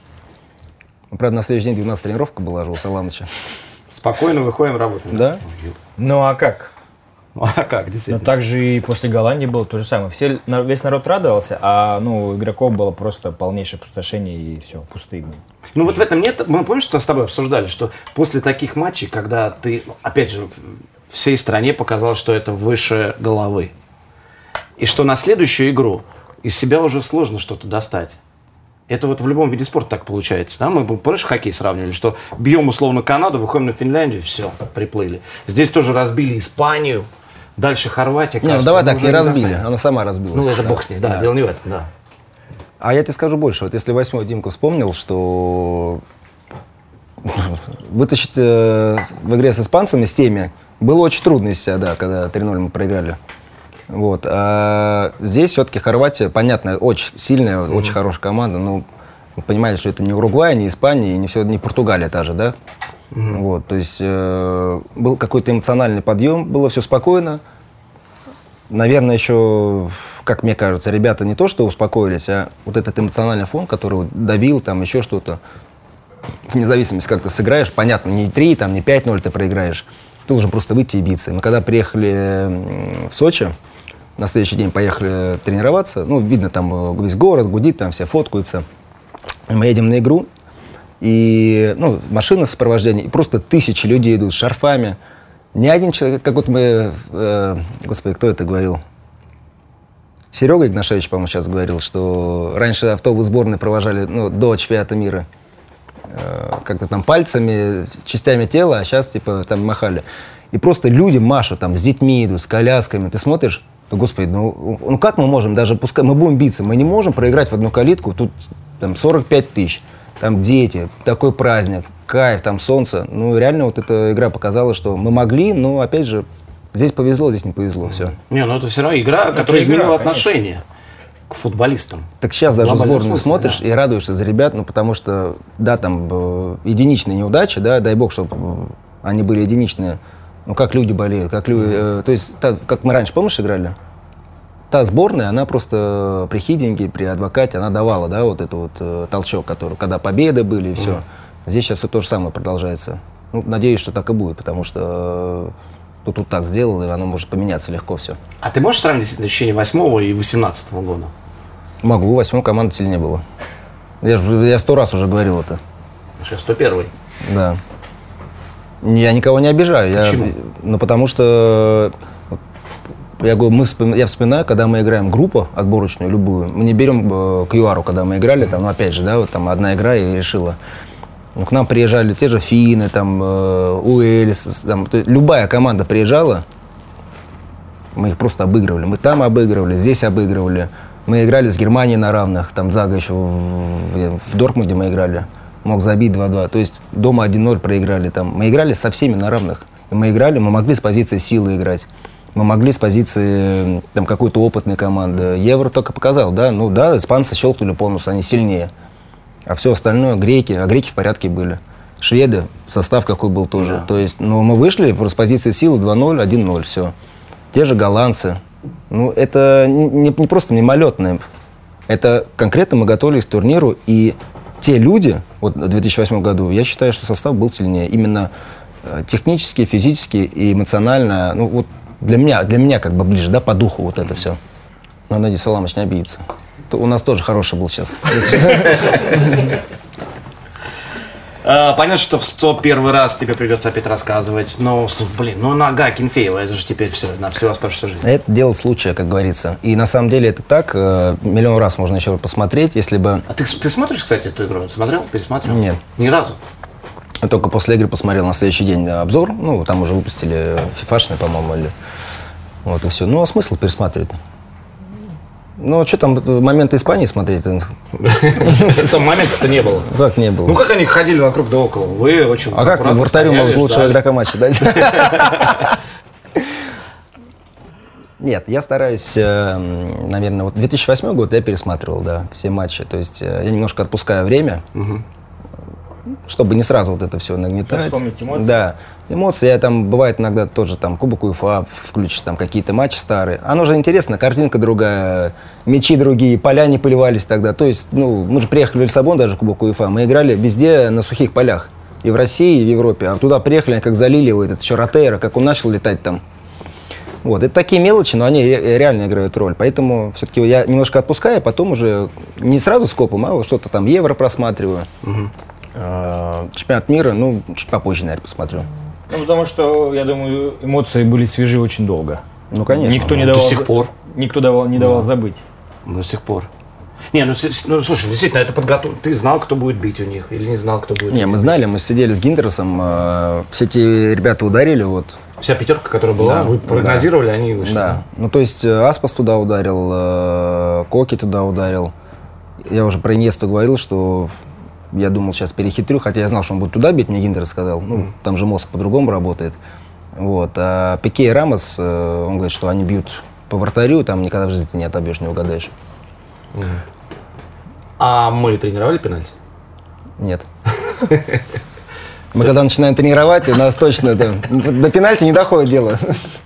Правда, на следующий день двенадцать тренировка была же у Саламыча. Спокойно выходим, работаем. Да. Ну, а как? А как, действительно? Ну, так же и после Голландии было то же самое. Все, весь народ радовался, а, ну, у игроков было просто полнейшее опустошение и все, пустые были. Ну, вот в этом нет, мы помнишь, что с тобой обсуждали, что после таких матчей, когда ты, опять же, всей стране показалось, что это выше головы. И что на следующую игру из себя уже сложно что-то достать. Это вот в любом виде спорта так получается. Да? Мы, помнишь, хоккей сравнивали, что бьем условно Канаду, выходим на Финляндию, все, приплыли. Здесь тоже разбили Испанию, дальше Хорватия. Не, ну давай так, не разбили, она сама разбилась. Ну это бог с ней, да, да, дело не в этом, да. А я тебе скажу больше, вот если восьмой Димка вспомнил, что вытащить э, в игре с испанцами, с теми, было очень трудно из себя, да, когда три ноль мы проиграли. Вот. А здесь все-таки Хорватия, понятно, очень сильная, mm-hmm. очень хорошая команда. Но вы понимаете, что это не Уругвай, не Испания, не, все, не Португалия та же, да? Mm-hmm. Вот. То есть э, был какой-то эмоциональный подъем, было все спокойно. Наверное, еще, как мне кажется, ребята не то что успокоились, а вот этот эмоциональный фон, который давил, там еще что-то. Вне зависимости, как ты сыграешь, понятно, не три, там, не пять ноль ты проиграешь. Ты должен просто выйти и биться. Мы когда приехали в Сочи, на следующий день поехали тренироваться. Ну, видно, там весь город гудит, там все фоткаются. И мы едем на игру, и, ну, машина с сопровождением, и просто тысячи людей идут с шарфами. Ни один человек, как вот мы, э, господи, кто это говорил? Серега Игнашевич, по-моему, сейчас говорил, что раньше автобус сборной провожали, ну, до чемпионата мира. Э, как-то там пальцами, частями тела, а сейчас, типа, там махали. И просто люди машут, там, с детьми идут, с колясками. Ты смотришь, да, господи, ну, ну как мы можем, даже пускай мы будем биться, мы не можем проиграть в одну калитку, тут там сорок пять тысяч, там дети, такой праздник, кайф, там солнце. Ну, реально вот эта игра показала, что мы могли, но, опять же, здесь повезло, здесь не повезло, все. Не, ну это все равно игра, которая игра, изменила конечно. отношение к футболистам. Так сейчас даже сборную смысле, смотришь да. и радуешься за ребят, ну, потому что, да, там, э, единичные неудачи, да, дай бог, чтобы э, они были единичные. Ну, как люди болеют, как люди, э, то есть, та, как мы раньше, помнишь, играли? Та сборная, она просто при Хидинге, при Адвокате, она давала, да, вот этот вот э, толчок, который, когда победы были и все. Mm. Здесь сейчас все то же самое продолжается. Ну, надеюсь, что так и будет, потому что э, тут вот так сделал, и оно может поменяться легко все. А ты можешь сравнить действительно ощущение восьмого и восемнадцатого года? Могу, восьмой команда сильнее была. Я же я сто раз уже говорил это. Что, сто первый? Да. Я никого не обижаю. Почему? Я, ну, потому что Я говорю, мы вспом... я вспоминаю, когда мы играем группу отборочную, любую, мы не берем э, кью ар, когда мы играли, там, ну, опять же, да, вот там одна игра и решила. Ну, к нам приезжали те же финны, там, э, Уэльс, там, то есть любая команда приезжала, мы их просто обыгрывали. Мы там обыгрывали, здесь обыгрывали. Мы играли с Германией на равных, там Зага еще в, в, в Дортмунде мы играли, мог забить два-два. То есть дома один ноль проиграли там. Мы играли со всеми на равных. И мы играли, мы могли с позиции силы играть. Мы могли с позиции там, какой-то опытной команды. Евро только показал, да, ну да, испанцы щелкнули по носу, они сильнее. А все остальное греки, а греки в порядке были. Шведы, состав какой был тоже. Да. То есть, ну, мы вышли с позиции силы два-ноль, один-ноль, все. Те же голландцы. Ну, это не, не просто мимолетное. Это конкретно мы готовились к турниру, и те люди, вот в две тысячи восьмом году, я считаю, что состав был сильнее. Именно технически, физически и эмоционально. Ну, вот для меня, для меня как бы ближе, да, по духу вот это все. Но надеюсь, Саламыч не обидится. У нас тоже хороший был сейчас. Понятно, что в сто первый раз тебе придется опять рассказывать, но, блин, ну нога Акинфеева, это же теперь все, на всю оставшуюся жизнь. Это дело случая, как говорится. И на самом деле это так, миллион раз можно еще посмотреть, если бы... А ты, ты смотришь, кстати, эту игру? Смотрел, пересматривал? Нет. Ни разу? Только после игры посмотрел на следующий день обзор, ну, там уже выпустили фифашный, по-моему, или... Вот и все. Ну, а смысл пересматривать? Ну, что там, моменты Испании смотреть? Там моментов-то не было. Как не было? Ну, как они ходили вокруг да около? Вы очень... А как вратарю могут лучшего игрока матча дать? Нет, я стараюсь, наверное, вот две тысячи восьмой год я пересматривал, да, все матчи. То есть я немножко отпускаю время, чтобы не сразу вот это все нагнетать. Вспомнить эмоции. Да, эмоции. Я там, бывает иногда тоже там Кубок УЕФА включишь, там какие-то матчи старые. Оно же интересно, картинка другая, мячи другие, поля не поливались тогда. То есть, ну, мы же приехали в Лиссабон, даже Кубок УЕФА, мы играли везде на сухих полях. И в России, и в Европе. А туда приехали, они как залили его, этот еще Ротейро, как он начал летать там. Вот, это такие мелочи, но они реально играют роль. Поэтому все-таки я немножко отпускаю, а потом уже не сразу скопом, а вот что-то там Евро просматриваю. Угу. Чемпионат мира, ну, чуть попозже, наверное, посмотрю. Ну, потому что, я думаю, эмоции были свежи очень долго. Ну, конечно. Никто не ну, давал, до сих пор. Никто давал, не давал да. забыть. До сих пор. Не, ну, ну слушай, действительно, это подготовка. Ты знал, кто будет бить у них, или не знал, кто будет Не, бить? мы знали, мы сидели с Гиндерсом, э, все эти ребята ударили, вот. Вся пятерка, которая была, да, вы прогнозировали, да. Они вышли. Да, ну, то есть Аспас туда ударил, э, Коки туда ударил. Я уже про Иньесту говорил, что... Я думал, сейчас перехитрю, хотя я знал, что он будет туда бить, мне Гиндер сказал. Ну, mm. там же мозг по-другому работает. Вот. А Пике и Рамос, он говорит, что они бьют по вратарю, там никогда в жизни не отобьешь, не угадаешь. Mm. А мы тренировали пенальти? Нет. Мы когда начинаем тренировать, у нас точно до пенальти не доходит дело.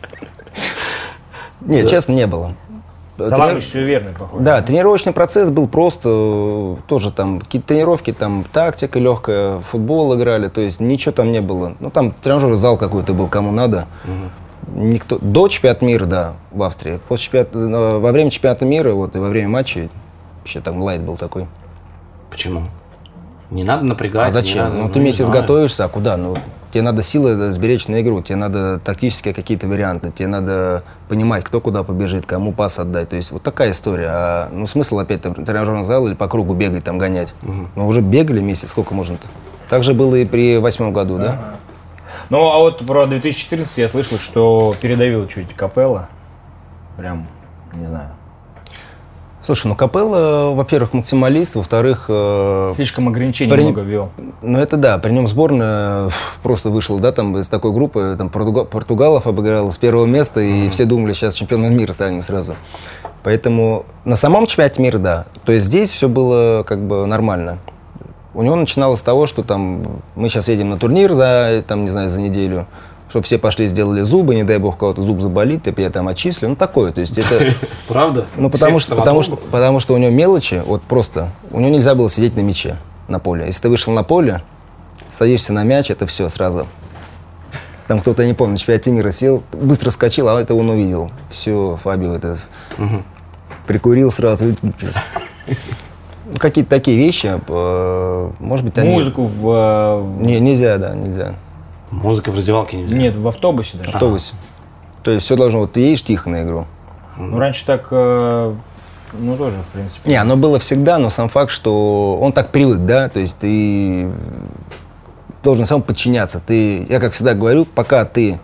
Нет, честно, не было. Саламыч все верно, похоже. Да, тренировочный процесс был просто, тоже там какие-то тренировки, там тактика легкая, футбол играли, то есть ничего там не было. Ну там тренажерный зал какой-то был, кому надо. Угу. Никто, до чемпионата мира, да, в Австрии. После чемпионата, во время чемпионата мира, вот и во время матчей, вообще там лайт был такой. Почему? Не надо напрягать. А зачем? Надо, ну, ну, ты месяц знаю. готовишься, а куда? Ну, тебе надо силы сберечь на игру, тебе надо тактические какие-то варианты, тебе надо понимать, кто куда побежит, кому пас отдать. То есть вот такая история. А, ну, смысл опять там тренажерный зал или по кругу бегать, там гонять. Угу. Ну, уже бегали месяц, сколько можно-то? Так же было и при восьмом году, ага. да? Ну, а вот про две тысячи четырнадцатый я слышал, что передавил чуть Капелло. Прям, не знаю. Слушай, ну Капелло, во-первых, максималист, во-вторых... Слишком ограничений при... много ввел. Ну это да, при нем сборная просто вышла, да, там из такой группы, там Португа... Португалов обыграла с первого места, и mm-hmm. все думали, сейчас чемпионом мира станем сразу. Поэтому на самом чемпионате мира, да. То есть здесь все было как бы нормально. У него начиналось с того, что там мы сейчас едем на турнир за, там, не знаю, за неделю, чтобы все пошли, сделали зубы, не дай бог, у кого-то зуб заболит, я там отчислю, ну такое, то есть это... Правда? Ну потому что, потому, что, потому что у него мелочи, вот просто, у него нельзя было сидеть на мяче, на поле. Если ты вышел на поле, садишься на мяч, это все сразу. Там кто-то, я не помню, на чемпионате мира сел, быстро скочил, а это он увидел. Все, Фабио это угу. прикурил сразу. Какие-то такие вещи, может быть, они... Музыку в... Не, нельзя, да, нельзя. Музыка в раздевалке нельзя? Нет, в автобусе даже. В автобусе. То есть все должно, вот ты едешь тихо на игру. Ну, раньше так, э, ну, тоже, в принципе. Не, оно было всегда, но сам факт, что он так привык, да, то есть ты должен сам подчиняться. Ты, я как всегда говорю, пока ты,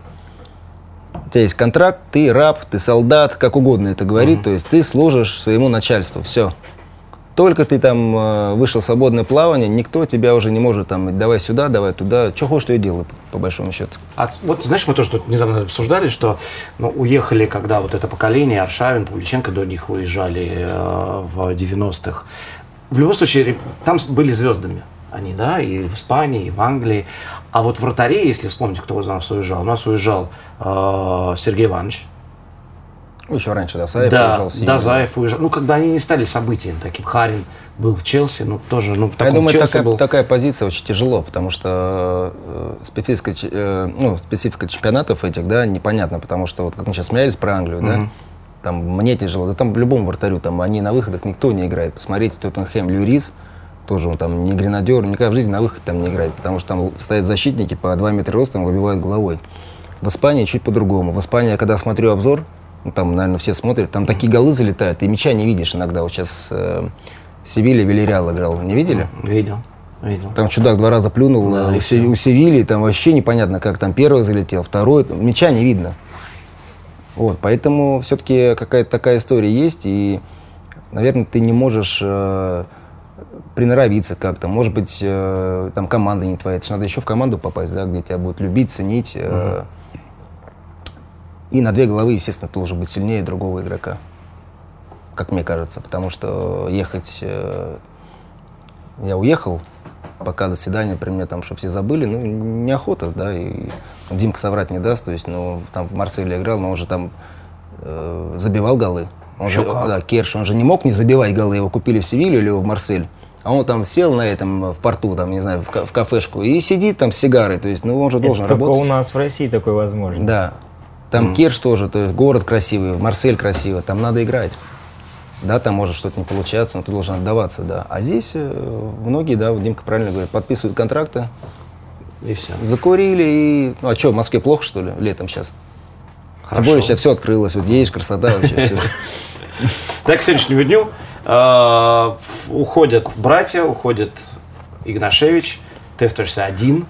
у тебя есть контракт, ты раб, ты солдат, как угодно это говорит, uh-huh. то есть ты служишь своему начальству, все. Только ты там э, вышел в свободное плавание, никто тебя уже не может там, давай сюда, давай туда, что хочешь, то и делай, по большому счету. А вот знаешь, мы тоже тут недавно обсуждали, что ну, уехали, когда вот это поколение, Аршавин, Павличенко до них выезжали э, в девяностых. В любом случае, там были звездами они, да, и в Испании, и в Англии. А вот вратари, если вспомните, кто из нас уезжал, у нас уезжал э, Сергей Иванович. Еще раньше Дазаев да, уезжал. Да, Дазаев уезжал. Ну, когда они не стали событием таким. Харин был в Челси, ну, тоже, ну, в таком Я думаю, Челси такая, был. такая позиция очень тяжело, потому что э, специфика, э, ну, специфика чемпионатов этих, да, непонятна, потому что, вот как мы сейчас смеялись про Англию, mm-hmm. да, там мне тяжело, да там любому вратарю, там они на выходах никто не играет. Посмотрите, Тоттенхэм, Льюрис, тоже он там не гренадер, никогда в жизни на выход там не играет, потому что там стоят защитники по два метра ростом, выбивают головой. В Испании чуть по-другому. В Испании, я когда смотрю обзор, ну, там, наверное, все смотрят, там такие голы залетают, ты мяча не видишь иногда. Вот сейчас э, Севилья, Вильярреал играл, не видели? Видел, видел. Там чудак два раза плюнул, да, у, Се- у Севильи, там вообще непонятно, как там первый залетел, второй, мяча не видно. Вот, поэтому все-таки какая-то такая история есть, и, наверное, ты не можешь э, приноровиться как-то. Может быть, э, там команда не твоя, это же надо еще в команду попасть, да, где тебя будут любить, ценить. Э, uh-huh. И на две головы, естественно, ты должен быть сильнее другого игрока, как мне кажется, потому что ехать... Э, я уехал, пока до свидания, при мне там, чтобы все забыли, ну, неохота, да, и Димка соврать не даст, то есть, ну, там в Марселе играл, но он же там э, забивал голы. Он же, да, Керш, он же не мог не забивать голы, его купили в Севилью или в Марсель, а он там сел на этом, в порту, там, не знаю, в, в кафешку и сидит там с сигарой, то есть, ну, он же должен это работать. Только у нас в России такое возможно. Да. Там mm. Керш тоже, то есть город красивый, Марсель красивый, там надо играть. Да, там может что-то не получаться, но ты должен отдаваться, да. А здесь э, многие, да, Димка правильно говорит, подписывают контракты. И все. Закурили и... Ну а что, в Москве плохо, что ли, летом сейчас? Хорошо. Тем более сейчас все открылось, вот едешь, красота вообще, все. Да, к сегодняшнему дню уходят братья, уходит Игнашевич, ты остаешься один.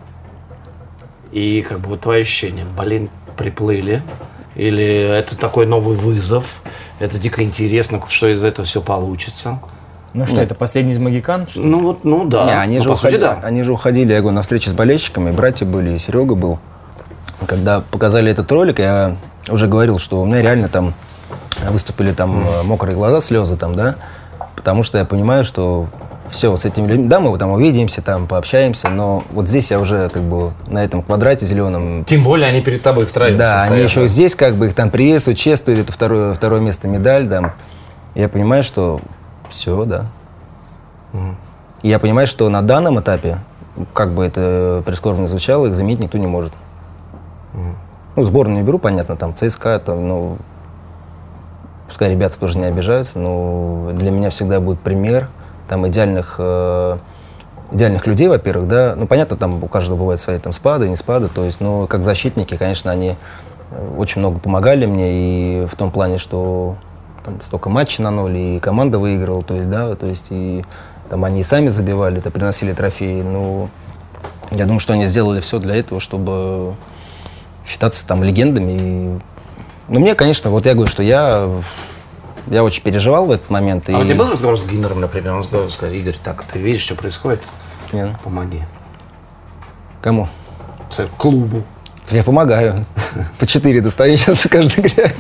И как бы вот твои ощущения, блин, приплыли, или это такой новый вызов, это дико интересно, что из этого все получится. Ну что, Нет. это последний из могикан? Что? Ну вот, ну да. Не, они, ну, же по уходили, сути, да. они же уходили, я говорю, на встречу с болельщиками, братья были, и Серега был. Когда показали этот ролик, я уже говорил, что у меня реально там выступили там mm. мокрые глаза, слезы там, да, потому что я понимаю, что все, вот с этими людьми, да, мы там увидимся, там пообщаемся, но вот здесь я уже как бы на этом квадрате зеленом. Тем более они перед тобой втроем Да, состоят, они еще да? здесь как бы их там приветствуют, чествуют, это второе, второе место, медаль, да. Я понимаю, что все, да. Mm. И я понимаю, что на данном этапе, как бы это прискорбно звучало, их заменить никто не может. Mm. Ну, сборную не беру, понятно, там ЦСКА, там, ну, пускай ребята тоже не обижаются, но для меня всегда будет пример там идеальных, э, идеальных людей, во-первых, да, ну, понятно, там у каждого бывают свои там спады, не спады, то есть, ну, как защитники, конечно, они очень много помогали мне, и в том плане, что там столько матчей на ноль, и команда выиграла, то есть, да, то есть, и там они и сами забивали, это приносили трофеи, ну, я думаю, что они сделали все для этого, чтобы считаться там легендами, и, ну, мне, конечно, вот я говорю, что я... Я очень переживал в этот момент. А и... у тебя был разговор с Гиннером, например? Он сказал, Игорь, так, ты видишь, что происходит? Нет. Помоги. Кому? Клубу. Я помогаю. По четыре достаю сейчас в каждой игре.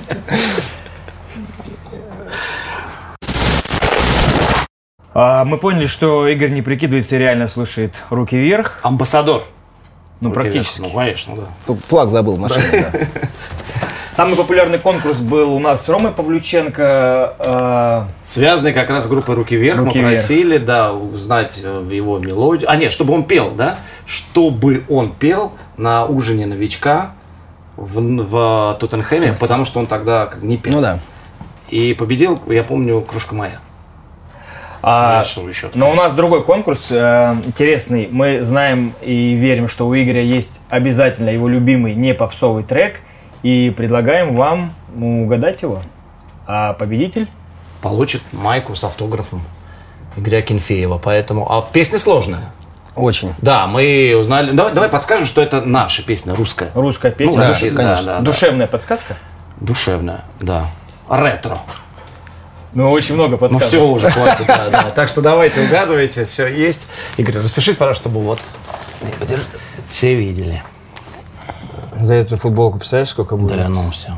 А, мы поняли, что Игорь не прикидывается и реально слушает «Руки вверх». Амбассадор. Ну, Руки практически. Вверх. Ну, конечно, да. Флаг забыл в машине, да. Самый популярный конкурс был у нас с Ромой Павлюченко. Э... Связанный как раз с группой «Руки вверх». Руки Мы просили, вверх. да, узнать его мелодию. А нет, чтобы он пел, да? Чтобы он пел на ужине новичка в, в Тоттенхэме, потому что он тогда не пел. Ну да. И победил, я помню, «Кружка моя». А, но у нас другой конкурс э, интересный. Мы знаем и верим, что у Игоря есть обязательно его любимый не попсовый трек. И предлагаем вам угадать его. А победитель? Получит майку с автографом Игоря Акинфеева. Поэтому... А песня сложная. Очень. Да, мы узнали... Давай, давай подскажем, что это наша песня, русская. Русская песня. Ну, да, Душ- конечно. да, да, Душевная подсказка? Душевная, да. Ретро. Ну, очень много Ну подсказок. все уже хватит, да, да. Так что давайте угадывайте, все есть. Игорь, распишись, пожалуйста, чтобы вот все видели. За эту футболку представляешь, сколько будет? Да, ну все.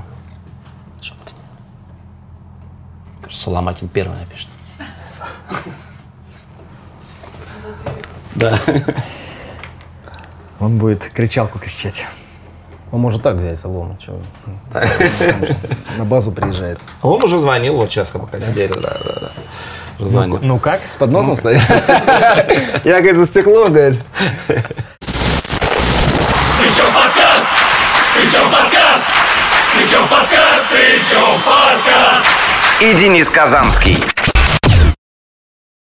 Соломатин первый напишет. Да. Он будет кричалку кричать. Он может так взять Солому. Чего? На базу приезжает. Он уже звонил, вот сейчас пока сидели, да, да, да. Уже звонил. Ну как? С подносом стоит. Я, говорит, за стекло, говорит. Сычев подкаст! Сычев подкаст! Сычев подкаст! Сычев подкаст! И Денис Казанский.